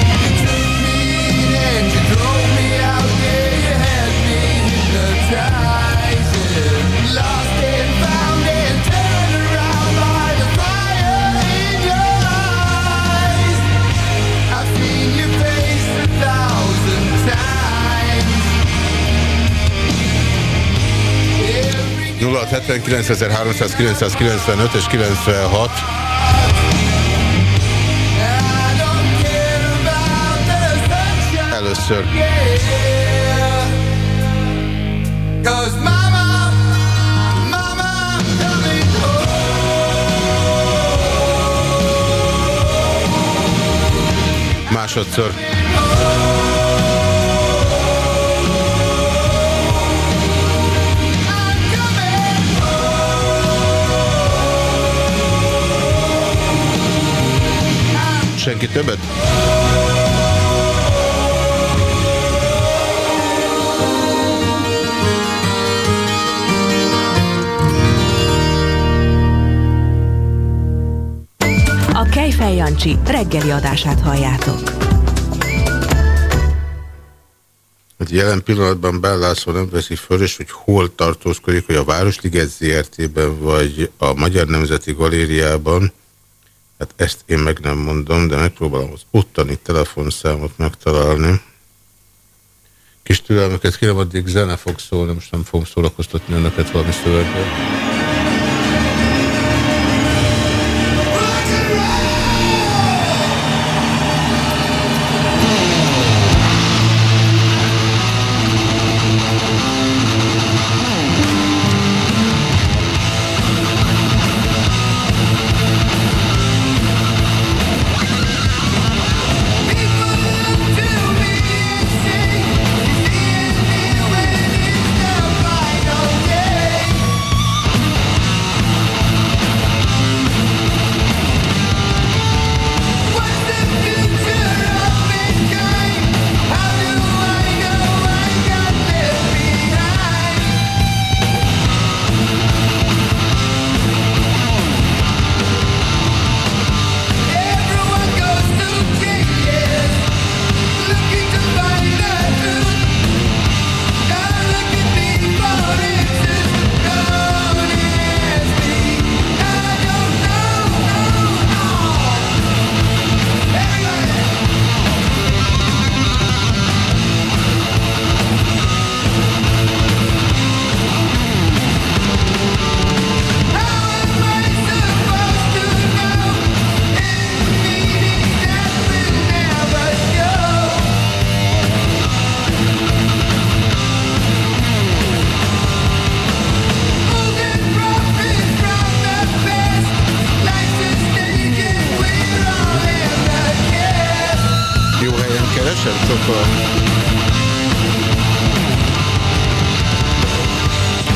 nulla hat hetvenkilenc háromszázkilencszázkilencvenöt és kilencvenhat. Először. Másodszor. Senki többet? A Kejfej Jancsi reggeli adását halljátok. Hát jelen pillanatban Bellászó nem veszi föl, és hogy hol tartózkodik, hogy a Városliget zé er té-ben vagy a Magyar Nemzeti Galériában. Hát ezt én meg nem mondom, de megpróbálom az ottani telefonszámot megtalálni. Kis türelmeket kérem, addig zene fog szólni, most nem fogom szórakoztatni önöket valami szöveggel.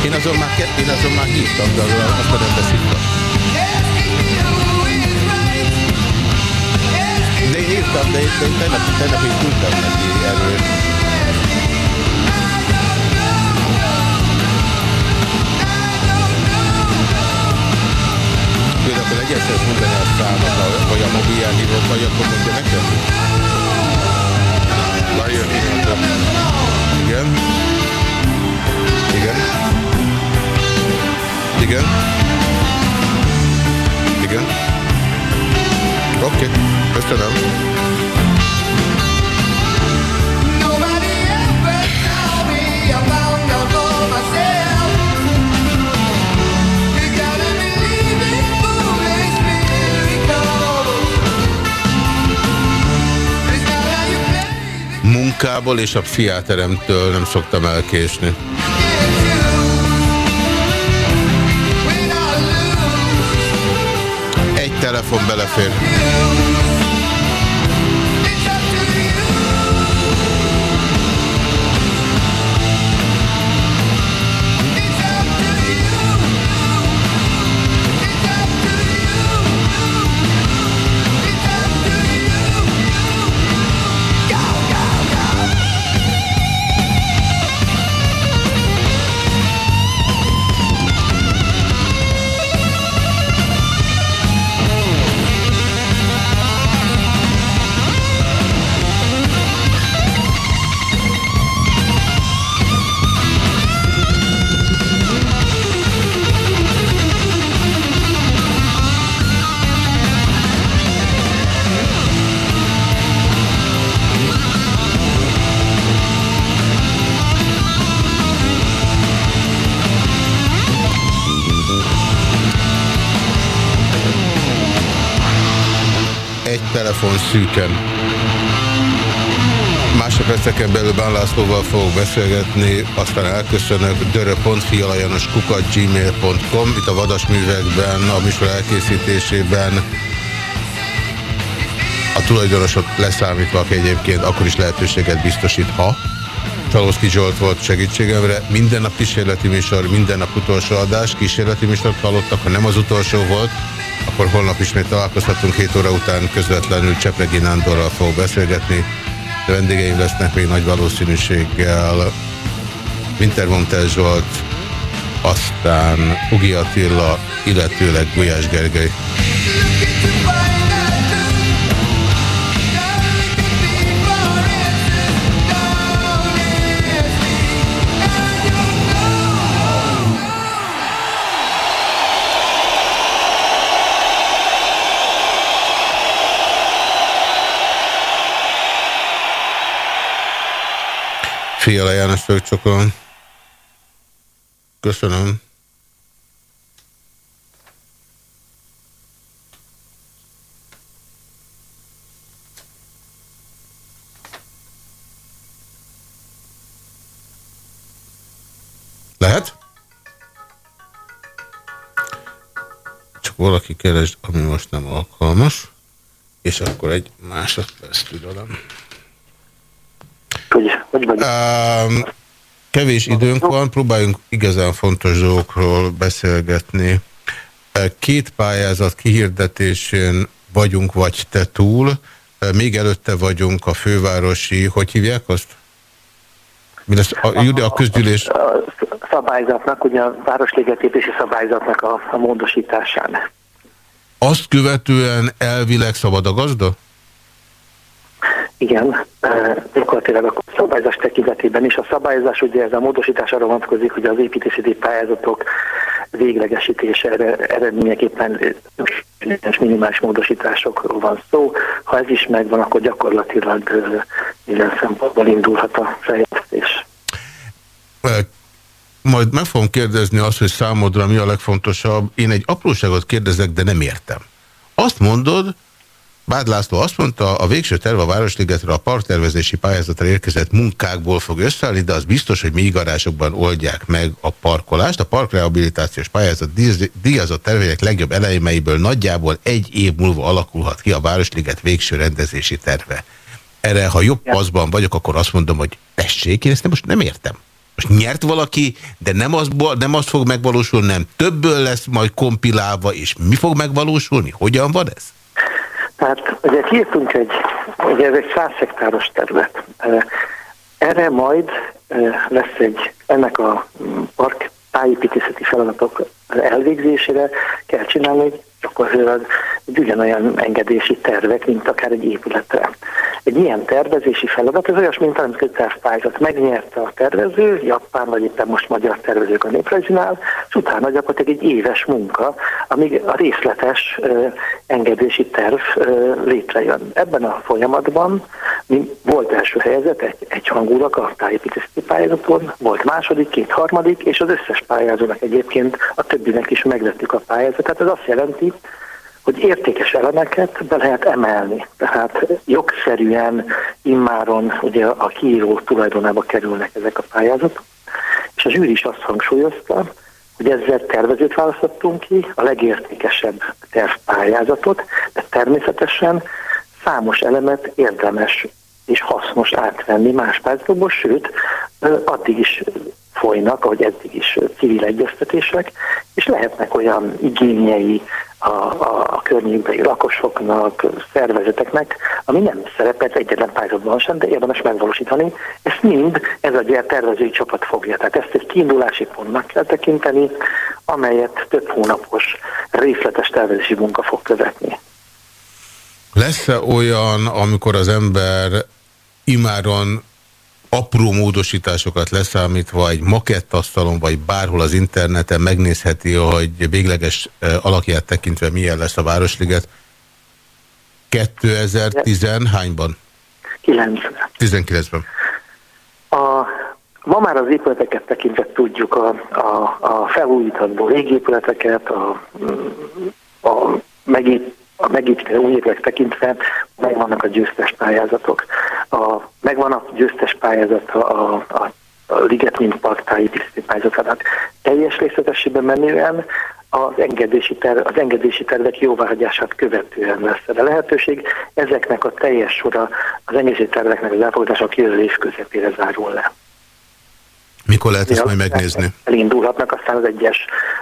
Én azon már, én azon már hívtam, de azt már nem beszéltem. De én írtam, de én tegnap, tegnap én tudtam neki erről. Például akkor legyen szeret mondani a számot, vagy a mobilján hívott, vagy akkor mondja nekem? Várjon, igen. Igen. Igen. Igen. Oké, okay. Köszönöm. Munkából és a pszichiáteremtől nem szoktam elkésni. Egy telefon belefér. Telefon szűken. Másodperceken belül Bán Lászlóval fogok beszélgetni, aztán elköszönök. dörö pont fialajanos kukac gmail pont com. Itt a vadasművekben, a műsor elkészítésében a tulajdonosot leszámítva, aki egyébként akkor is lehetőséget biztosít, ha Csalószki Zsolt volt segítségemre. Minden nap kísérleti műsor, minden nap utolsó adás. Kísérleti műsort hallottak, ha nem az utolsó volt, akkor holnap ismét találkozhatunk, hét óra után közvetlenül Csepregi Nándorral fogok beszélgetni. De vendégeim lesznek még nagy valószínűséggel Wintermontel Zsolt, aztán Ugi Attila, illetőleg Gulyás Gergely. Fiala János fölcsokon. Köszönöm. Lehet? Csak valaki keresd, ami most nem alkalmas, és akkor egy másodperc türelem. Hogy, hogy vagy? Um, kevés időnk van, próbáljunk igazán fontos dolgokról beszélgetni. Két pályázat kihirdetésén vagyunk, vagy te túl. Még előtte vagyunk a fővárosi, hogy hívják azt? Mi lesz? A, a, a közgyűlés... A szabályzatnak, ugye a városligetépési szabályzatnak a, a módosításán. Azt követően elvileg szabad a gazda? Igen, gyakorlatilag a szabályzás tekintetében is. A szabályzás, ugye ez a módosítás arra vonatkozik, hogy az építészeti pályázatok véglegesítése eredményeképpen minimális módosításokról van szó. Ha ez is megvan, akkor gyakorlatilag minden szempontból indulhat a fejlesztés. Majd meg fogom kérdezni azt, hogy számodra mi a legfontosabb. Én egy apróságot kérdezek, de nem értem. Azt mondod, Bád László azt mondta, a végső terv a Városligetre a parktervezési pályázatra érkezett munkákból fog összeállni, de az biztos, hogy még garázsokban oldják meg a parkolást. A parkrehabilitációs pályázat díjazott terveinek legjobb elemeiből nagyjából egy év múlva alakulhat ki a Városliget végső rendezési terve. Erre, ha jobb paszban vagyok, akkor azt mondom, hogy tessék, én ezt most nem értem. Most nyert valaki, de nem az, nem az fog megvalósulni, nem többből lesz majd kompilálva, és mi fog megvalósulni? Hogyan van ez? Tehát ugye kiírtunk egy, ugye ez egy száz hektáros terület. Erre majd lesz egy, ennek a park tájépítészeti feladatok elvégzésére kell csinálni gyakorlatilag egy ugyanolyan engedési tervek, mint akár egy épületre. Egy ilyen tervezési feladat, ez olyasmi, mint amikor tervpályázat megnyerte a tervező, japán vagy éppen most magyar tervezők a Néprajzinál, és utána gyakorlatilag egy éves munka, amíg a részletes uh, engedési terv uh, létrejön. Ebben a folyamatban volt első helyzet egy, egyhangulag a tájépítészeti pályázaton, volt második, két harmadik, és az összes pályázónak egyébként a többinek is megvettük a pályázatát. Ez azt jelenti, hogy értékes elemeket be lehet emelni. Tehát jogszerűen immáron ugye a kiíró tulajdonába kerülnek ezek a pályázatok. És a zsűri is azt hangsúlyozta, hogy ezzel tervezőt választottunk ki, a legértékesebb tervpályázatot, de természetesen számos elemet érdemes és hasznos átvenni más pályázatokból, sőt, addig is folynak, ahogy eddig is civil egyeztetések, és lehetnek olyan igényei a, a, a környékbeli lakosoknak, szervezeteknek, ami nem szerepelt egyetlen pályázatban sem, de érdemes megvalósítani. Ezt mind ez a gyár tervezői csapat fogja. Tehát ezt egy kiindulási pontnak kell tekinteni, amelyet több hónapos részletes tervezési munka fog követni. Lesz-e olyan, amikor az ember imáron apró módosításokat leszámítva egy makettasztalon, vagy bárhol az interneten megnézheti, hogy végleges alakját tekintve milyen lesz a Városliget? kétezer-tíz hányban? kilencben. tizenkilencben. A, ma már az épületeket tekintve tudjuk, a, a, a felújítandó régi épületeket, a, a megép a megépítő új épületek tekintve megvannak a győztes pályázatok. A, megvan a győztes pályázata a, a, a Liget mint Park tájépítészeti pályázatának. Teljes részletességben menően az engedési, terv, az engedési tervek jóváhagyását követően lesz a lehetőség. Ezeknek a teljes sora az engedési terveknek az elfogadása a jövő év közepére zárul le. Mikor lehet ezt majd megnézni? Elindulhatnak aztán az egyes,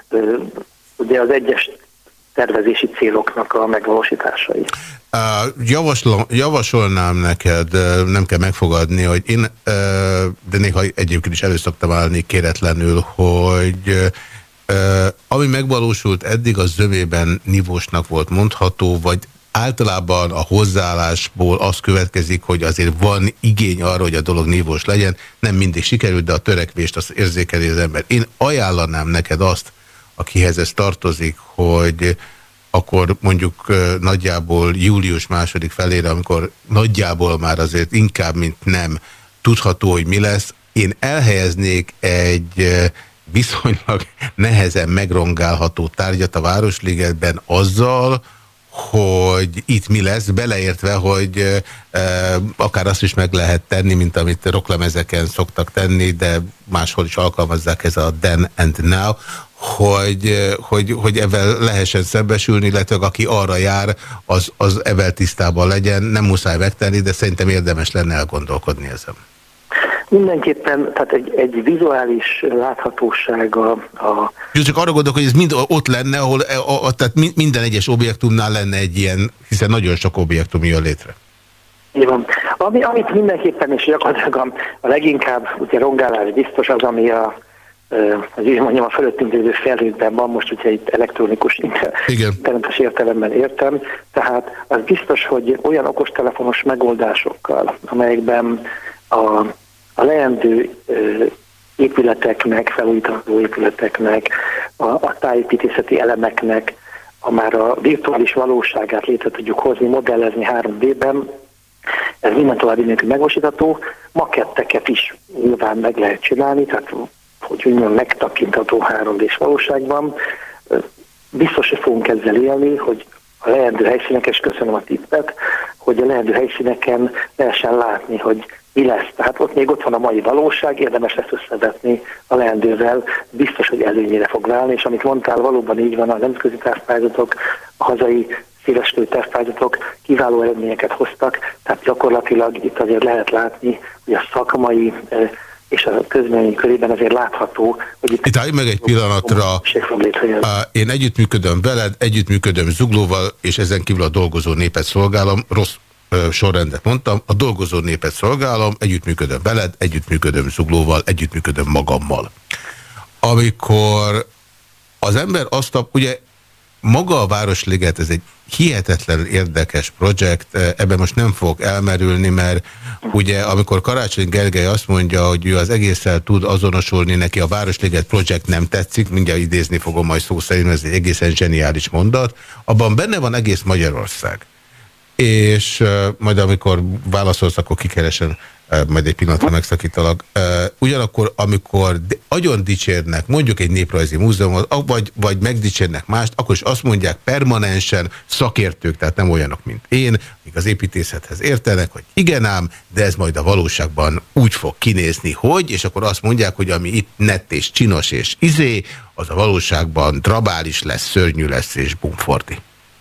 ugye az egyes tervezési céloknak a megvalósításai. Javaslom, javasolnám neked, nem kell megfogadni, hogy én, de néha egyébként is elő szoktam állni kéretlenül, hogy ami megvalósult eddig, az zömében nívósnak volt mondható, vagy általában a hozzáállásból az következik, hogy azért van igény arra, hogy a dolog nívós legyen. Nem mindig sikerült, de a törekvést az érzékeli az ember. Én ajánlanám neked azt, akihez ez tartozik, hogy akkor mondjuk nagyjából július második felére, amikor nagyjából már azért inkább, mint nem tudható, hogy mi lesz, én elhelyeznék egy viszonylag nehezen megrongálható tárgyat a Városligetben azzal, hogy itt mi lesz, beleértve, hogy e, akár azt is meg lehet tenni, mint amit rocklemezeken szoktak tenni, de máshol is alkalmazzák, ez a then and now, hogy, hogy, hogy ebben lehessen szembesülni, illetve aki arra jár, az, az ebben tisztában legyen. Nem muszáj megtenni, de szerintem érdemes lenne elgondolkodni ezen. Mindenképpen, tehát egy, egy vizuális láthatósága a... Jó, csak arra gondolok, hogy ez mind ott lenne, ahol a, a, tehát minden egyes objektumnál lenne egy ilyen, hiszen nagyon sok objektum jön létre. Igen. Ami, amit mindenképpen is gyakorlatilag a leginkább ugye rongálás biztos az, ami a az így mondjam, a fölöttünk lévő felhőkben van, most ugye itt elektronikus internetes értelemben értem, tehát az biztos, hogy olyan okostelefonos megoldásokkal, amelyekben a, a leendő ö, épületeknek, felújítandó épületeknek, a, a tájépítészeti elemeknek, a már a virtuális valóságát létre tudjuk hozni, modellezni három dében, ez minden további nélkül megvalósítható, maketteket is nyilván meg lehet csinálni, tehát hogy úgymond megtakintható három dés valóságban. Biztos, hogy fogunk ezzel élni, hogy a leendő helyszíneken, és köszönöm a tippet, hogy a leendő helyszíneken lehessen látni, hogy mi lesz. Tehát ott még ott van a mai valóság, érdemes lesz összevetni a leendővel, biztos, hogy előnyére fog válni, és amit mondtál, valóban így van, a nemzetközi tervpályázatok, a hazai széleskörű tervpályázatok kiváló eredményeket hoztak, tehát gyakorlatilag itt azért lehet látni, hogy a szakmai és a közvélemény körében azért látható, hogy itt... Itt állj meg egy pillanatra. Én együttműködöm veled, együttműködöm Zuglóval, és ezen kívül a dolgozó népet szolgálom. Rossz ö, sorrendet mondtam. A dolgozó népet szolgálom, együttműködöm veled, együttműködöm Zuglóval, együttműködöm magammal. Amikor az ember azt a... Ugye maga a Városliget, ez egy hihetetlen érdekes projekt, ebben most nem fogok elmerülni, mert ugye amikor Karácsony Gergely azt mondja, hogy ő az egésszel tud azonosulni, neki a Városliget projekt nem tetszik, mindjárt idézni fogom majd szó szerint, ez egy egészen zseniális mondat, abban benne van egész Magyarország. És uh, majd amikor válaszolsz, akkor kikeresem, uh, majd egy pillanatra megszakítalak. Uh, ugyanakkor, amikor agyon dicsérnek, mondjuk egy néprajzi múzeumot, vagy, vagy megdicsérnek mást, akkor is azt mondják permanensen szakértők, tehát nem olyanok, mint én, akik az építészethez értenek, hogy igen ám, de ez majd a valóságban úgy fog kinézni, hogy, és akkor azt mondják, hogy ami itt nett és csinos és izé, az a valóságban drabális lesz, szörnyű lesz és bumforti.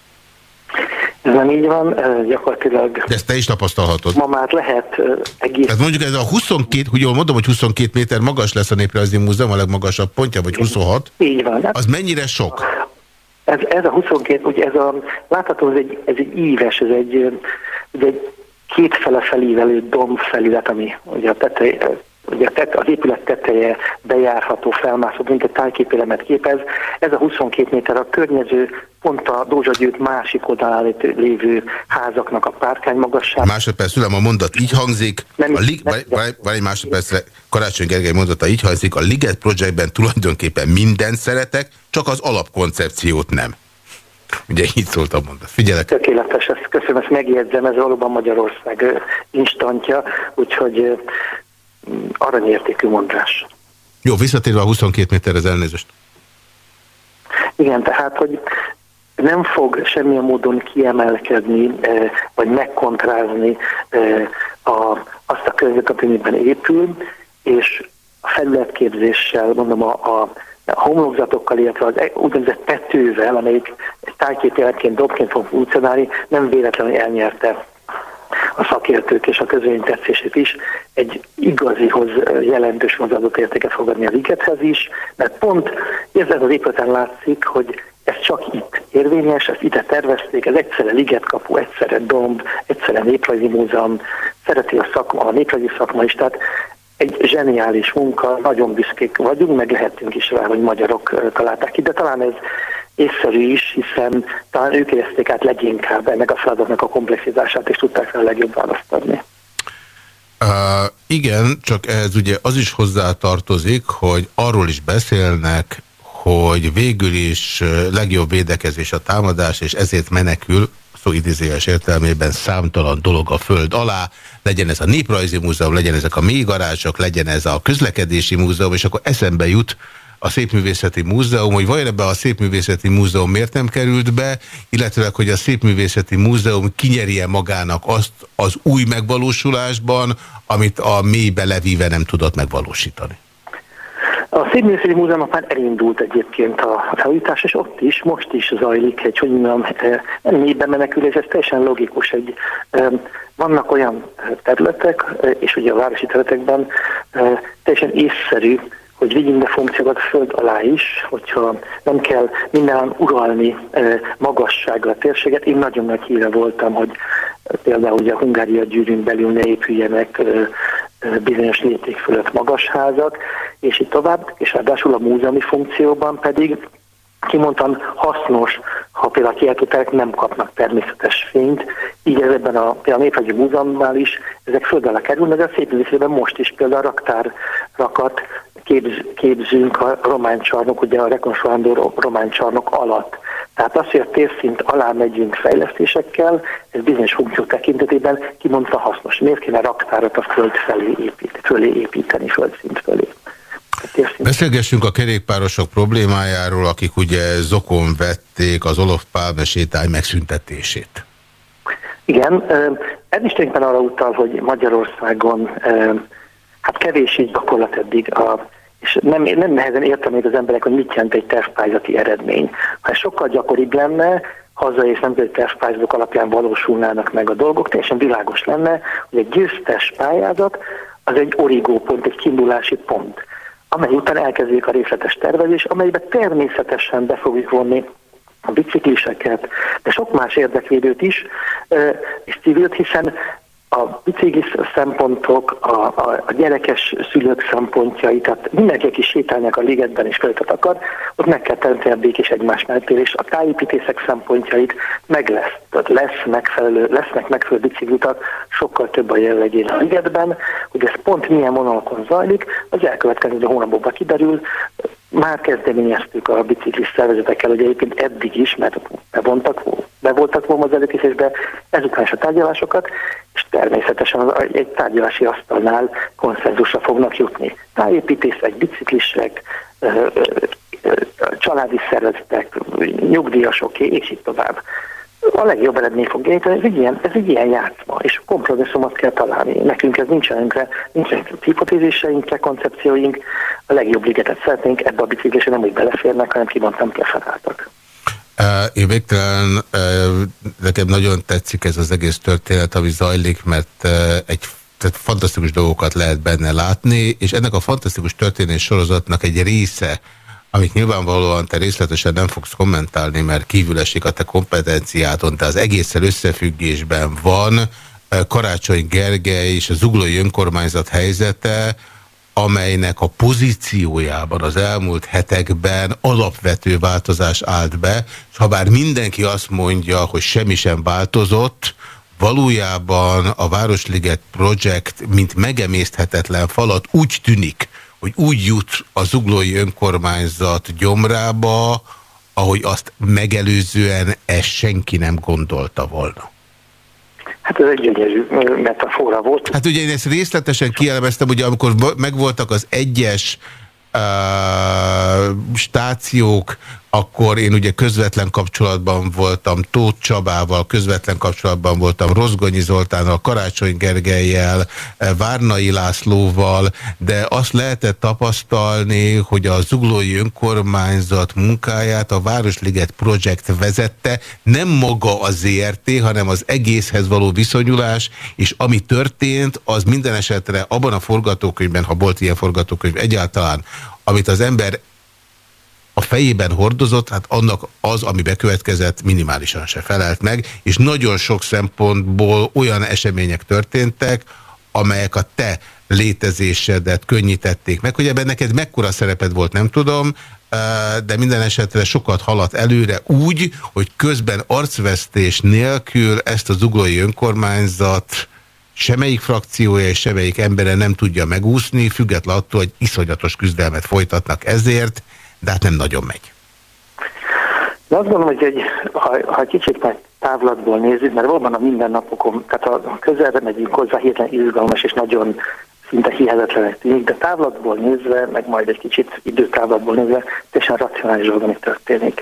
Ez nem így van, gyakorlatilag... De ezt te is tapasztalhatod. Ma már lehet egész... Tehát mondjuk ez a huszonkét, hogy jól mondom, hogy huszonkét méter magas lesz a Néprajzi Múzeum, a legmagasabb pontja, vagy huszonhat. Így van. Az mennyire sok? Ez, ez a huszonkettő, ugye ez a... Látható, ez egy, ez egy íves, ez egy, ez egy kétfele felívelő dombfelület, ami ugye a tetej... Ugye az épület teteje bejárható, felmászó, mint egy tájképelemet képez. Ez a huszonkét méter a környező, pont a Dózsa Győr másik oldalán lévő házaknak a párkány magassága. Másodperc, szülem, a mondat így hangzik, nem a lig, várj, várj, várj egy másodpercre, Karácsony Gergely mondata így hangzik, a Liget Projectben tulajdonképpen mindent szeretek, csak az alapkoncepciót nem. Ugye így szólt a mondat. Figyelek. Tökéletes, ezt köszönöm, ezt megjegyzem, ez valóban Magyarország instantja, úgyhogy aranyértékű mondás. Jó, visszatérve a huszonkét méterhez, elnézést. Igen, tehát, hogy nem fog semmilyen módon kiemelkedni, vagy megkontrázni a, azt a környezetet, amiben épül, és a felületképzéssel, mondom, a, a homlokzatokkal, illetve az úgynevezett tetővel, amelyik tájképjelenként, dobként fog funkcionálni, nem véletlenül elnyerte a szakértők és a közvélemény tetszését is, egy igazihoz jelentős hozzáadott értéket fog adni a ligethez is, mert pont ezzel az épületen látszik, hogy ez csak itt érvényes, ezt ide tervezték, ez egyszerre ligetkapu, egyszerre domb, egyszerre néprajzi múzeum, szereti a szakma, a néprajzi szakma is, tehát egy zseniális munka, nagyon büszkék vagyunk, meg lehetünk is rá, hogy magyarok találták ki, de talán ez észszerű is, hiszen talán ők érezték át leginkább ennek a feladatnak a komplexitását, és tudták fel a legjobb választ adni. Uh, igen, csak ez ugye az is hozzátartozik, hogy arról is beszélnek, hogy végül is legjobb védekezés a támadás, és ezért menekül, szó idézőjeles értelmében számtalan dolog a föld alá, legyen ez a Néprajzi Múzeum, legyen ezek a mélygarázsok, legyen ez a közlekedési múzeum, és akkor eszembe jut a Szépművészeti Múzeum, hogy vajon ebbe a Szépművészeti Múzeum miért nem került be, illetve hogy a Szépművészeti Múzeum kinyerje magának azt az új megvalósulásban, amit a mélybe levíve nem tudott megvalósítani. A Szépművészeti Múzeumnak már elindult egyébként a felújítás, és ott is, most is zajlik egy, hogy mondjam, nem mélyben menekülés, ez teljesen logikus. Egy, vannak olyan területek, és ugye a városi területekben teljesen észszerű, hogy vigyünk be funkciókat a föld alá is, hogyha nem kell minden uralni magassággal a térséget. Én nagyon nagy híre voltam, hogy például ugye a Hungária gyűrűn belül ne épüljenek bizonyos lépték fölött magas házak, és így tovább, és ráadásul a múzeumi funkcióban pedig kimondtan hasznos, ha például a kiáltóterek nem kapnak természetes fényt, így ez ebben a, a Néprajzi Múzeumnál is ezek föld alá kerülnek, de a Szépművészetben most is például a raktárrakat képz, képzünk a román csarnok, ugye a rekonstruálandó román csarnok alatt. Tehát az, hogy a térszint alá megyünk fejlesztésekkel, ez bizonyos funkció tekintetében kimondta hasznos. Miért kéne raktárat a föld felé épít, fölé építeni, földszint fölé? Beszélgessünk a kerékpárosok problémájáról, akik ugye zokon vették az Olof Pálme sétány megszüntetését. Igen, ez is tényleg arra utal, hogy Magyarországon hát kevés így gyakorlat eddig, a, és nem, nem nehezen értem még az emberek, hogy mit jelent egy tervpályázati eredmény. Ha ez sokkal gyakoribb lenne, haza és nemzeti tervpályázatok alapján valósulnának meg a dolgok, teljesen világos lenne, hogy egy győztes pályázat az egy origópont, egy kiindulási pont, amely után elkezdjük a részletes tervezés, amelyben természetesen be fogjuk vonni a bicikliseket, de sok más érdekvédőt is, és civilt, hiszen a biciklis szempontok, a, a, a gyerekes szülők szempontjai, tehát mindenki, aki sétálnak a ligetben és felület akar, ott meg kell teremteni a békés egymás mellett, és a tájépítészek szempontjait meg lesz, tehát lesz megfelelő, lesznek megfelelő biciklutak, sokkal több a jellegén a ligetben, hogy ez pont milyen vonalakon zajlik, az elkövetkező hónapokban kiderül. Már kezdeményeztük a biciklis szervezetekkel, hogy egyébként eddig is, mert bevontak, be voltak volna az előkészítésbe, ezután is a tárgyalásokat, és természetesen egy tárgyalási asztalnál konszenzusra fognak jutni. Tájépítészek, biciklisek, családi szervezetek, nyugdíjasoké, és így tovább. A legjobb eredmény fog érni, ez egy ilyen, ez egy ilyen játszma, és kompromisszumot kell találni. Nekünk ez nincsenek, nincsenek hipotézéseink, prekoncepcióink, a legjobb ligetet szeretnénk, ebbe a biciklésre nem úgy beleférnek, hanem kimondtam preferáltak. Én végtelen, nekem nagyon tetszik ez az egész történet, ami zajlik, mert egy tehát fantasztikus dolgokat lehet benne látni, és ennek a fantasztikus történés sorozatnak egy része, amit nyilvánvalóan te részletesen nem fogsz kommentálni, mert kívül esik a te kompetenciádon, de az egészen összefüggésben van Karácsony Gergely és a zuglói önkormányzat helyzete, amelynek a pozíciójában az elmúlt hetekben alapvető változás állt be, és ha bár mindenki azt mondja, hogy semmi sem változott, valójában a Városliget Project, mint megemészthetetlen falat úgy tűnik, hogy úgy jut a zuglói önkormányzat gyomrába, ahogy azt megelőzően ezt senki nem gondolta volna. Hát ez egy gyönyörű metafora volt. Hát ugye én ezt részletesen kielemeztem, ugye amikor megvoltak az egyes uh, stációk, akkor én ugye közvetlen kapcsolatban voltam Tóth Csabával, közvetlen kapcsolatban voltam Rozgonyi Zoltánnal, Karácsony Gergellyel, Várnai Lászlóval, de azt lehetett tapasztalni, hogy a zuglói önkormányzat munkáját a Városliget Project vezette, nem maga a zé er té, hanem az egészhez való viszonyulás, és ami történt, az minden esetre abban a forgatókönyvben, ha volt ilyen forgatókönyv egyáltalán, amit az ember a fejében hordozott, hát annak az, ami bekövetkezett, minimálisan se felelt meg, és nagyon sok szempontból olyan események történtek, amelyek a te létezésedet könnyítették meg, hogy ebben neked mekkora szereped volt, nem tudom, de minden esetre sokat haladt előre úgy, hogy közben arcvesztés nélkül ezt a zuglói önkormányzat semmelyik frakciója és semmelyik embere nem tudja megúszni, függetlenül attól, hogy iszonyatos küzdelmet folytatnak ezért, de hát nem nagyon megy. De azt gondolom, hogy egy, ha, ha kicsit meg távlatból nézzük, mert valóban a mindennapokon, tehát a közelre megyünk hozzá, hirtelen izgalmas és nagyon szinte hihetetlenek tűnik, de távlatból nézve, meg majd egy kicsit időtávlatból nézve, teljesen racionális dolog, ami történik.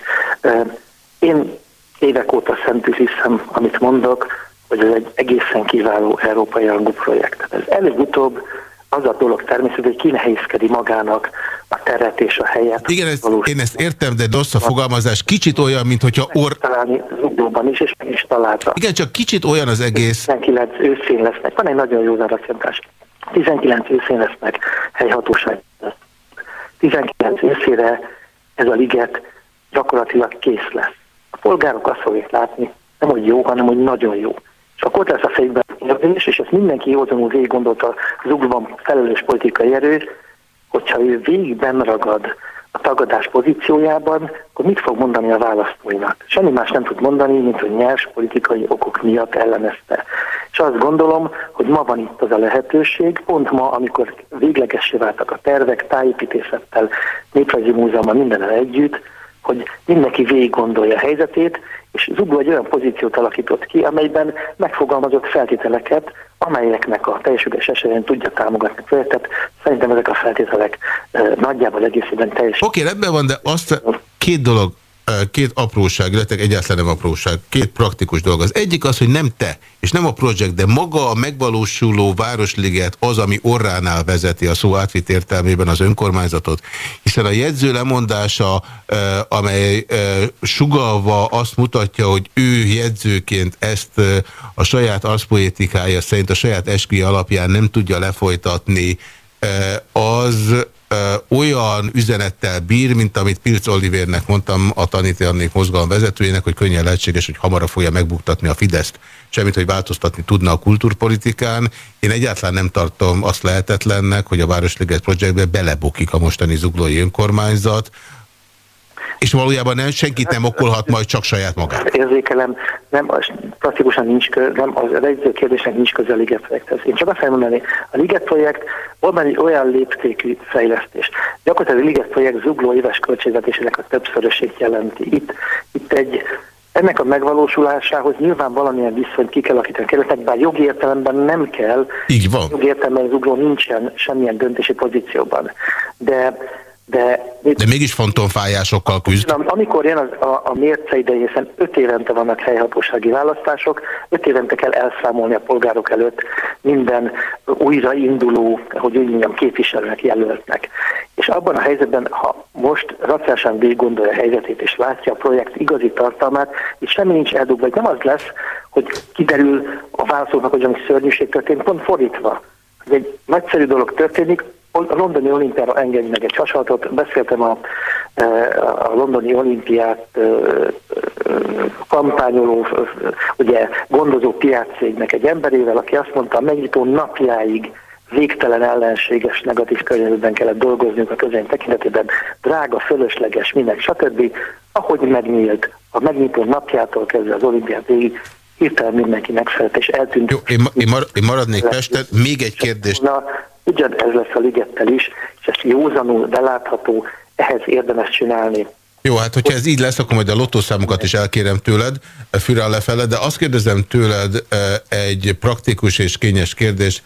Én évek óta szentül hiszem, amit mondok, hogy ez egy egészen kiváló európai rangú projekt. Ez előbb-utóbb az a dolog természetesen, hogy ki nehézkedi magának a teret és a helyet. Igen, ezt, én ezt értem, de rossz a fogalmazás. Kicsit olyan, mint hogyha or... találni Zuglóban is, és meg is találta. Igen, csak kicsit olyan az egész. tizenkilenc őszén lesznek. Van egy nagyon jó záratjentás. tizenkilenc őszén lesznek helyhatóság. tizenkilenc őszére ez a liget gyakorlatilag kész lesz. A polgárok azt fogják látni, nem hogy jó, hanem hogy nagyon jó. És akkor ott lesz a fejükben kérdés, és ezt mindenki józanul végig gondolta Zuglóban felelős politikai erő, hogyha ő végigben ragad a tagadás pozíciójában, akkor mit fog mondani a választóinak? Semmi más nem tud mondani, mint hogy nyers politikai okok miatt ellenezte. És azt gondolom, hogy ma van itt az a lehetőség, pont ma, amikor véglegessé váltak a tervek, tájépítészettel, Néprajzi Múzeummal, mindennel együtt, hogy mindenki végig gondolja a helyzetét, és Zugló egy olyan pozíciót alakított ki, amelyben megfogalmazott feltételeket, amelyeknek a teljesülés esetén tudja támogatni a projektet. Szerintem ezek a feltételek e, nagyjából egészében teljes. Oké, okay, ebben van, de azt két dolog. két apróság, illetve egyáltalán nem apróság, két praktikus dolog. Az egyik az, hogy nem te, és nem a projekt, de maga a megvalósuló Városliget az, ami orránál vezeti a szó átvitt értelmében az önkormányzatot. Hiszen a jegyző lemondása, amely sugallva azt mutatja, hogy ő jegyzőként ezt a saját arszpoétikája szerint, a saját esküje alapján nem tudja lefolytatni, az olyan üzenettel bír, mint amit Pilc Olivérnek mondtam, a Tanítanék mozgalom vezetőjének, hogy könnyen lehetséges, hogy hamarabb fogja megbuktatni a Fideszt. Semmit, hogy változtatni tudna a kultúrpolitikán. Én egyáltalán nem tartom azt lehetetlennek, hogy a Városliget projektbe belebukik a mostani zuglói önkormányzat, és valójában nem, senkit nem okolhat majd, csak saját magát. Érzékelem, nem, praktikusan nincs köz, nem, az egyző kérdésnek nincs köze a Liget projekthez. Én csak azt elmondani, a Liget projekt valami egy olyan léptékű fejlesztés. Gyakorlatilag a Liget projekt zugló éves költségvetésének a többszörösét jelenti. Itt, itt egy, ennek a megvalósulásához nyilván valamilyen viszonyt ki kell alakítani kerületnek, bár jogi értelemben nem kell. Így van. Jogi értelemben zugló nincsen semmilyen döntési pozícióban. De De, De mégis fantomfájásokkal küzd. Amikor jön az, a, a mérce ideje, hiszen öt évente vannak helyhatósági választások, öt évente kell elszámolni a polgárok előtt minden újrainduló, hogy úgy mondjam, képviselőnek, jelöltnek. És abban a helyzetben, ha most racionálisan végig gondolja a helyzetét és látja a projekt igazi tartalmát, és semmi nincs eldugva, hogy nem az lesz, hogy kiderül a válaszoknak, hogy ami szörnyűség történt, pont fordítva. Ez egy nagyszerű dolog történik, a londoni olimpiára engedj meg egy hasonlatot. Beszéltem a, a londoni olimpiát kampányoló, ugye gondozó piaccégnek egy emberével, aki azt mondta, megnyitó napjáig végtelen ellenséges, negatív környezetben kellett dolgozniuk a közöny tekintetében, drága, fölösleges, minek, stb. Ahogy megnyílt, a megnyitó napjától kezdve az olimpiát végig, hirtelen mindenki megfelelt, és eltűnt. Jó, én, én, mar, én maradnék Pesten. Még egy kérdés. Ugyanez lesz a Ligettel is, és ezt józanul, belátható, ehhez érdemes csinálni. Jó, hát hogyha ez így lesz, akkor majd a lottószámokat is elkérem tőled, fűrrel lefele, de azt kérdezem tőled egy praktikus és kényes kérdés.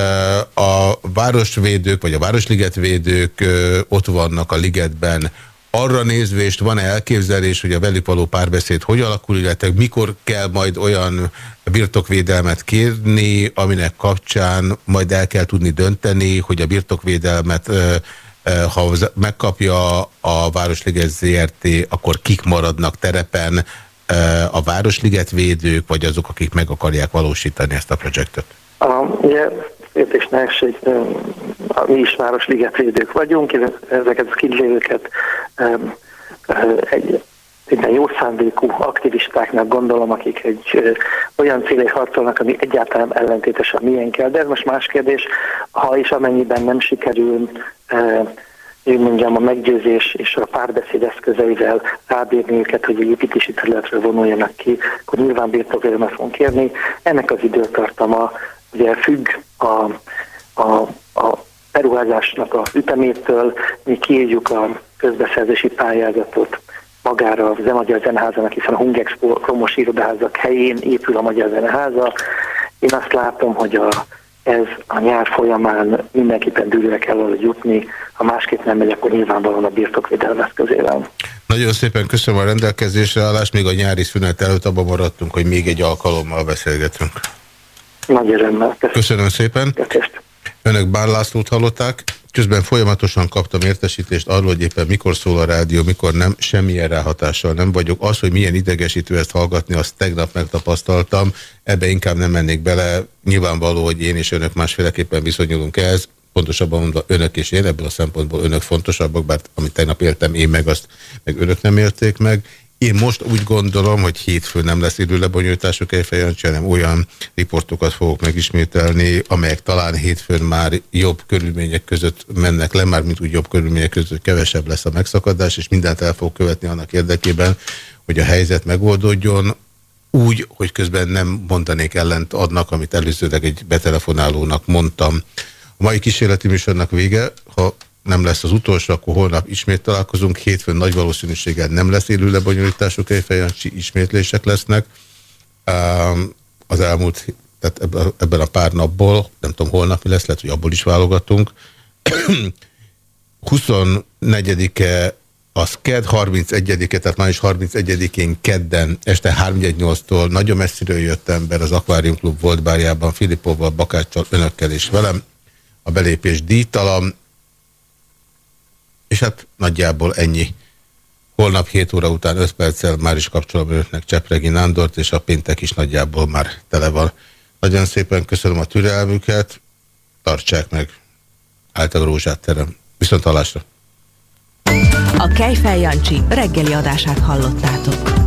A városvédők, vagy a Városligetvédők ott vannak a Ligetben. Arra nézvést van-e elképzelés, hogy a velük való párbeszéd hogy alakul, illetve mikor kell majd olyan birtokvédelmet kérni, aminek kapcsán majd el kell tudni dönteni, hogy a birtokvédelmet, ha megkapja a Városliget zé er té, akkor kik maradnak terepen, a Városligetvédők, vagy azok, akik meg akarják valósítani ezt a projektet? A, ugye, és nehézség, mi is Városligetvédők vagyunk, ezeket a kintlévőket egy minden jó szándékú aktivistáknak gondolom, akik egy ö, olyan célért harcolnak, ami egyáltalán ellentétes a miénkkel, de ez most más kérdés, ha és amennyiben nem sikerül ö, én mondjam, a meggyőzés és a párbeszéd eszközeivel rábírni őket, hogy egy építési területről vonuljanak ki, akkor nyilván birtokvédelmet fogunk kérni. Ennek az időtartama ugye függ a, a, a beruházásnak a ütemétől, mi kiírjuk a közbeszerzési pályázatot magára a Magyar Zeneházának, hiszen a Hungexpo romos irodaházak helyén épül a Magyar Zeneháza. Én azt látom, hogy a, ez a nyár folyamán mindenképpen dűlőre kell valahogy jutni, ha másképp nem megy, akkor nyilvánvalóan a birtokvédelem eszközével. Nagyon szépen köszönöm a rendelkezésre állást, még a nyári szünet előtt abban maradtunk, hogy még egy alkalommal beszélgetünk. Nagy örömmel. Köszönöm, köszönöm szépen. Köszönöm. Önök Bán Lászlót hallották. Közben folyamatosan kaptam értesítést arról, hogy éppen mikor szól a rádió, mikor nem, semmilyen ráhatással nem vagyok. Az, hogy milyen idegesítő ezt hallgatni, azt tegnap megtapasztaltam. Ebbe inkább nem mennék bele. Nyilvánvaló, hogy én és önök másféleképpen viszonyulunk ehhez. Pontosabban mondva önök és én, ebből a szempontból önök fontosabbak, bár amit tegnap éltem én meg, azt meg önök nem érték meg. Én most úgy gondolom, hogy hétfőn nem lesz időlebonyolítású Kejfej Jancsi, hanem olyan riportokat fogok megismételni, amelyek talán hétfőn már jobb körülmények között mennek le, már mint úgy jobb körülmények között kevesebb lesz a megszakadás, és mindent el fog követni annak érdekében, hogy a helyzet megoldódjon, úgy, hogy közben nem mondanék ellent adnak, amit előzőleg egy betelefonálónak mondtam. A mai kísérleti műsornak vége, ha nem lesz az utolsó, akkor holnap ismét találkozunk. Hétfőn nagy valószínűséggel nem lesz élő lebonyolítású Kejfej Jancsi, ismétlések lesznek. Az elmúlt, tehát ebben a pár napból, nem tudom, holnap mi lesz, lehet, hogy abból is válogatunk. huszonnegyedike az kedd harmincegyedike, tehát május harmincegyedikén kedden este három nyolctól nagyon messziről jött ember az Aquarium Klub volt bárjában, Filipovval, Bakáccsal, önökkel és velem. A belépés díjtalan, és hát nagyjából ennyi. Holnap hét óra után öt perccel már is kapcsolom önöknek Csepregi Nándort, és a péntek is nagyjából már tele van. Nagyon szépen köszönöm a türelmüket, tartsák meg. Által Rózsát terem. Viszont hallásra. A Kejfel Jancsi reggeli adását hallottátok.